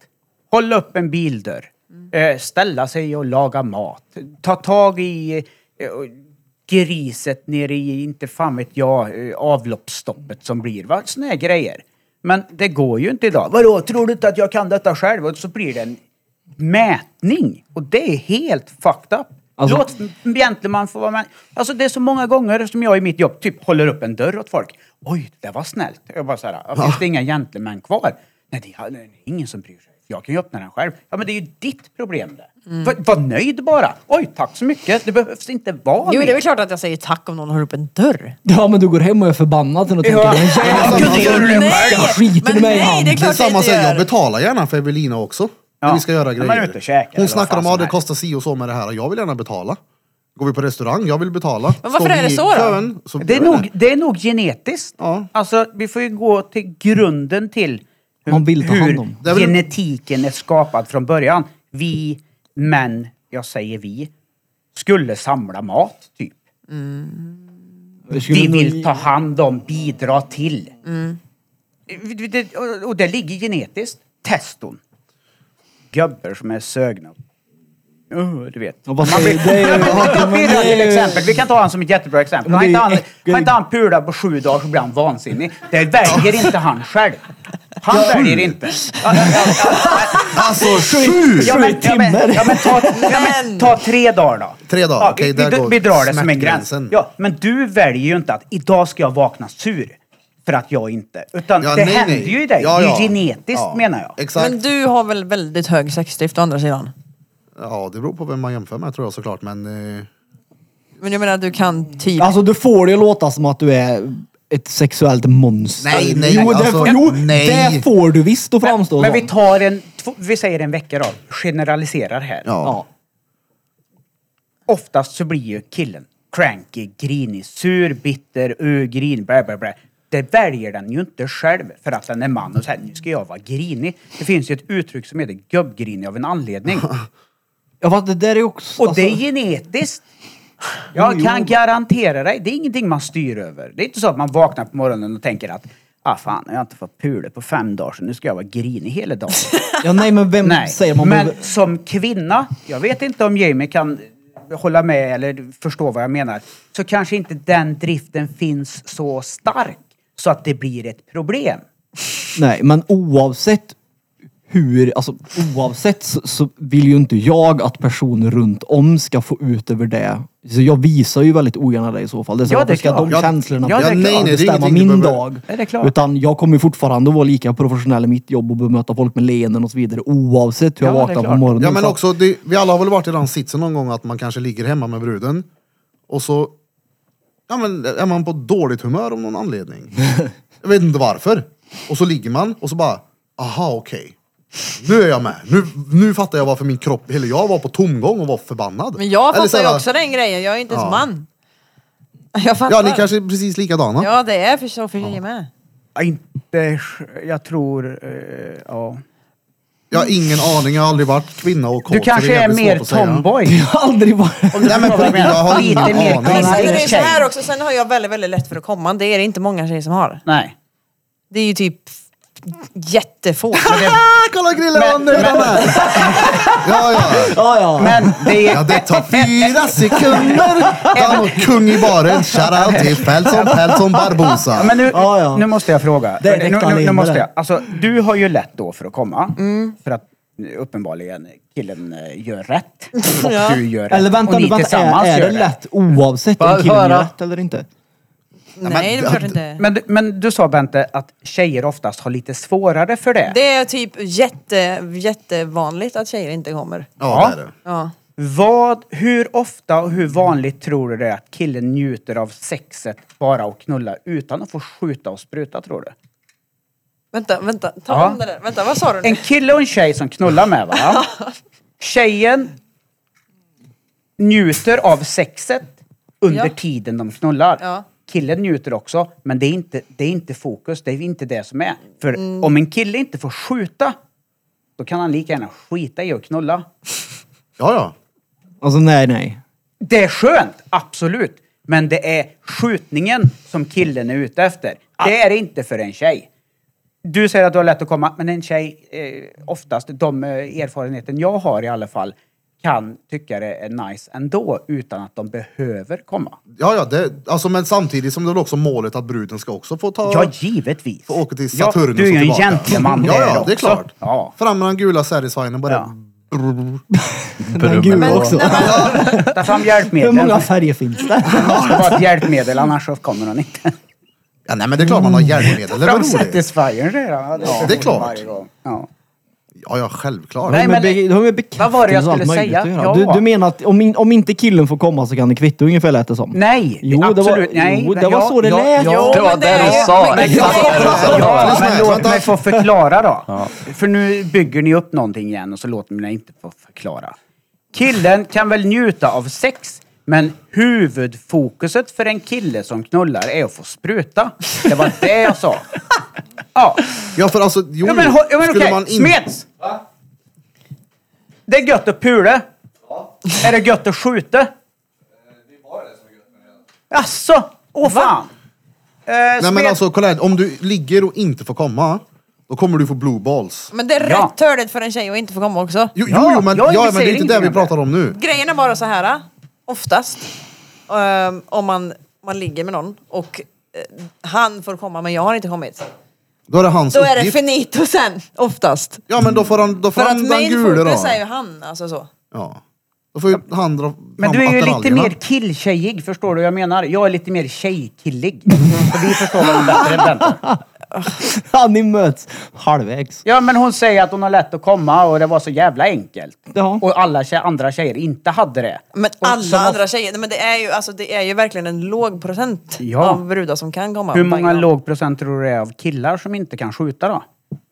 Hålla upp en bildörr. Eh, ställa sig och laga mat. Ta tag i eh, griset nere i, inte fan vet jag, eh, avloppsstoppet som blir. Va? Såna här grejer. Men det går ju inte idag. Vadå, tror du inte att jag kan detta själv? Och så blir det en mätning. Och det är helt fucked up. Alltså- Låt gentleman få vara med. Alltså det är så många gånger som jag i mitt jobb typ håller upp en dörr åt folk. Oj, det var snällt. Jag bara så här, finns det inga gentleman kvar? Nej, det är, det är ingen som bryr sig. Jag kan ju öppna den själv. Ja, men det är ju ditt problem det. Mm. Var, var nöjd bara. Oj, tack så mycket. Det behövs inte vara Jo, mer. det är väl klart att jag säger tack om någon har upp en dörr. Ja, men du går hem och är förbannad och tänker... Ja. "Men jävlar, Ja, kunde göra det jag själv." skiter Men mig i nej, hand. det är Det är klart jag samma inte sak, jag gör. betalar gärna för Evelina också. När Ja. vi ska göra När man är grejer. ute och käkar eller Hon vad snackar fan om som att det helst. kostar si och så med det här. Jag vill gärna betala. Går vi på restaurang, jag vill betala. Men varför Står är det vi i så då? kön, så Det är, gör nog, det är nog genetiskt. Ja. Alltså, vi får ju gå till grunden till hur, Man vill ta hand hur om. Det är väl- genetiken är skapad från början. Vi män, jag säger vi, skulle samla mat, typ. Vi vill ta hand om, bidra till. Mm. Det, och, och det ligger genetiskt. Teston. Gubbar som är sögna. Oh, du vet. Och vad Man säger- blir, det är ju- ta men Pirra det är till ju- exempel. Vi kan ta han som ett jättebra exempel. Men Har det inte är han, äckligt. har inte han pulat på sju dagar så blir han vansinnig. Det väljer inte han själv. Han väljer inte. Alltså sju! Ja, men, ja, men, ja, men, ta, ja, men ta tre dagar då. Tre dagar, Ja, okej, vi, där vi, går vi drar det som en gräns. smärtgränsen. Ja, men du väljer ju inte att idag ska jag vakna sur. För att jag inte. Utan Ja, det nej, händer nej. ju i dig. Ja, det är ja. ju genetiskt Ja, menar jag. Exakt. Men du har väl väldigt hög sexdrift å andra sidan? Ja, det beror på vem man jämför med tror jag såklart. Men eh, Men jag menar du kan typ... Alltså du får det att låta som att du är ett sexuellt monster. Nej, nej, jo, det, alltså, får, jo nej. det får du visst att framstå Men som. vi tar en, två, vi säger en vecka då. Generaliserar här. ja. Ja. Oftast så blir ju killen cranky, grinig, sur, bitter, ö, grin, bla bla bla. Det väljer den ju inte själv för att den är man och säger nu ska jag vara grinig. Det finns ju ett uttryck som heter gubbgrinig av en anledning. Ja, fast det där är också... Och det är alltså- genetiskt. Jag kan garantera dig, det är ingenting man styr över. Det är inte så att man vaknar på morgonen och tänker att ah fan, jag har inte fått pula på fem dagar så nu ska jag vara grinig hela dagen. Ja, nej, men vem Nej, säger man? men som kvinna, jag vet inte om Jamie kan hålla med eller förstå vad jag menar, så kanske inte den driften finns så stark så att det blir ett problem. Nej, men oavsett hur, alltså oavsett så, så vill ju inte jag att personer runt om ska få ut över det. Så jag visar ju väldigt ogärna det i så fall. Det är så Ja, att det är ska klart. de Ja, känslorna ja, det är få klart. Nej, nej, det är bestämma ingenting du min behöver- dag. Ja, det är klart. Utan jag kommer ju fortfarande vara lika professionell i mitt jobb och bemöta folk med leenden och så vidare oavsett hur jag Ja, det är vaknar på klart. morgonen. Ja men Så- också, det, vi alla har väl varit i den sitsen någon gång att man kanske ligger hemma med bruden och så ja, men är man på dåligt humör av någon anledning. Jag vet inte varför. Och så ligger man och så bara, aha okej. Nu är jag med. Nu, nu fattar jag varför min kropp, eller jag var på tomgång och var förbannad. Men jag Eller så fattar ju här, också den grejen, jag är inte Ja. som man. Jag fattar. Ja, ni kanske är precis likadana. Ja, det är för så för sig med. Ja, inte, jag tror, eh, ja. Jag har ingen aning, jag har aldrig varit kvinna och kåt. Du så kanske det är jävligt mer svårt att säga. tomboy. Jag har aldrig varit... Om du Nej, men förstår vad jag på riktigt, jag har menar. ingen Lite mer aning. Men sen är det ju crazy så här tjej. också, sen har jag väldigt, väldigt lätt för att komma. Det är det inte många tjejer som har. Nej. Det är ju typ jättefå. Kolla grillen vad nöjd han är! Ja, ja. Ja, ja. Men det är... Ja, det tar fyra sekunder. Han och kung i baren. Shoutout till Feltson, Peltson, Barbosa. Men nu, Ja, ja. nu måste jag fråga. Det är nu, nu, reklam nu in måste med jag. det. Alltså, du har ju lätt då för att komma. För att uppenbarligen killen eh, gör rätt. Och Ja. du gör rätt. Eller vänta och nu, ni vänta, tillsammans är, är gör det lätt oavsett Bara om killen gör höra. rätt eller inte? Nej, det är klart inte. Men, du- men du sa Bente att tjejer oftast har lite svårare för det. Det är typ jätte, jättevanligt att tjejer inte kommer. Ja, det är det. Ja. Vad, hur ofta och hur vanligt tror du det är att killen njuter av sexet bara och knulla utan att få skjuta och spruta, tror du? Vänta, vänta, ta Ja. om det där. Vänta, vad sa du nu? En kille och en tjej som knullar med va? Tjejen njuter av sexet under Ja. tiden de knullar. Ja. Killen njuter också, men det är inte, det är inte fokus. Det är inte det som är. För Mm. om en kille inte får skjuta, då kan han lika gärna skita i att knulla. Ja, ja. Alltså nej, nej. Det är skönt, absolut. Men det är skjutningen som killen är ute efter. Det är det inte för en tjej. Du säger att du har lätt att komma, men en tjej, eh, oftast, de eh, erfarenheten jag har i alla fall, kan tycka det är nice ändå, utan att de behöver komma. Ja, ja, det, alltså, men samtidigt som det är också målet att bruden ska också få ta... Ja, givetvis. Få åka till Saturnus ja, du är ju och en tillbaka. gentleman Ja, där ja, det är också. klart. Ja. Fram med den gula Satisfyern och bara... Ja. Den gula Men- också. Ta fram Hur hjälpmedel. många färger finns det? Det ska vara ett hjälpmedel, annars så kommer den inte. Ja, nej, men det är klart man har hjälpmedel. Det är Fram väl roligt. Satisfyern redan. Ja, det är klart. varje gång. Ja. Ja, ja, självklart. Nej, Nej, men, men- be, de har med bekräftelse Vad var det jag och allt skulle möjligt säga? att göra. Ja. Du, du menar att om, in, om inte killen får komma så kan det kvitto ungefär lät det som? Nej, Jo, absolut. det var, nej, jo, det var ja, så det ja, lät. Ja, Det var men det det- du sa. men- Exakt det du sa. Ja, Lyssna men här, låt vänta. mig få förklara då. För nu bygger ni upp någonting igen och så låter mig inte få förklara. Killen kan väl njuta av sex, men huvudfokuset för en kille som knullar är att få spruta. Det var det jag sa. Ja, Ja, för alltså, jo, ja men, ho- ja, men skulle okej, man in... Smeds! Det är gött att pula. Är det gött att skjuta? Det var det som är gött. Asså? Åh fan! Eh, Nej, men Smed- alltså, kolla här. Om du ligger och inte får komma, då kommer du få blue balls. Men det är Ja. rätt törligt för en tjej att inte få komma också. Jo, Ja, jo, jo men, jag ja, men det säger är inte det ingenting vi om pratar om nu. Grejen är bara så här, oftast, um, om man, man ligger med någon och eh, han får komma men jag har inte kommit. Då är det hans Då är det uppgift. finito sen, oftast. Ja, men då får han, då får För han att den main gule då. focus är ju han, alltså så. Ja. Då får ju han dra Men fram du är ju lite attiraljerna. mer killtjejig, förstår du vad jag menar? Jag är lite mer tjejkillig. Så vi förstår varandra bättre än den. Ja, ni möts halvvägs. Ja, men hon säger att hon har lätt att komma och det var så jävla enkelt. Ja. Och alla tjej, andra tjejer inte hade det. Men Och alla som andra of- tjejer, men det är ju, alltså, det är ju verkligen en låg procent Ja. av brudar som kan komma. Hur och många banga. låg procent tror du det är av killar som inte kan skjuta då?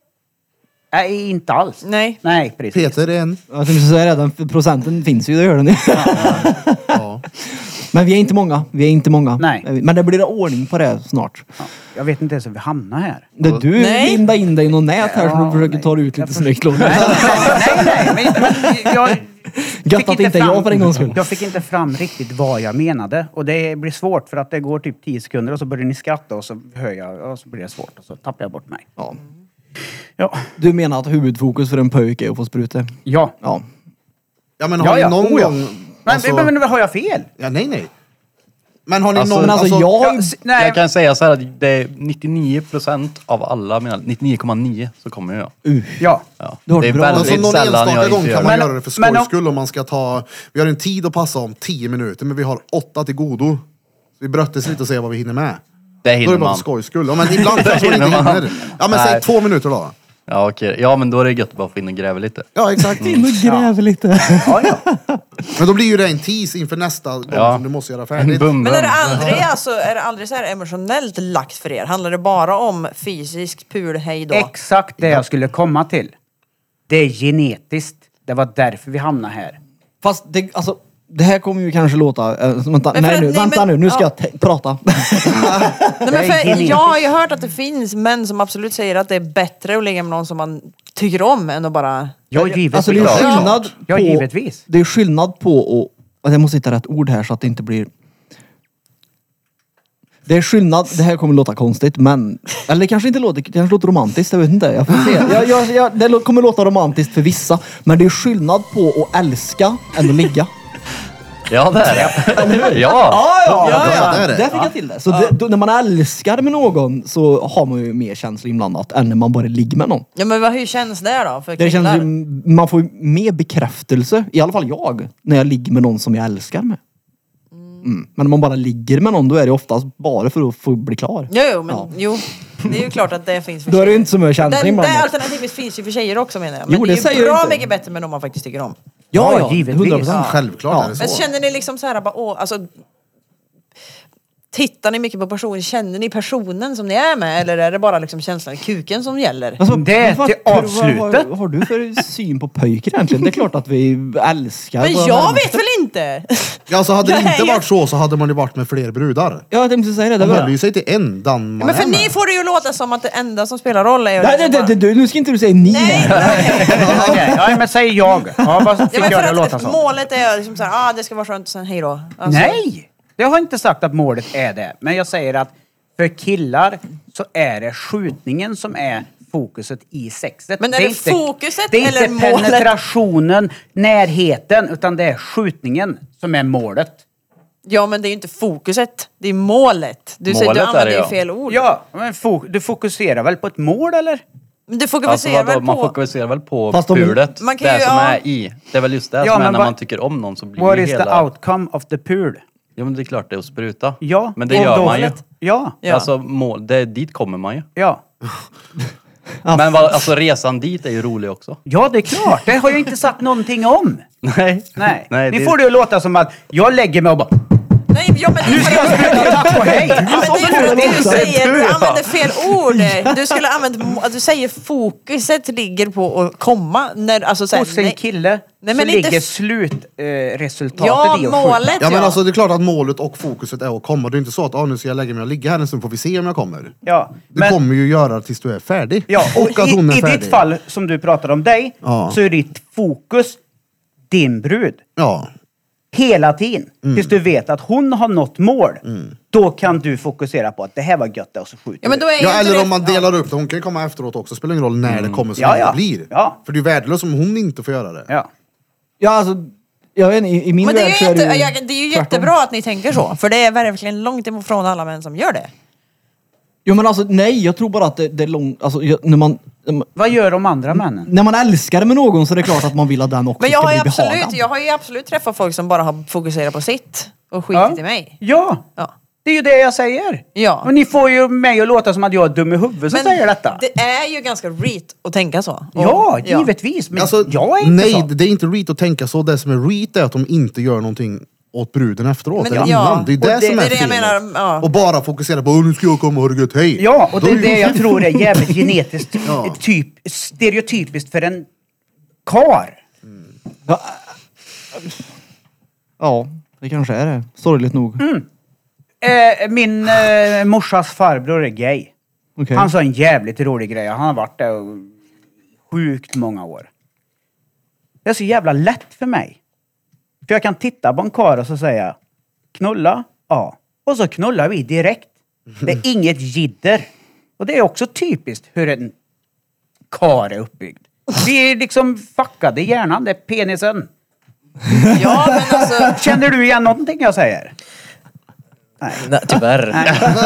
Nej, inte alls. Nej. Nej, precis. Peter är en. Jag tänkte säga redan, för procenten finns ju, det gör den ju. Ja. Men vi är inte många, vi är inte många. Nej. Men det blir ordning på det snart. Ja, jag vet inte ens hur vi hamnar här. Det du Nej. lindar in dig i något nät här som Ja, du försöker nej. ta ut lite snyggt. Låt. Nej, nej, nej. Men, men, jag Gött fick att inte jag för en gångs skull. Jag fick inte fram riktigt vad jag menade. Och det blir svårt för att det går typ tio sekunder och så börjar ni skratta och så hör jag och så blir det svårt och så tappar jag bort mig. Ja. Ja. Du menar att huvudfokus för en pojke är att få spruta? Ja. Ja. Ja, men har Ja, ni ja. någon Oh, ja. gång... Men, alltså- men, men har jag fel? Ja, nej, nej. Men har ni Alltså, någon... Men alltså, jag har Ja, ju... s- nej. Jag kan säga så här att det är nittionio procent av alla, menar nittionio komma nio så kommer jag. Ja. Ja. Du har Det är bra. väldigt Alltså någon sällan enstaka jag gång inte kan gör man det. Men- göra det för men skojs om- skull om man ska ta... Vi har en tid att passa om tio minuter, men vi har åtta till godo. Vi bröttes lite och se vad vi hinner med. Det Då är hinner det bara man. för skojs skull. Ja, men ibland kanske man inte hinner man. hinner. Ja, men säg Nej. två minuter då. Ja, okej. Ja, men då är det gött att bara få in och gräva lite. Ja, exakt. In och gräver lite. Ja, ja. Men då blir ju det en tease inför nästa gång Ja. som du måste göra En färdigt. bum, Men är det bum. aldrig, alltså, är det aldrig så här emotionellt lagt för er? Handlar det bara om fysiskt pul hej då? Exakt det jag skulle komma till. Det är genetiskt. Det var därför vi hamnade här. Fast det, alltså, det här kommer ju kanske låta... Äh, vänta, Men för nej, att- nu, nej, vänta men- nu, nu ska ja. jag te- prata. Nej, men Det är för genetiskt. jag har ju hört att det finns män som absolut säger att det är bättre att ligga med någon som man tycker om än att bara... Ja, givetvis. Alltså det är skillnad på... Ja, givetvis. Det är skillnad på och alltså, jag måste hitta rätt ord här så att det inte blir... Det är skillnad, det här kommer låta konstigt men... Eller det kanske inte låter, det kanske låter romantiskt, jag vet inte. Jag får se. Jag, jag, jag, det lå- kommer låta romantiskt för vissa. Men det är skillnad på att älska än att ligga. Ja, det är det. Ja. Ja, ja, ja, ja, det är det. Där fick jag till det. Så det, då, när man älskar med någon så har man ju mer känslor inblandat än när man bara ligger med någon. Ja men vad, hur känns det då för Det killar? känns ju, man får ju mer bekräftelse, i alla fall jag, när jag ligger med någon som jag älskar med. Mm. Men om man bara ligger med någon då är det oftast bara för att få bli klar. Jo, jo, men Ja. jo. Det är ju klart att det finns för Då är det tjejer. ju inte så mycket känslor Den, det inblandat. alternativet finns ju för tjejer också menar jag. Men Jo, det är det säger ju jag bra inte. mycket bättre med någon man faktiskt tycker om. Ja, Ja, ja, givetvis. hundra procent. Självklart Ja. är det Men så. känner ni liksom så här bara, åh, alltså... Tittar ni mycket på personen? Känner ni personen som ni är med? Eller är det bara liksom känslan i kuken som gäller? Alltså, Det är vad- till vad- avslutet. Vad, vad har du för syn på pöjker egentligen? Det är klart att vi älskar Men våra jag närmaste. vet väl inte? Ja, alltså hade det Jag är inte ju- varit så så hade man ju varit med fler brudar. Ja, jag tänkte säga det. det Man var... håller ju sig till en dan man Men för är med. ni får det ju låta som att det enda som spelar roll är ju... Nej, liksom det, bara- det, det, nu ska inte du säga ni Nej, här. Okej, ja, men säg jag. Ja, vad Ja, fick men jag det för att låta att som? målet är liksom så här, ah, det ska vara skönt och sen hej då. Alltså, Nej! Jag har inte sagt att målet är det. Men jag säger att för killar så är det skjutningen som är fokuset i sexet. Men är det fokuset det är eller inte målet? penetrationen, närheten, utan det är skjutningen som är målet. Ja, men det är ju inte fokuset. Det är målet. Du, säger, du Målet är använder det, ju ja. fel ord. Ja, men fo- du fokuserar väl på ett mål, eller? Men du Alltså, fokuserar vadå, väl man på... fokuserar väl på Fast de- pulet. Man kan det ju- som ja. är i. Det är väl just det Ja, som är men när vad- man tycker om någon så blir What ju is hela... the outcome of the pool? Ja, men det är klart det är att spruta. Ja. Men det och gör då- man ju. Ja, Ja. Alltså, mål, det, dit kommer man ju. ja. Men vad, alltså resan dit är ju rolig också. Ja, det är klart. Det har jag inte sagt någonting om. Nej. Nej. Nej, Ni det- får det att låta som att jag lägger mig och bara... Nej, ja, men Nu ska jag spruta, tack och hej! Ja, men det är för att du säger, du Ja. använder fel ord. Du skulle använda, du säger fokuset ligger på att komma. När, alltså, så här, Hos en nej. kille Nej, så men inte ligger f- slutresultatet Ja, i att målet. skjuta. Ja men alltså det är klart att målet och fokuset är att komma. Det är inte så att ah, nu ska jag lägga mig och ligga här en stund får vi se om jag kommer. Ja, Du men, kommer ju göra tills du är färdig. ja, och att i, hon är i färdig. ditt fall, som du pratade om dig, Ja. så är ditt fokus din brud. Ja. Hela tiden. Tills du vet att hon har nått mål. Då kan du fokusera på att det här var gött och så skjuter Ja, men du. då är ju Ja, inte eller det- om man delar upp det. Hon kan ju komma efteråt också. Spelar ingen roll när det kommer så Ja, länge ja. det blir. Ja. För det är ju värdelöst om hon inte får göra det. Ja. Ja, alltså, jag vet inte, i, i min Men det är, värld så ju är det jätte, ju... jag, det är ju tvärtom. jättebra att ni tänker så. För det är verkligen långt ifrån alla män som gör det. Jo men alltså nej, jag tror bara att det, det är långt, alltså jag, när man... när man- Vad gör de andra männen? När man älskar med någon så är det klart att man vill att den också Men jag ska har, ju bli absolut, behagad. jag har ju absolut träffat folk som bara har fokuserat på sitt och skitit Ja. i mig. Ja, Ja. det är ju det jag säger. Ja. Och ni får ju mig att låta som att jag är dum i huvudet som säger detta. det är ju ganska reet att tänka så. Och, Ja, givetvis. Men Alltså, jag är inte nej, så. det är inte reet att tänka så. Det som är reet är att de inte gör någonting åt bruden efteråt. Men eller ja, innan. Det är och det, det- som det är, är det jag felet. menar, ja. Och bara fokusera på "Åh, nu ska jag komma och ha det gött, hej. Ja, och det Då är det jag tror är jävligt genetiskt Ja. typ, stereotypiskt för en kar. Ja, ja, det kanske är det. Sorgligt nog. Eh, min eh, morsas farbror är gay. Okej. Han sa en jävligt rolig grej. Han har varit där och sjukt många år. Det är så jävla lätt för mig. För jag kan titta på en kar och så säga knulla, ja. Och så knullar vi direkt. Det är inget jidder. Och det är också typiskt hur en kar är uppbyggd. Vi är liksom fuckade i hjärnan, det är penisen. Ja, men alltså... Känner du igen någonting jag säger? Nej, tyvärr.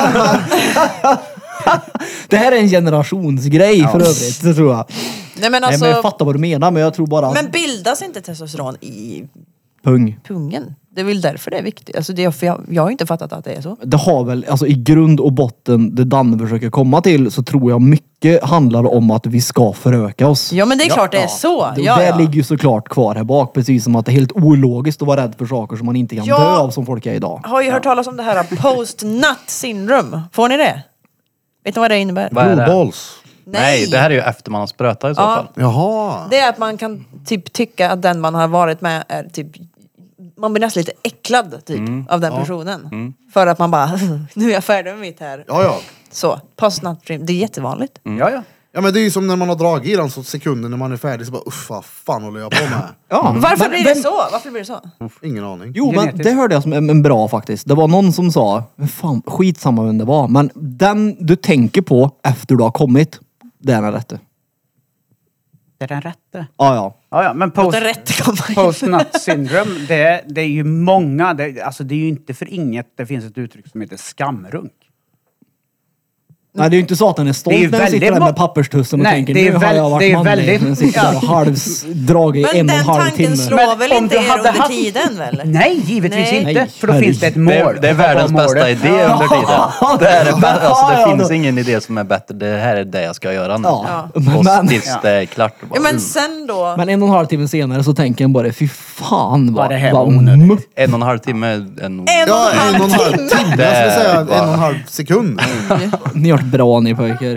Det här är en generationsgrej för övrigt, det tror jag. Nej, men Nej, alltså... men jag fattar vad du menar, men jag tror bara att Men bildas inte testosteron i pung. pungen? Det är väl därför det är viktigt. Alltså det, för jag, jag har inte fattat att det är så. Det har väl, alltså i grund och botten, det Danne försöker komma till, så tror jag mycket handlar om att vi ska föröka oss. Ja, men det är klart det är så. Det, Ja, det ja. ligger ju såklart kvar här bak, precis som att det är helt ologiskt att vara rädd för saker som man inte kan Ja. dö av som folk är idag. Har ju hört talas om det här post-nut syndrome. Får ni det? Vet ni vad det innebär? Vad är det? Blodbolls. Nej, det här är ju efter man har sprötat i så Ja. fall. Jaha. Det är att man kan typ tycka att den man har varit med är typ... Man blir nästan lite äcklad typ av den personen. För att man bara, nu är jag färdig med mitt här. Ja, ja. Så, post-nut dream. Det är jättevanligt. Ja, ja. Ja men det är ju som när man har dragit i den så sekunder när man är färdig så bara uff vad fan håller jag på med? Ja. Varför Men- blir men- det så? Varför blir det så? Ingen aning. Jo, men Genetiskt. det hörde jag som en, en bra faktiskt. Det var någon som sa, men fan, skitsamma vem det var, men den du tänker på efter du har kommit, det är den rätte. Det är den rätte. Ja, ja. Ja, ja, men Låt post, det rätt komma in. post-nut syndrome, det, det är ju många, det, alltså det är ju inte för inget, det finns ett uttryck som heter skamrunk. Nej, det är ju inte så att den är stolt Det är ju när den sitter väldigt där med må- papperstussen och Nej, tänker, det är nu har väl- jag varit det är manlig. väldigt- Den sitter där och ja. halvsdragit i Men en och en den halv tanken timme. slår Men väl om inte du er hade under haft- tiden väl? Nej, givetvis Nej. inte. För då Nej, finns det ett mål. Det är, det är Och vad var världens bästa målet? idé under tiden. Det, är det, bä- alltså, Ja, det ja, finns då- ingen idé som är bättre. Det här är det jag ska göra nu. Ja. Och Men, tills Ja. det är klart. och bara, Ja, men mm. sen då... men en och en halv timme senare så tänker en bara, fy fan vad, Vad det här vad var onödigt. mupp. En och en halv timme är nog... En och Ja, en en och en halv halv timme! timme. Jag skulle säga en Det var- och en halv sekund. Ni har gjort bra ni pojkar.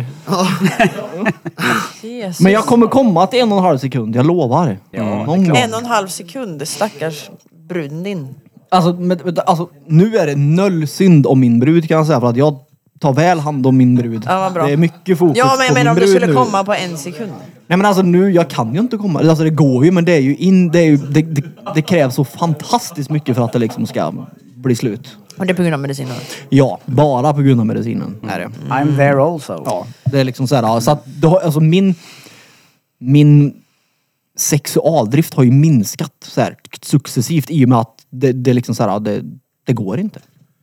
Jesus. Men jag kommer komma till en och en halv sekund, jag lovar. Någon gång. En och en halv sekund, stackars bruden din. Alltså, men, men, alltså, nu är det noll synd om min brud kan jag säga, för att jag tar väl hand om min brud. Ja, vad bra. Det är mycket fokus Ja, men jag på menar min om du brud skulle nu. komma på en sekund. Nej men alltså nu, jag kan ju inte komma. Alltså det går ju, men det är ju in, det, är ju, det, det, det krävs så fantastiskt mycket för att det liksom ska bli slut. Och det är på grund av medicinen? Ja, bara på grund av medicinen är det. I'm there also. Ja, det är liksom så här, så att det har, alltså min min sexualdrift har ju minskat så här successivt i och med att det, det är liksom så här, det, det går inte.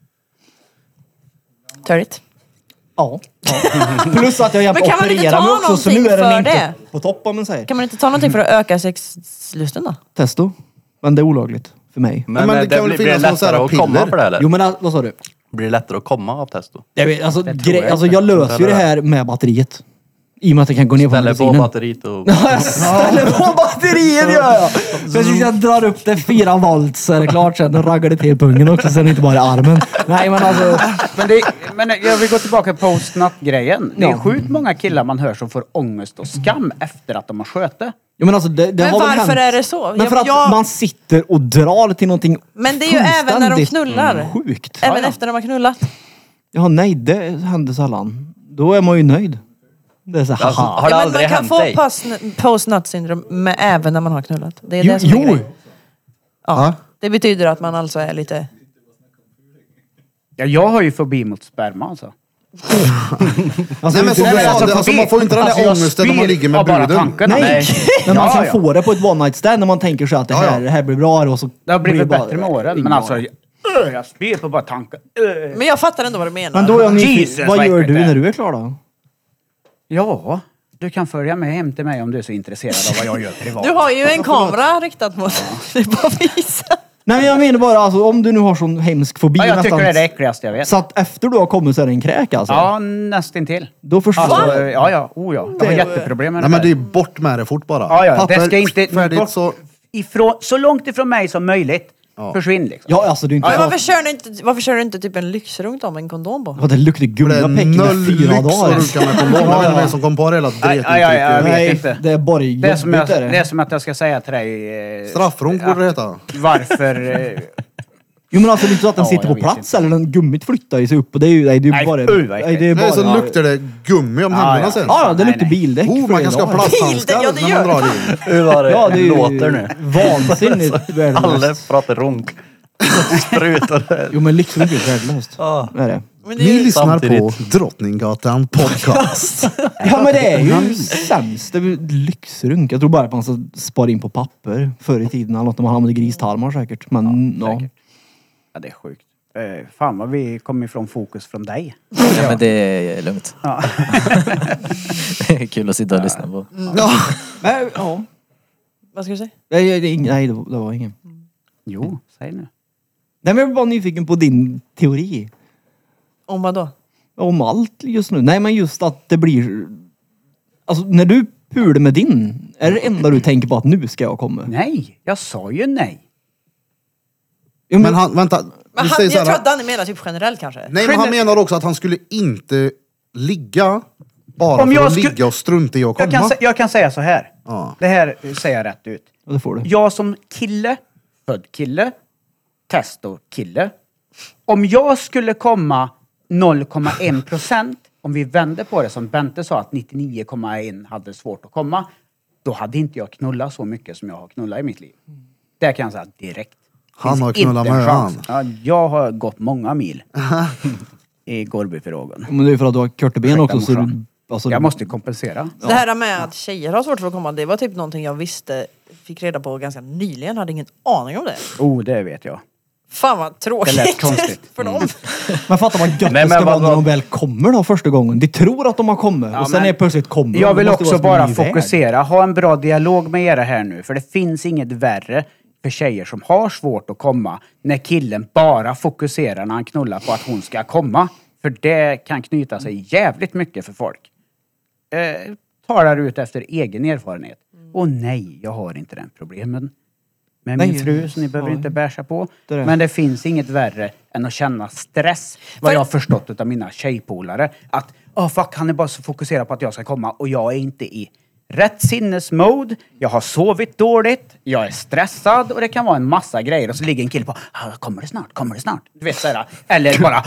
Törligt. Ja. ja. Plus att jag Men kan man inte opererar ta mig också så nu någonting är den för inte det? på topp om man säger. Kan man inte ta någonting för att öka sexlusten då? Testo. Men det är olagligt för mig. Men, men det eh, det, kan väl blir, blir det finnas någon sån lättare här att komma piller? för det eller? Jo men äh, vad sa du? Blir det lättare att komma av testo? Jag vet, alltså, Det tror grej, jag alltså inte. jag löser ju det här med batteriet. I och med att jag kan gå ner på Ställer på medicinen. batteriet och... Ja, jag ställer på batteriet gör jag. Precis, jag drar upp det fyra volt så är det klart sen. Då raggar det till pungen också, sen inte bara i armen. Nej men alltså... Men, det, men jag vill gå tillbaka på post-nut-grejen. Det är Ja. sjukt många killar man hör som får ångest och skam efter att de har sköte. Ja, men alltså det, det Men har väl varför hänt. är det så? Men Jag- för att jag- man sitter och drar till någonting Men det är ju även när de fullständigt knullar. Sjukt. Även Ja, ja. efter de har knullat. Ja, nej, det händer sällan. Då är man ju nöjd. Det är så här, Alltså, haha. har det Ja, men aldrig man kan hänt få dig? post- post-nut syndrom med även när man har knullat. Det är Jo, det som är jo. grejen. Ja. Ja. Det betyder att man alltså är lite... Ja, jag har ju fobi mot sperma alltså. Alltså, Nej, men så det- Nej, alltså, alltså, man får inte den där jag ångesten när man spyr ligger med av bara bruden. tanken. Nej, Nej. men man Ja, kan ja. få det på ett one night stand när man tänker sig att det Ja, ja. här, det här blir bra och så Det har blivit blir bara- bättre med åren. ingen Men alltså, aning. jag, jag spyr på bara tanken. Öh. Men jag fattar ändå vad du menar. Men då är jag nyfiken. Jesus, Vad vad gör äckligt du det är. när du är klar då? Ja, du kan följa med hem till mig om du är så intresserad av vad jag gör privat. Du har ju en kamera riktad mot... Det är bara att visa. Nej, men jag menar bara alltså, om du nu har sån hemsk fobi Ja, jag nästan, tycker det är det äckligaste jag vet. så att efter du har kommit så är det en kräk alltså. Ja, nästintill. Då förstår Alltså, jag. ja, ja, oh ja. Jag har Det- jätteproblem med Nej det men det är där. bort med det fort bara. Ja, ja, Papper, det ska inte... färdigt bort, så... ifrån, så långt ifrån mig som möjligt. Ja. Försvinn liksom. Ja, alltså det är inte Men så varför att kör du inte, varför kör du inte typ en lyxrunk om en kondom på? vad det luktar Det gummiga är pecken noll i fyra lyx dagar. att runka med kondom. Jag vet inte vem som kom på det hela Aj, aj, aj, aj. dretuttrycket. vet Nej, inte. det är bara Det är, jobbigt som jag, är det. det är som att jag ska säga till dig... eh, Straffrunk borde det heta. Varför... eh, Jo men alltså det är inte så att den Ja, sitter jag på vet plats eller den gummit flyttar ju sig upp och det är ju, nej, det är ju Nej, bara... uy, vad nej, äckligt. det är Nej, så bara... luktar det gummi om Ja, händerna ja. sen. Ja, ja, det Nej, luktar nej. bildäck. Oh, man kan ska ha Bildäck, plasthandskar ja, det när gör man drar in. Hur var det, Ja, det är ju låter nu? vansinnigt värdelöst. Alla pratar runk. Sprutar. Jo men lyxrunk är värdelöst. Ja. Det är det. Men det Ni är ju, lyssnar på Samtidigt. Drottninggatan podcast. Ja men det är ju sämst. Det är ju lyxrunk. Jag tror bara att man ska spara in på papper förr i tiden. Eller något när man använde gristarmar säkert. Men ja. säkert. Ja, det är sjukt. Eh, fan vad vi kom ifrån fokus från dig. Ja, men det är lugnt. Ja. Det är kul att sitta och lyssna på. Ja. Men, ja. vad ska du säga? Nej, det, nej, det var, det var ingen. Jo, säg nu. Nej men jag var bara nyfiken på din teori. Om vad då? Om allt just nu. Nej men just att det blir... Alltså när du pular med din, är det enda du tänker på att nu ska jag komma? Nej, jag sa ju nej. Jo, Men han, vänta. Men Vi han, säger så jag tror här, att Danny menar typ generellt kanske. nej men han menar också att han skulle inte ligga bara Om för jag att sku- ligga och strunta i att Jag komma. kan, sä- jag kan säga så här. Ja. Det här säger jag rätt ut. Ja, det får du. Jag som kille, född kille, testo kille. Om jag skulle komma noll komma en procent, om vi vänder på det som Bente sa att nittionio komma ett hade svårt att komma, då hade inte jag knullat så mycket som jag har knullat i mitt liv. Det kan jag säga direkt. Han Finns har knullat inte en med chans. han. Ja, jag har gått många mil i Gorbypirogen. Men det är för att du har körteben också så Ursäkta, du... Alltså, Jag måste kompensera. Det här med att tjejer har svårt för att komma, det var typ någonting jag visste, fick reda på ganska nyligen, hade ingen aning om det. Oh, det vet jag. Fan vad tråkigt. Det lät konstigt. för dem. Men fattar man gött Nej, det men ska vara vad- när de väl kommer då första gången. De tror att de har kommit Ja, och sen men- är plötsligt kommer de. Jag Det vill måste också vara som en bara ny värld. fokusera. Ha en bra dialog med er här nu. För det finns inget värre för tjejer som har svårt att komma när killen bara fokuserar när han knullar på att hon ska komma. För det kan knyta sig jävligt mycket för folk. Eh, talar ut efter egen erfarenhet. Och nej, jag har inte den problemen med min Nej, fru, så ni behöver ja. inte bärsa på. Det är det. Men det finns inget värre än att känna stress. Vad För- jag har förstått av mina tjejpolare. Att, oh fuck, han är bara så fokuserad på att jag ska komma och jag är inte i rätt sinnesmode. Jag har sovit dåligt. Jag är stressad och det kan vara en massa grejer. Och så ligger en kille på, ah, kommer det snart, kommer det snart? Du vet såhär. Eller bara,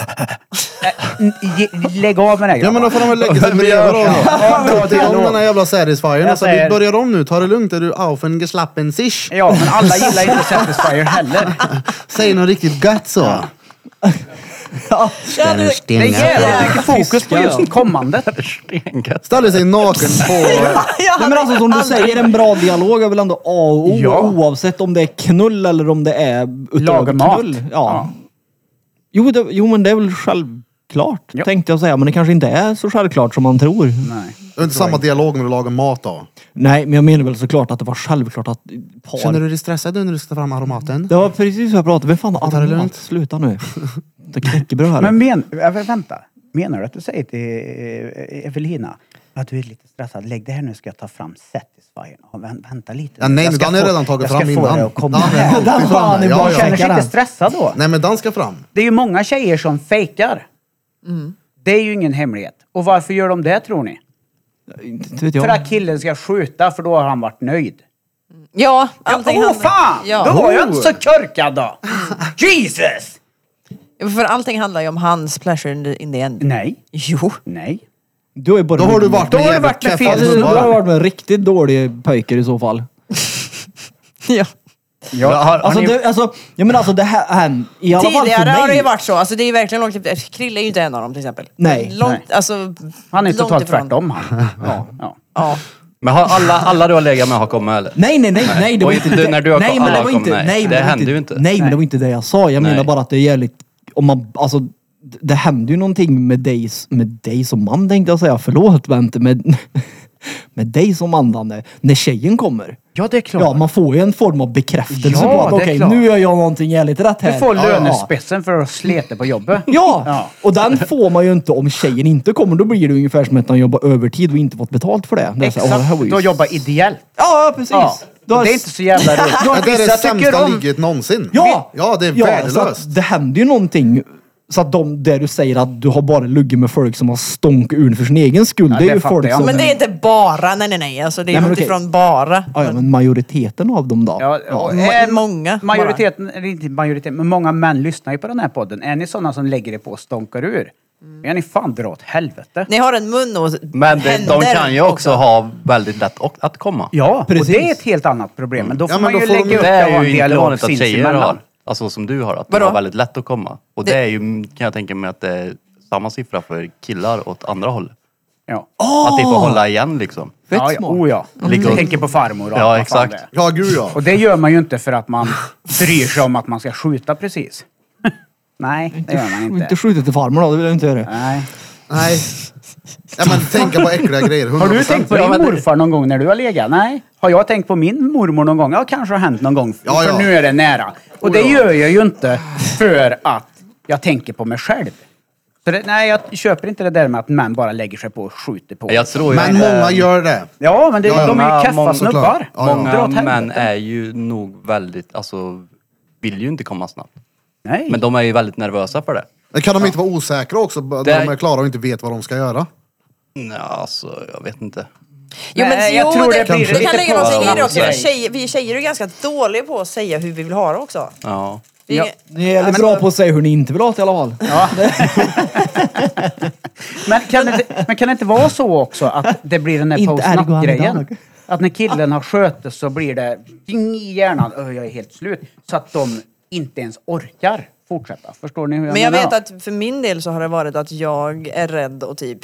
Äh, ge- lägg av med det. Ja men då får de väl lägga sig bredvid då. Ja, bra Till om den dialog. här jävla satisfyern. Jag Alltså vi säger- börjar om nu, ta det lugnt. Är du aufen geslappen sich? Ja, men alla gillar inte Satisfyer heller. Säg något riktigt gött så. Ja. Ja, du, Det är jävligt mycket fokus på just kommandet. Stengött. Ställer sig naken på... Nej, men alltså som du säger, en bra dialog är väl ändå A och O, Ja. oavsett om det är knull eller om det är utöver Laga mat. knull. Ja. Ja. Jo, det, jo, men det är väl självklart, Ja. tänkte jag säga. Men det kanske inte är så självklart som man tror. Nej. Det är inte samma dialog när du lagar mat då. Nej, men jag menar väl såklart att det var självklart att par... Känner du dig stressad nu när du ska ta fram aromaten? Det var precis så jag pratade. Vem fan har tar det aromat? lugnt. Sluta nu. Det knäckebröd här. Men men, äh, vänta. Menar du att du säger till eh, Evelina att du är lite stressad? Lägg det här nu, ska jag ta fram Satisfyer. Och vä- vänta lite. Ja, nej, Jag men ska den är få- redan tagit jag ska fram få innan. det att komma Den är här. alltid Den framme. fan är Ja, bara ja. Känner sig Checka inte den. stressad då? Nej, men den ska fram. Det är ju många tjejer som fejkar. Det är ju ingen hemlighet. Och varför gör de det, tror ni? Inte vet jag. För att killen ska skjuta, för då har han varit nöjd. ja, Åh allting oh, handlar... fan! Ja. Då var jag inte så körkad då. Jesus! För allting handlar ju om hans pleasure in the, in the end. Nej. Jo. Nej. Du är bara Då har du varit Då med har du jävligt varit med keffa fel Du, du har snubbar. varit med en riktigt dålig pojker i så fall. Ja. Ja. Har, har Alltså, ni, det, alltså, jag menar alltså det här, han, i alla fall för Tidigare mig. har det ju varit så. Alltså det är ju verkligen långt efter. Krille är ju inte en av dem till exempel. Nej. Långt, Nej. Alltså, Han är långt totalt ifrån. tvärtom han. Ja. Ja. Ja. men har alla, alla du har legat med har kommit eller? Nej, nej, nej, nej, det Och var inte inte du det. när du har- nej, men det alla var kom, inte, nej. nej, men Det var hände inte, ju inte. Nej, men Nej. det var inte det jag sa. Jag Nej. menar bara att det är jävligt, om man, alltså, det, det händer ju någonting med dig, med dig som man, tänkte jag säga. Förlåt, vänta, med, med dig som andande. När tjejen kommer. Ja, det är klart. Ja, man får ju en form av bekräftelse Ja, på att det är okej, klart. nu gör jag någonting jävligt rätt här. Du får Ja, ja. lönespetsen för att sleta på jobbet. Ja. Ja. Och den får man ju inte om tjejen inte kommer. Då blir det ungefär som att man jobbar övertid och inte fått betalt för det. Det är så här, åh, det här var Exakt. ju- Du har jobbat ideellt. Ja, precis. Ja. Då har- Det är inte så jävla roligt. Ja, det är det Vissa tycker sämsta om- ligget någonsin. Ja! Ja, det är Så värdelöst. att det händer ju någonting. Så att de, där du säger att du har bara luggit med folk som har stånk ur för sin egen skull. Ja, det är det ju fattar folk jag. som... Men det är inte bara, nej nej nej. Alltså det är Nej, men långt okej. ifrån bara. Ja, ja, men majoriteten av dem då? Ja, Ja. Ma- eh, många Majoriteten, eller inte majoriteten, men många män lyssnar ju på den här podden. Är ni sådana som lägger det på och stonkar ur? Är ni fan dra åt helvete? Ni har en mun och Men det, de händer kan ju också ha väldigt lätt och- att komma. Ja, Precis. och det är ett helt annat problem. Men då får Ja, men man då ju får de- lägga upp Det det och ha är en ju inte dialog vanligt att tjejer sinsemellan. har. Alltså som du har, att Vadå? det har väldigt lätt att komma. Och det Det- är ju, kan jag tänka mig att det är samma siffra för killar åt andra håll. Ja. Att de får hålla igen liksom. Fett Ja, ja, smart. oh ja. Liksom- Jag tänker på farmor och Ja, vad fan exakt. det är. Ja, gud ja. Och det gör man ju inte för att man bryr sig om att man ska skjuta precis. Nej, det gör man Inte inte. skjutit till farmor då, det vill jag inte göra. Nej. Nej. Ja, men tänka på äckliga grejer. Har hundra du procent. tänkt på din morfar någon gång när du har legat? Nej. Har jag tänkt på min mormor någon gång? Ja, kanske har hänt någon gång. Ja, för ja. nu är det nära. Och Oh, det ja. gör jag ju inte för att jag tänker på mig själv. Så det, nej, jag köper inte det där med att män bara lägger sig på och skjuter på. Jag tror ju Men att, eh, många gör det. Ja, men det, Ja, ja. de är Många- ju keffa många snubbar. såklart. Ja, ja. Dra många åt män helvete. är ju nog väldigt, alltså vill ju inte komma snabbt. Nej. Men de är ju väldigt nervösa för det. Men kan de inte vara osäkra också? När Det- de är klara och inte vet vad de ska göra? Ja, alltså jag vet inte. Jo, men Nej, jag jo, tror det det, blir det lite kan ligga på- någonting i det Ja, också. okej. För tjejer, vi tjejer är ganska dåliga på att säga hur vi vill ha det också. Ja. Vi, Ja. Ni är jävligt bra på att säga hur ni inte vill ha det i alla fall. Ja. men, kan det, inte- men kan det inte vara så också att det blir den här Inte post-natt-grejen? ergo Att när killen har skötet så blir det ding i hjärnan, öh, jag är helt slut. Så att de inte ens orkar fortsätta. Förstår ni hur jag men jag menar? vet att för min del så har det varit att jag är rädd och typ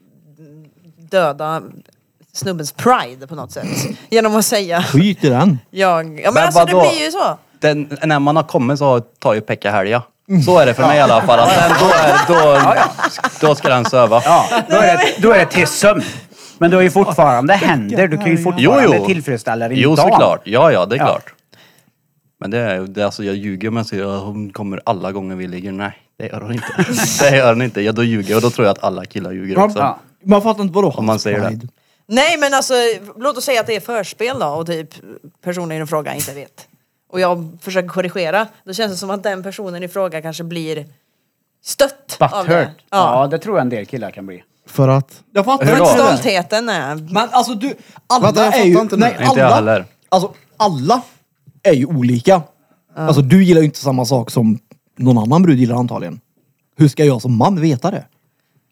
döda snubbens pride på något sätt. Genom att säga Skit i den. jag... Ja men, Men alltså det vadå? blir ju så. Den, när man har kommit så tar ju Pekka helga. Så är det för mig i alla fall. Att den, då, är, då, då ska den söva. Ja, då är det, då är det till sömn. Men du har ju fortfarande händer. Du kan ju fortfarande Jo, jo. tillfredsställa din Jo, dam. såklart. Ja, ja, det är Ja. klart. Men det är, det är alltså, jag ljuger om jag säger att hon kommer alla gånger vi ligger. Nej, det gör hon inte. Det gör hon inte. Ja, då ljuger jag och då tror jag att alla killar ljuger också. Ja. Man fattar inte vadå. Om man säger det. Pride. Nej men alltså, låt oss säga att det är förspel då och typ personen i fråga inte vet. Och jag försöker korrigera. Då känns det som att den personen i fråga kanske blir stött av det. Butthurt. Ja. Ja. det tror jag en del killar kan bli. För att... Jag fattar Hur Men då? inte det där. stoltheten är... Men alltså du, alla Vänta, jag är ju... fattar inte nu. Nej, Inte jag alla, heller. alltså alla är ju olika. Alltså du gillar ju inte samma sak som någon annan brud gillar antagligen. Hur ska jag som man veta det?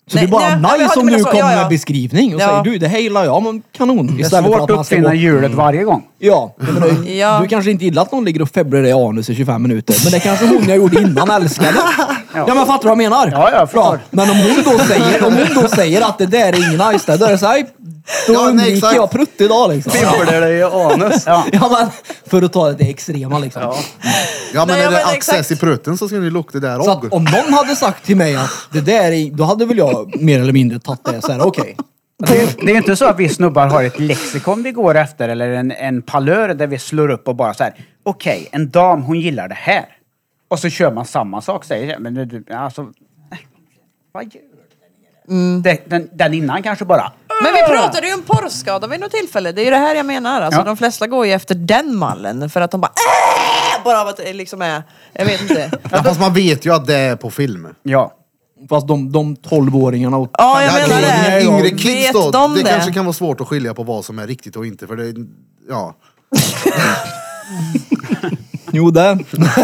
Så Nej, det är bara nej, jag har nice inte om du menat så. kommer Ja, ja. med beskrivning och Ja. säger du, det här gillar jag, men kanon. Det är Istället för svårt att att man ska uppfinna gå... hjulet varje gång. Ja, jag menar, Ja. du kanske inte gillar att någon ligger och febbrar i anus i tjugofem minuter. Men det kanske hon jag gjorde innan älskade. Ja, ja men fattar du vad jag menar? Ja, jag förstår. Men om hon då säger, om hon då säger att det där är ingen nice, då är det såhär, då Ja, nej, undviker exakt. jag prutt idag liksom. Fibbar det i anus. Ja. Ja men, för att ta det extrema liksom. Ja. Ja, men Nej, är det men access exakt. i prutten så ska ni lukta där Så att också. om någon hade sagt till mig att det där är, då hade väl jag mer eller mindre tagit det såhär, okej. Det är, det är ju inte så att vi snubbar har ett lexikon vi går efter eller en, en palör där vi slår upp och bara så här. Okej, en dam hon gillar det här. Och så kör man samma sak säger jag. Men du, alltså... nej, vad gör du? Mm. Den, den, den innan kanske bara... Men vi pratade ju om porrskada vid något tillfälle. Det är ju det här jag menar. Alltså, Ja. de flesta går ju efter den mallen. För att de bara äh! Bara av att det liksom är... Jag vet inte. Ja, fast man vet ju att det är på film. Ja. Fast de, de tolvåringarna och... Ja, jag Ja, menar det- det. Yngre kids Vet då, de det det? kanske kan vara svårt att skilja på vad som är riktigt och inte. För det, ja. Jo det.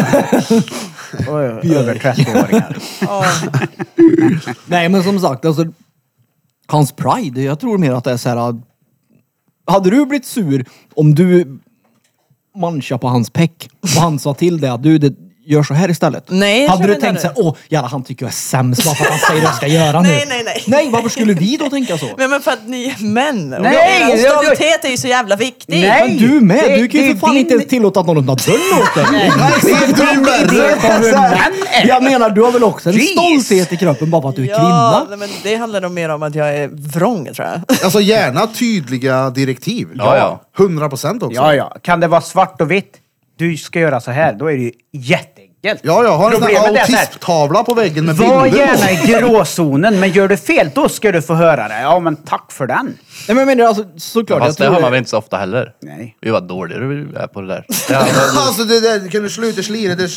Oj, över trettio-åringar. Ja. Nej men som sagt, alltså hans pride, jag tror mer att det är så här. Hade du blivit sur om du manchade på hans peck och han sa till dig att du det, gör så här istället? Nej, det hade tror du jag tänkt inte. så här, åh jävlar han tycker jag är sämst bara för att han säger det jag ska göra nu? Nej, nej, nej. Nej, varför skulle vi då tänka så? Men, men för att ni är män. Och Nej, jag- jag- jag- stolthet är ju så jävla viktig. Nej. Men du med, Det- du kan ju det för fan är inte din- ens tillåta att någon öppnar dörren åt dig. Nej, det är din idé på hur män är. Jag menar, du har väl också en Jeez. stolthet i kroppen bara för att du är Ja, kvinna? nej, men det handlar nog mer om att jag är vrång, tror jag. Alltså gärna tydliga direktiv. Ja, ja. Hundra procent också. Ja, ja. Kan det vara svart och vitt? Du ska göra så här. Då är det ju jätteenkelt. Ja, jag har en sån här Problemet är så här, autismtavla på väggen med var bilder gärna på. i gråzonen, men gör du fel, då ska du få höra det. Ja, men tack för den. Nej men jag menar alltså såklart. Fast det jag har tror man väl inte så ofta heller. Nej. Vi var dåliga du är på det där. Det händer Alltså det där, kan du sluta slira? Det är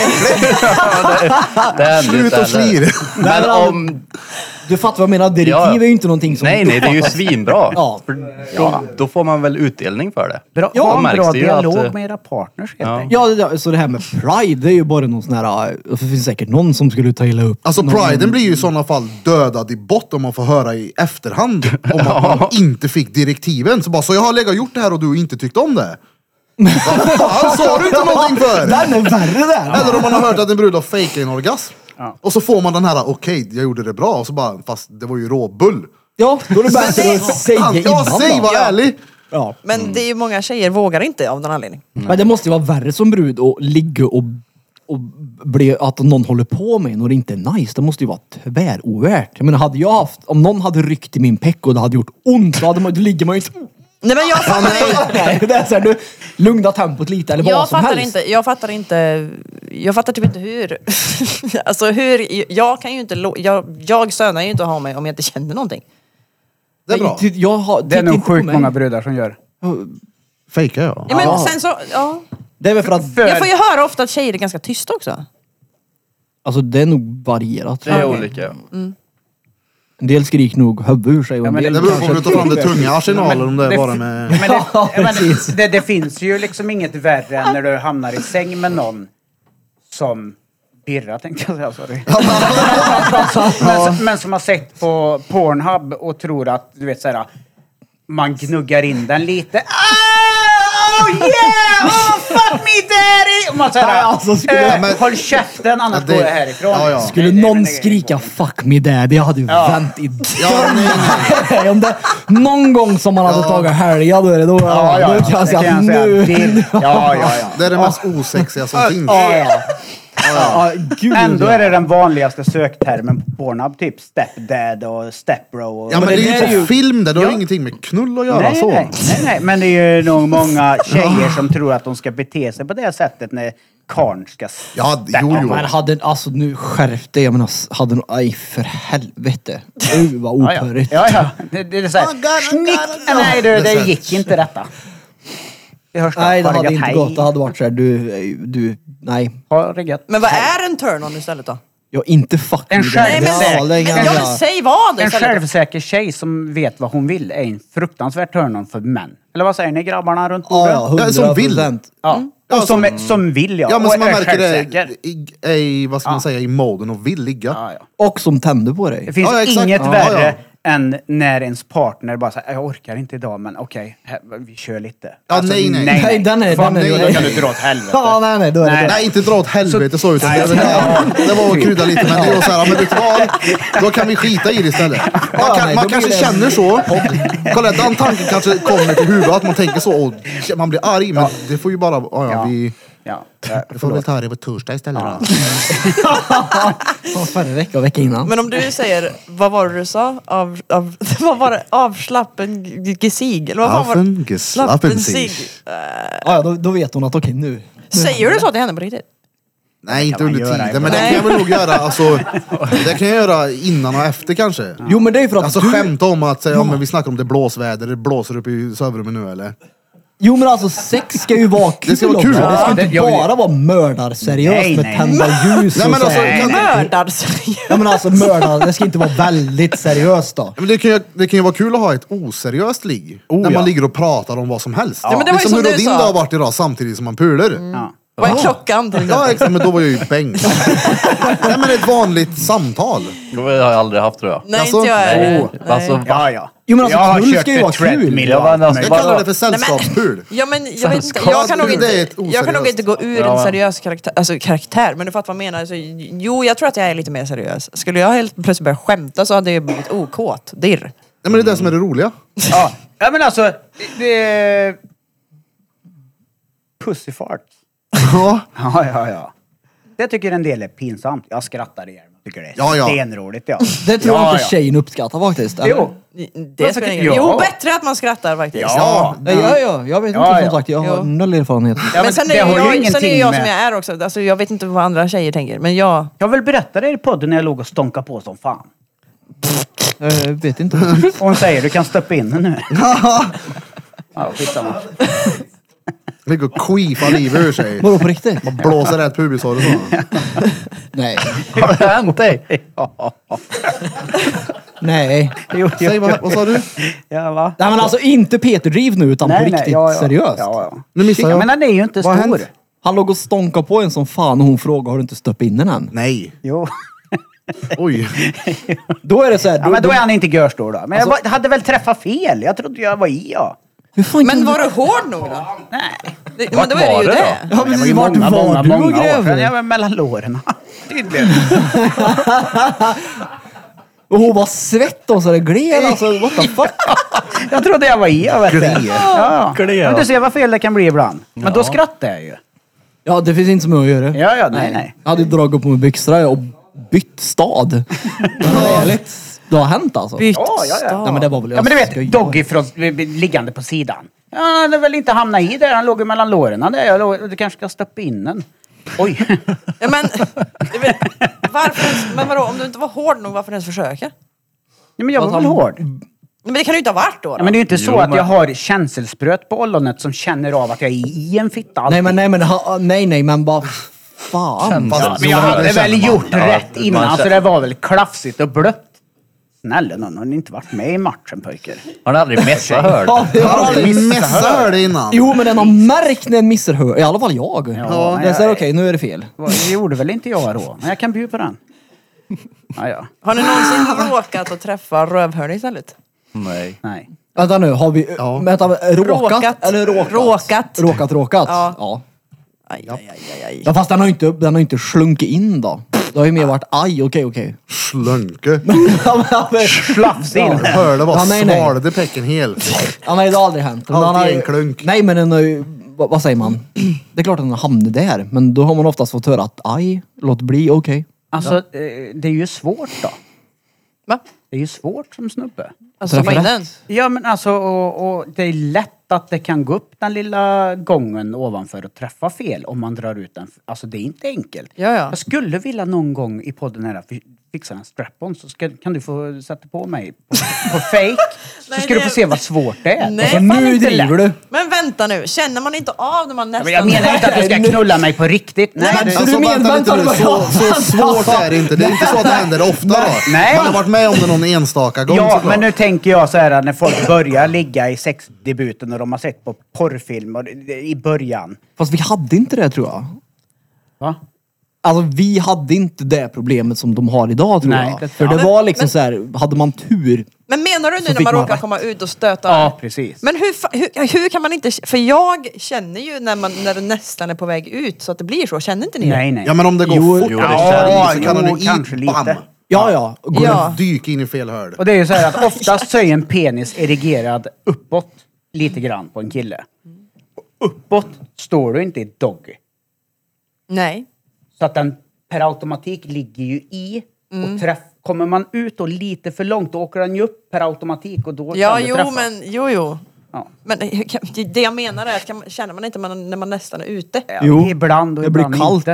det händer Slut inte och heller. slira. Men om... Du fattar vad jag menar, direktiv Ja. är ju inte någonting som... Nej, nej, det är ju svinbra. Ja. För då, då får man väl utdelning för det. Bra, Ja, ha då en märks bra det ju att, dialog eh, med era partners helt ja. enkelt. Ja, det där- så det här med pride, det är ju bara någon sån här... Det finns säkert någon som skulle ta illa upp. Alltså någon, priden blir ju i sådana fall dödad i botten om man får höra i efterhand om att man inte fick direktiven. Så bara, så jag har legat och gjort det här och du inte tyckte om det. Vad fan sa du inte någonting för? Den är värre där! Eller om man har hört att en brud har fejkat en orgasm. Ja. Och så får man den här, okej, jag gjorde det bra. Och så bara, fast det var ju råbull. Ja, då är det bättre att säga Ja, innan säg, då. var ärlig. Ja. Men det är ju många tjejer vågar inte av någon anledning. Men det måste ju vara värre som brud att ligga och, och bli, att någon håller på med en och det inte är nice. Det måste ju vara tvärovärt. Jag menar, hade jag haft, om någon hade ryckt i min peck och det hade gjort ont, då, hade man, då ligger man ju inte... Nej, men jag fattar, Nej, det är så här, du lugna tempot lite eller vad jag som fattar helst. inte. Jag fattar inte. Jag fattar typ inte hur. Alltså hur. Jag kan ju inte. lo- Jag, jag sönar ju inte att ha mig om jag inte känner någonting. Det är bra. Nej, jag har, Det är titta nog inte på sjukt mig. många brudar som gör. Fejkar jag? Ja, men Ja. sen så. Ja. Det är väl för att, För- Jag får ju höra ofta att tjejer är ganska tysta också. alltså det är nog varierat. Det är Okej. olika. En del skriker nog huvud ur sig och Ja, en men del Det beror på om kanske- du tar fram det tunga arsenalen om det är det- bara med... Men, det, Ja, jag menar, precis. det, det finns ju liksom inget värre än när du hamnar i säng med någon som Birra tänkte jag säga, sorry. men, som- men som har sett på Pornhub och tror att, du vet såhär, man gnuggar in den lite. Oh yeah! Oh fuck me daddy! Och man säger, Nej, alltså, skulle- eh, men- håll käften annars Ja, det- går jag härifrån. ja, ja. Skulle Nej, nej, någon men det- skrika 'fuck me daddy' jag hade ju Ja. vänt i... Ja, nej, nej. Om det någon gång som man hade Ja. tagit helga då är det då, Ja, ja, då ja. kan jag Det säga kan att jag nu... säga. Det- Ja, ja, ja. Det är det mest osexiga som finns. Ja, ja. Ja, gud, Ändå ja. är det den vanligaste söktermen på Pornhub, typ stepdad och stepbro. Och... Ja, men, Men det det är där ju är på ju- film det, det har Ja. ingenting med knull att göra nej, så. nej, nej, nej, men det är ju nog många tjejer som tror att de ska bete sig på det sättet när karln ska Ja, steppa. jo, jo. Men hade, alltså nu skärp dig, jag menar, hade nog, aj för helvete. Uh, vad Ja, ja. opörigt. Ja, ja. Det, det är såhär, Oh, God, oh, snick! God, oh, Nej, du, Det är det så här- gick inte detta. Det hörs Nej, det Har hade riggat inte hej? gått. Det hade varit såhär, du, du, nej. Har riggat. Men vad är en turn-on istället då? Jag inte fucking En idé. självsäker- Ja, det är Ja, ganska- men säg vad En istället. självsäker tjej som vet vad hon vill är en fruktansvärt turn-on för män. Eller vad säger ni grabbarna runt Ja, bordet? ja, hundra Ja, som vill. procent. Ja. Och som, som vill ja. Ja men och som man är märker självsäker. det i, i, vad ska man säga, i moden och vill ligga. Ja, ja. Och som tänder på dig. Det finns Ja, exakt. inget Ja, värre ja. än när ens partner bara säger jag orkar inte idag men okej, här, vi kör lite. Ja, nej, nej. nej, Nej, den är- Fan, den är- nej, då kan du dra åt helvete. Ja, nej, nej, då är det Nej. det. Nej, inte dra åt helvete så, utan Nej, det, det, det var att krydda lite. Men det är så här, men vet du vad? Då kan vi skita i det istället. Man, Ja, kan, nej, man då kanske blir det- känner så. Kolla, den tanken kanske kommer till huvudet, att man tänker så och man blir arg. Men det får ju bara, ja, ja, Ja. vi, Ja, vi får väl ta det på torsdag istället då. Som förra veckan och veckan innan. Men om du säger, vad var det du sa? Av, av, vad var det? Avslappen g- gesig? Eller vad fan var det? Affen geslappen sig. Äh, Ja, ja, då, då vet hon att okej nu. Säger du så till henne på riktigt? Nej, inte kan man under göra tiden. Men ibland. det kan jag väl nog göra, alltså, det kan jag göra innan och efter kanske. Jo men det är ju för att Alltså du... skämta om att säga, ja, men vi snackar om det blåsväder, det blåser upp i sovrummet nu eller? Jo men alltså sex ska ju vara kul, Det ska vara kul. också. Det ska Ja, inte det- jag vill- bara vara mördarseriöst Nej, med nej. tända ljus Nej, och men så. alltså, här. kan- Mördarseriöst. Ja men alltså mördar, det ska inte vara väldigt seriöst då. Men det kan, ju, det kan ju vara kul att ha ett oseriöst ligg. Oh, när man ja. ligger och pratar om vad som helst. Ja, men det var ju liksom som hur du då din sa. dag har varit idag samtidigt som man pular. Ja. Vad är klockan till Ja exempel? exakt, men då var jag ju bänk. Nej men ett vanligt samtal. Det har jag aldrig haft tror jag. Nej, Alltså, inte jag heller. Nej. Alltså, Ja, ja. Jo, men alltså, jag har knull kört ska ju ett vara kul. treadmill Ja, och men allt alltså, Jag möjligt. kallar det för sällskapspul. Ja men jag vet inte, jag kan nog Det är inte, ett oseriöst. jag kan nog inte gå ur Ja. en seriös karaktär, alltså karaktär, men du fattar vad jag menar. Så, jo, jag tror att jag är lite mer seriös. Skulle jag helt plötsligt börja skämta så hade jag blivit okåt. Dirr. Nej men det är det som är det roliga. Ja. Ja, men alltså... Det... Pussyfart. Ja. Ja, ja, ja. Det tycker en del är pinsamt. Jag skrattar ihjäl mig. Tycker det är Ja, ja. stenroligt. Ja. Det tror jag Ja, inte ja. tjejen uppskattar faktiskt. eller? Jo. Det spelar ingen Ja. roll. Jo, bättre att man skrattar faktiskt. Ja. Ja, ja, ja, jag vet inte Ja, som ja. sagt, jag har Jo. noll erfarenhet. Ja, Men men sen det är, har ju jag, sen är ingenting jag som med... jag är också. Alltså, jag vet inte vad andra tjejer tänker. Men jag... Jag vill berätta det i podden när jag låg och stånkade på som fan. Jag vet inte. Och hon säger, du kan stoppa in den nu. Ja, skitsamma. Ligger och queefar livet ur sig. Vadå på riktigt? Blåser rätt pubishår och så. Nej. har det hänt dig? Ja. Nej. Jo, jo, Säg vad, jo. vad sa du? Ja, va? Nej men alltså inte Peter Driv nu utan på riktigt ja, ja. seriöst. Ja, ja. Nu missar jag. Men den är ju inte Vad har stor. hänt? Han låg och stånkade på en som fan och hon frågade har du inte stoppat in den än? Nej. Jo. Oj. Då är det så här, Ja, men då är han inte görstor då. Men jag var- hade väl träffat fel. Jag trodde jag var i, ja. Hur fan kan Men du- var du hård nog då? Nej. Det, men då är det ju var det det. Ja, Det var precis, ju vart många, var många, du och många år sedan. grävde? Jag var mellan låren. Tydligen. Och hon var svett och så det gled alltså, what the fuck? Jag trodde jag var i, jag vet Gled. det. Ja. Gled. Men du ser vad fel det kan bli ibland. Men då skrattar jag ju. Ja det finns inte så mycket att göra. Ja, ja, nej, nej. Jag hade ju dragit på mig byxorna och bytt stad. Det var ärligt. Det har hänt alltså. Bytt Ja, ja, ja. stad. Nej men det var väl Ja, men du skojar. vet, Doggy från, liggande på sidan. Ja, han hade väl inte hamnat i där. Han låg ju mellan låren. Där. Jag låg, du kanske ska stoppa in den. Oj. Ja, men, du vet, varför ens, men vadå, om du inte var hård nog, varför ens försöka? Ja, men jag var väl hård. Men det kan du inte ha varit då. då. Ja, men det är ju inte så Jo, att men- jag har känselspröt på ollonet som känner av att jag är i en fitta alltid. Nej men nej men ha, nej nej men bara fan. Fast- Ja, men jag Jo, hade det väl känner man. gjort Ja, rätt man innan, så känner- det var väl klafsigt och blött. Snälla någon, har ni inte varit med i matchen pojkar? Har ni aldrig messat hörd? Ja, det Jag har var aldrig aldrig- messat det innan. Jo men den har märkt när en missar hör. I alla fall jag. Ja, det är så här, okej nu är det fel. Det gjorde väl inte jag då, men jag kan bjuda på den. Ja, ja. Har ni någonsin råkat att träffa rövhörn istället? Nej. Nej. Vänta nu, har vi Ja. vänta, råkat, Råkat. eller råkat? Råkat. Råkat, råkat. Ja. Ja. Aj, aj, aj, aj, aj. Ja fast den har ju inte, den har inte slunkit in då. Det har ju mer varit aj, okej okej. Slunke. Ja, men- men- Slafs in. Jag hörde vad Ja, nej, nej. svalde pecken helt. Ja, nej det har aldrig hänt. Men Allt han har i ju- en klunk. Nej men den har ju, vad, vad säger man? Det är klart att den har hamnat där. Men då har man oftast fått höra att aj, låt bli, okej. Alltså, eh, det är ju svårt då. Va? Det är ju svårt som snubbe. Alltså, stoppa in den? Ja, men alltså, och, och det är lätt att det kan gå upp den lilla gången ovanför och träffa fel om man drar ut den. Alltså det är inte enkelt. Ja, ja. Jag skulle vilja någon gång i podden här fixa en strap-on så ska, kan du få sätta på mig på, på fake. Så Nej, ska du det- få se vad svårt det är. Nej, Alltså, fan Nu inte driver lätt. du. Men vänta nu, känner man inte av när man nästan... Men jag menar inte att du ska knulla mig på riktigt. Nej, men- det, Så du menar- vänta lite vänta, nu, vänta, så, så svårt är det inte. Det är inte så att det händer ofta då. Nej. Man har varit med om det någon enstaka gång ja, såklart. men nu tänker jag så här att när folk börjar ligga i sexdebuten och de har sett på porrfilm och det- i början. Fast vi hade inte det tror jag. Va? Alltså vi hade inte det problemet som de har idag tror Nej, jag. det- För det Men- var liksom men- så här, hade man tur. Men menar du nu Så när fick man man råkar rätt. komma ut och stöta? Ja, precis. Men hur, fa- hur, hur kan man inte... För jag känner ju när, man, när det nästan är på väg ut så att det blir så. Känner inte ni det? Nej, nej. Ja men om det går Jo, fort jo, och det kör känns- i så kan jo, han ju kanske i, lite. bam! Ja, ja. Går Ja. Dyk in i fel hörd. Och det är ju så här att oftast så är en penis erigerad uppåt lite grann på en kille. Och uppåt står du inte i doggy. Nej. Så att den per automatik ligger ju i och träff. Kommer man ut och lite för långt då åker den ju upp per automatik och då Ja, kan du jo, träffa. men... Jo, jo. Ja. Men hur kan- det jag menar är att kan, man- känner man inte man, när man nästan är ute? Ja, Jo, ibland och det blir ibland kallt. inte.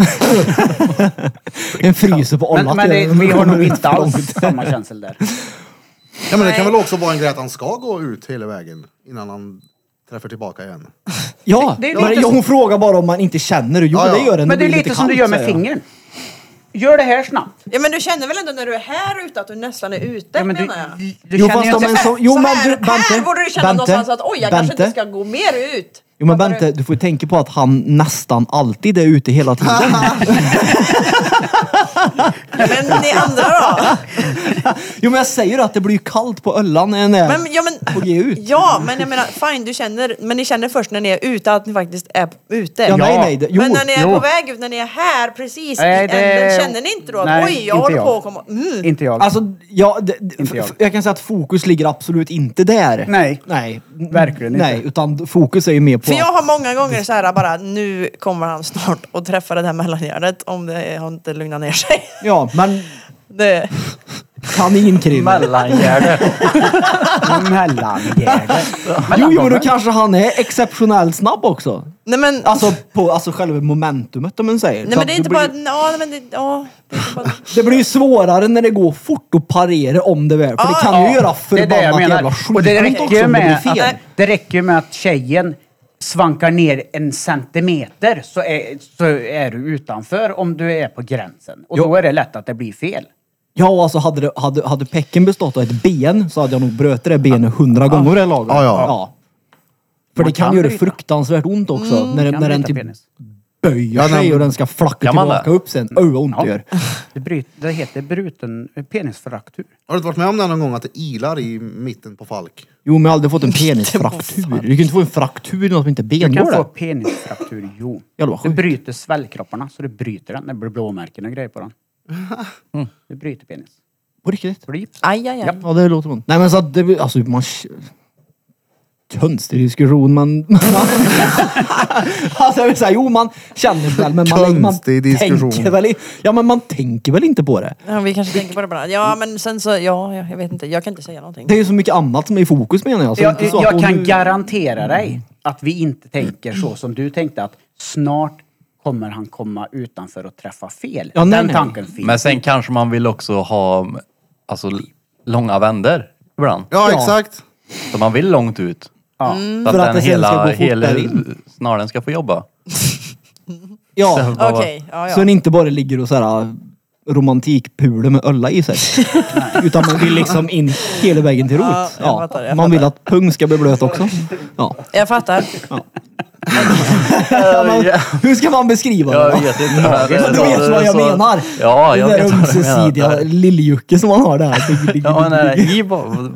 En fryser på ollat. Men, men det, vi har nog inte alls samma känsel där. Ja men det Nej. kan väl också vara en grej att han ska gå ut hela vägen innan han träffar tillbaka igen. Ja, Det är men lite ja, så- hon frågar bara om man inte känner det. Jo, Ja, ja. det gör den. Men det är blir lite som du kallt, gör med säger jag. fingern. Gör det här snabbt. Ja, men du känner väl ändå när du är här ute att du nästan är ute, Ja, men du, menar jag? du Jo, känner fast ju om inte... en så, jo så men här, du, Bente, här borde du känna Bente, någonstans att oj, jag kanske Bente. inte ska gå mer ut. Jo men Fattar Bente, du? du får ju tänka på att han nästan alltid är ute hela tiden. Men ni andra då? Jo men jag säger att det blir ju kallt på Öllan när jag är Men, ja, men, på G ut. ja, men jag menar, fine, du känner, men ni känner först när ni är ute att ni faktiskt är ute. Ja, nej, nej. Det, jo, Men när ni är jo. på väg ut, när ni är här precis Nej, i det- änden, känner ni inte då att Nej, oj, jag inte håller jag. på att komma... Mm. Inte jag. alltså, ja, det, det, Inte jag. f- jag kan säga att fokus ligger absolut inte där. Nej. Nej. Verkligen inte. Nej, utan fokus är ju mer på... För jag har många gånger så här bara, nu kommer han snart att träffa det där mellangärdet om det har inte lugnat ner sig. Ja, men Det, kaninkrim. Mellangärde. Mellangärde. Jo, jo, men då kanske han är exceptionellt snabb också. nej men, Alltså på alltså själva momentumet om man säger. nej Så men det är att inte blir, bara, ja men det, ja, det är inte bara... det blir ju svårare när det går fort att parera om det väl. För det Ja, kan ju Ja, göra det är det jag förbannat menar. jävla Och det skitont räcker också ju om det blir med fel. att, det räcker ju med att tjejen svankar ner en centimeter så är, så är du utanför om du är på gränsen. Och Jo. då är det lätt att det blir fel. Ja, alltså hade, det, hade, hade pecken bestått av ett ben så hade jag nog bröt det benet hundra gånger det laget. Ja, ja. För Man det kan kan göra bryta. fruktansvärt ont också. när Kan när den bryta typ penis. böjer Ja, sig den- och den ska flacka Kan man tillbaka det? upp sen. Öh, vad ont Ja. det gör. Det, bryt, det heter bruten penisfraktur. Har du inte varit med om det någon gång att det ilar i mitten på Falk? Jo, men jag har aldrig fått en penisfraktur. Du kan ju inte få en fraktur i något som inte är Du bengår kan få det. penisfraktur, jo. Ja, det var Du sjukt. bryter svällkropparna så du bryter den. Det blir blåmärken och grejer på den. Mm. Du bryter penis. På riktigt? Blir Aj, aj, aj. Ja, det låter ont. Nej, men så att det blir- alltså man... Konstig diskussion, man... alltså jag vill säga, jo man känner väl, men man, man Konstig diskussion. tänker väl... i- Ja, men man tänker väl inte på det. Ja, vi kanske tänker på det bara. Ja, men sen så, ja, jag jag vet inte. Jag kan inte säga någonting. Det är ju så mycket annat som är i fokus menar jag. Så Jag, inte så att jag hon kan nu- garantera dig att vi inte tänker så som du tänkte att snart kommer han komma utanför och träffa fel. Ja, nej, Den nej. tanken finns. Men sen kanske man vill också ha alltså, långa vändor ibland. Ja, Ja. exakt. Så man vill långt ut. Ja. Så För att att det den sen ska hela, gå fortare hela in. snaren ska få jobba. Ja, Okej, ja, så ja. den inte bara ligger och så här romantikpuler med ölla i sig. Utan man vill liksom in hela vägen till rot. Ja, jag Ja, fattar, jag man vill fattar. att pung ska bli blöt också. Ja. Jag fattar. Ja, men, hur ska man beskriva det? Jag då? vet inte. Men du vet vad jag Så- menar. Ja, jag det där vet vad du ömsesidiga menar. lilljucke som man har där. Ja, men nej, i bara...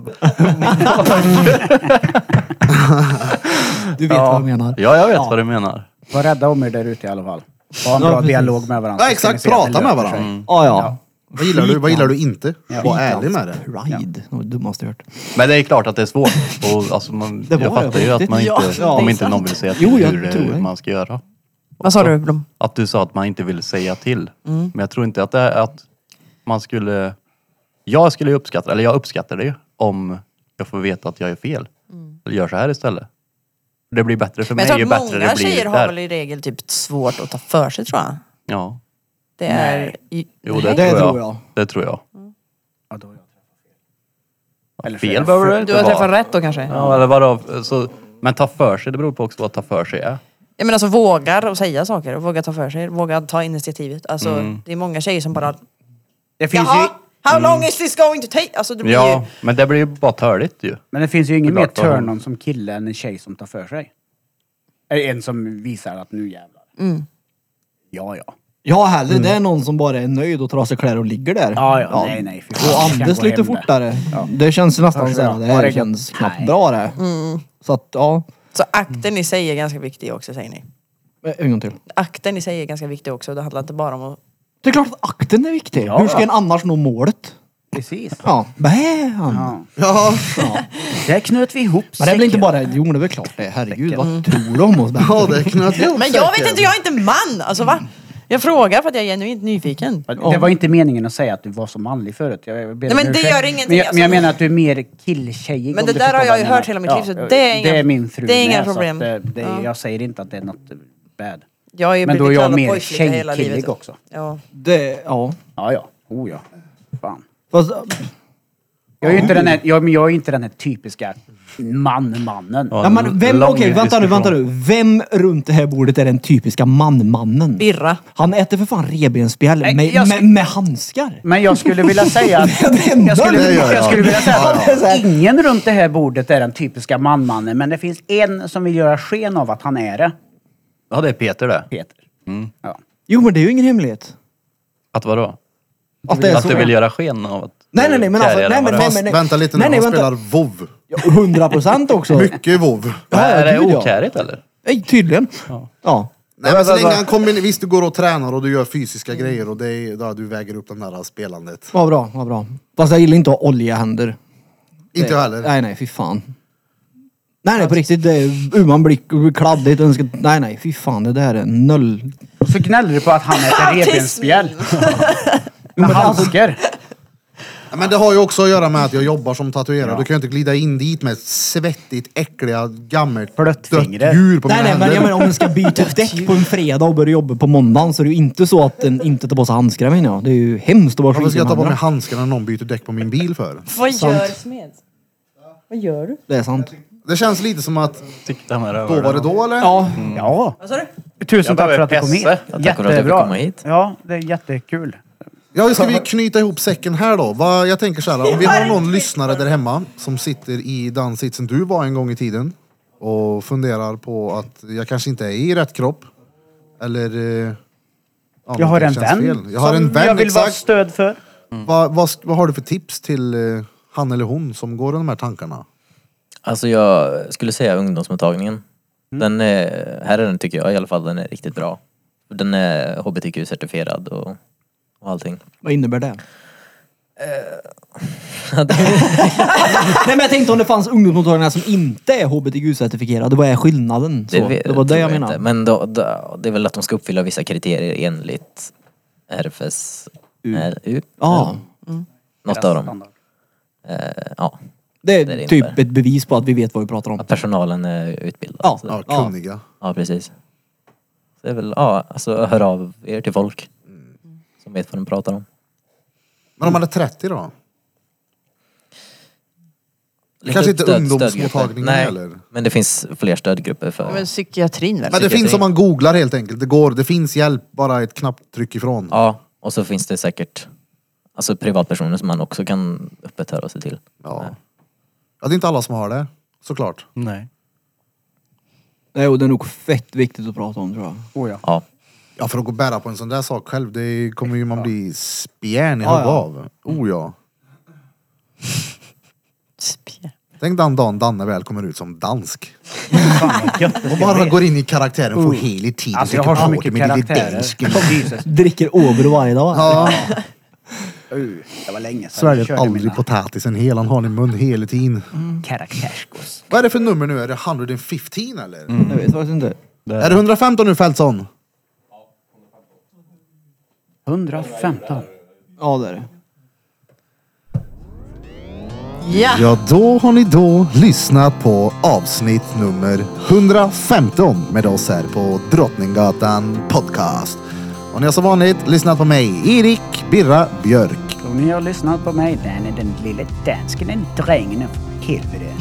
Du vet vad jag menar. Ja, jag vet Ja. vad du menar. Var rädda om er där ute i alla fall. Ha en Ja, bra precis. dialog med varandra. Ja, så ska ni exakt. se att det Prata med löser varandra. sig. Ja, ja. Vad gillar du, vad gillar du inte? Ja. Var ärlig med det. Pride. Det var det dummaste jag hört. Men det är klart att det är svårt. Och, alltså, man, Det var jag fattar det, ju att riktigt. man inte, Ja, om det är inte sant. någon vill säga Jo, till jag hur tror det, det. man ska göra. Vad sa du, Blom? Att du sa att man inte vill säga till. Men jag tror inte att det är att man skulle... Jag skulle uppskatta, eller jag uppskattar det ju om jag får veta att jag är fel. Eller gör så här istället. Det blir bättre för Men mig jag ju tror att bättre många det blir tjejer har där. väl i regel typ svårt att ta för sig, tror jag. Ja. Det är... I, Jo, det, Nej. Det tror, jag. tror jag. Det tror jag. Ja, då har jag träffat fel. Eller Fel behöver det inte Du har vara. träffat rätt då kanske? Ja, eller vadå? Så, men ta för sig, det beror på också vad ta för sig är. Jag menar alltså vågar och säga saker, och våga ta för sig, våga ta initiativet. Alltså Mm. det är många tjejer som bara... Det finns Jaha, ju, how long is this going to take? Alltså det blir Ja, ju... men det blir ju bara törligt ju. men det finns ju ingen mer Klart, då. turn-on som kille än en tjej som tar för sig. Eller en som visar att nu jävlar. Mm. Ja, ja. Ja, hellre det är någon som bara är nöjd och trasar kläder och ligger där. Ja, ja. Nej, nej. fy fan. Och Jag kan andas gå lite hem fortare. Ja. Det känns ju nästan Hörs så här, bra. det Ja, här det känns kan- knappt nej. bra det. Så att, ja. Så akten i sig är ganska viktig också, säger ni. En gång till. Akten i sig är ganska viktig också. Det handlar inte bara om att... Det är klart att akten är viktig. Ja. Hur ska en annars nå målet? Precis. Ja, bam! Ja. Ja, Där knöt vi ihop Men det blir inte säcken. bara, jo det är väl klart det. Herregud, vad tror de om oss? ja det knöt ihop Men jag vet säcken. inte, jag är inte man! Alltså va? Jag frågar för att jag är genuint nyfiken. Det var inte meningen att säga att du var så manlig förut. Jag ber Nej, om men det ursäkt. gör ingenting, Men jag, men jag alltså. menar att du är mer killtjejig. Men om det du där förstår har jag vad ju menar. hört hela mitt liv, så det är inga- det är min fru det är inga med, så problem. att det, det, Ja. Jag säger inte att det är något bad. Jag har ju Men då är blivit jag kallad mer pojkflicka hela tjejkillig livet. också. Ja. Det, ja. Ja, ja. Oh, ja. Fan. Fast, Jag är ju inte den här, jag, men jag är inte den här typiska man-mannen. Ja. ja, men vem, Lång okej, vänta nu, diskussion. vänta nu. Vem runt det här bordet är den typiska man-mannen? Birra. Han äter för fan revbensspjäll Nej, med, jag ska- med, med handskar. Men jag skulle vilja säga att... Det är det enda jag, skulle, det gör jag. jag skulle vilja säga Ja, ja. att ingen runt det här bordet är den typiska man-mannen. Men det finns en som vill göra sken av att han är det. Ja, det är Peter det. Peter. Ja. Jo, men det är ju ingen hemlighet. Att vadå? Att det är Att så. du vill göra sken av att Nej, nej, nej, men du är alltså, kär i nej, den, men- vadå? nej, Fast men- nej. vänta lite nu, Nej, nej, han vänta. spelar WoW. Ja, hundra procent också. Mycket WoW. Ja, är det gud, ja. okärigt eller? Nej, tydligen. Ja. ja. Nej, men så länge han kombiner, visst du går och tränar och du gör fysiska grejer och det är, då, du väger upp det här spelandet. Vad bra, vad bra. Fast jag gillar inte att ha olja händer. Inte jag heller. Nej, nej, fy fan. Nej, nej, på riktigt. Det är man blir blir kladdigt. och ska- Nej, nej, fy fan. Det där är noll. Och så gnäller du på att han äter revbensspjäll. Med men alltså- handskar. Ja, men det har ju också att göra med att jag jobbar som tatuerare. Du kan ju inte glida in dit med svettigt, äckliga, gammalt, Blöttfingrar. dött djur på Nej, mina nej, men händer. jag menar om man ska byta däck på en fredag och börja jobba på måndagen så är det ju inte så att den inte tar på sig handskar, menar jag. Det är ju hemskt att vara Varför ska jag ta på mig andra. handskarna när någon byter däck på min bil för? Vad Sant. gör Smeds? Vad gör du? Det är sant. Det känns lite som att, Sikta med då var det då eller? Ja, Ja. Vad sa du? Tusen Jag tack för behöver att du kom hit. pesse. Ja, tack för att jag fick komma hit. Ja, det är jättekul. Ja, hur ska vi knyta ihop säcken här då? Vad, jag tänker så här, om vi har någon lyssnare där hemma som sitter i den sitsen du var en gång i tiden och funderar på att jag kanske inte är i rätt kropp. Eller... eh, ja, Jag har en någonting känns vän fel. Jag har en som vän, jag vill vara exakt. stöd för. Vad, vad, vad har du för tips till eh, han eller hon som går de här tankarna? Alltså jag skulle säga ungdomsmottagningen. Den är, här är den tycker jag i alla fall, den är riktigt bra. Den är H B T Q-certifierad och, och allting. vad innebär det? Ja, det- Nej, men jag tänkte om det fanns ungdomsmottagningar som inte är H B T Q-certifierade. Vad är skillnaden? Så, Det, det, vet- var det tror jag inte. menade. Men då, då, det är väl att de ska uppfylla vissa kriterier enligt R F S U. U. Ja. Något av dem. Standard. Eh, ja, Det är, Det är det typ inte. ett bevis på att vi vet vad vi pratar om. att personalen är utbildad. Ja. Så- Ja, Ja. kunniga. ja, precis. Så det är väl, ja, alltså hör av er till folk som vet vad de pratar om. Men om man är trettio då? Lägg Kanske upp inte stöd- ungdomsmottagningen stödgrupper. Nej, heller. men det finns fler stödgrupper för... Men psykiatrin väl? Men det Psykiatri. finns om man googlar helt enkelt. Det går, det finns hjälp bara ett knapptryck ifrån. Ja, och så finns det säkert alltså privatpersoner som man också kan öppet höra sig till. Ja. Ja, det är inte alla som har det. Såklart. Nej. Nej, och det är nog fett viktigt att prata om, tror jag. Oh, ja. Ja, Ja, för att gå och bära på en sån där sak själv, det kommer ju man bli spjärn i Ja, huvudet ja. av. Oh ja. Spjär. Tänk den dagen Danne väl kommer ut som dansk. Fan vad gött det Och ska bara bli. går in i karaktären, får hela tiden. Alltså jag har så mycket karaktärer. Jesus. Dricker Åbro varje dag. Ja, Uh, det var länge sedan. sväljer jag körde aldrig mina potatisen hel, han har den i mun hela tiden. Karaktärskos. Vad är det för nummer nu? Är det etthundrafemton eller? Jag vet faktiskt inte. Är det hundrafemton nu Fältson? hundrafemton. Ja, det är det. Ja. Ja, då har ni då lyssnat på avsnitt nummer hundrafemton med oss här på Drottninggatan podcast. Och ni har som vanligt lyssnat på mig, Erik Birra Björk. Och ni har lyssnat på mig, den är den lilla dansken, den drängen av helvete.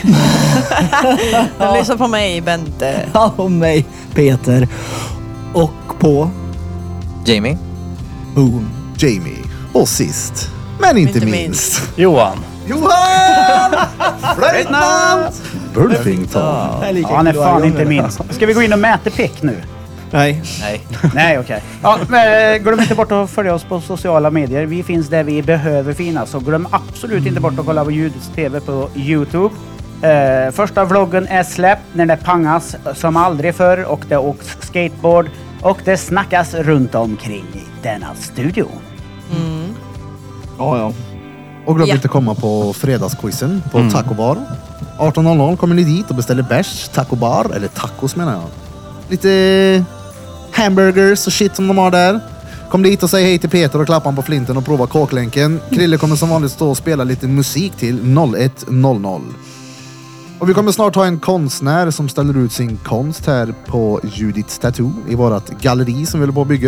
Du lyssnar på mig, Bente. Ja, och mig, Peter. Och på Jamie. Boom. Jamie. Och sist, men inte, Inte minst, Johan. Johan Flöjtnant Burfington. Ja, han är fan inte minst. Ska vi gå in och mäta pick nu? Nej. Nej. Nej, okej. Ja, men glöm inte bort att följa oss på sociala medier. Vi finns där vi behöver finnas. Så glöm absolut inte bort att kolla på Ljudets T V på YouTube. Eh, första vloggen är släppt när det pangas som aldrig förr. Och det åks skateboard. Och det snackas runt omkring i denna studio. Ja, ja. Och glöm Ja. inte komma på fredagsquizen på Mm. Taco Bar. arton noll noll kommer ni dit och beställer bärs, Taco Bar, eller tacos menar jag. Lite hamburgers och shit som de har där. Kom dit och säg hej till Peter och klappa han på flinten och prova kåklänken. Krille kommer som vanligt stå och spela lite musik till noll ett noll noll. Och vi kommer snart ha en konstnär som ställer ut sin konst här på Judiths Tattoo i vårat galleri som vi håller på och bygger.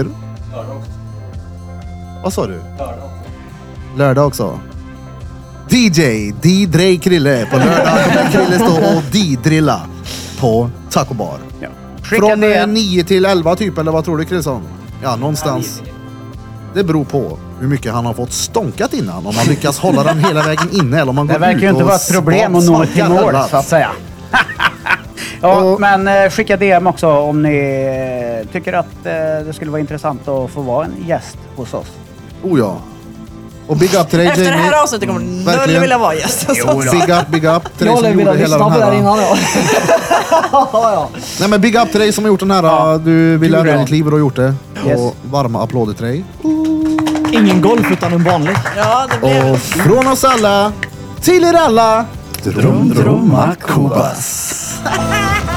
Vad sa du? Lördag också. D J, D-Dre Krille. På lördag kommer Krille stå och D-drilla på Taco Bar. Ja. Skicka Från det. eh, nio till elva typ, eller vad tror du Krillson? Ja, någonstans. Det beror på hur mycket han har fått stånkat innan. Om han lyckas hålla den hela vägen inne eller om han Det går verkar ut ju inte och vara ett problem att nå till mål, så att säga. Ja, Och- men eh, skicka D M också om ni eh, tycker att eh, det skulle vara intressant att få vara en gäst hos oss. Oh ja. Och big up till dig Efter det Jamie. här avsnittet kommer noll verkligen. vilja vara gäst. Big up, big up till dig Jag som hade gjorde velat hela lyssna den på det här här. innan, ja. Ja, ja. Nej men big up till dig som har gjort den här. Ja. Du vill Gjorde rädda det. ditt liv och du har gjort det. Yes. Och varma applåder till dig. Ingen golf utan en vanlig. Ja, det blev... Och från oss alla till er alla. Drum, drumma, kubas.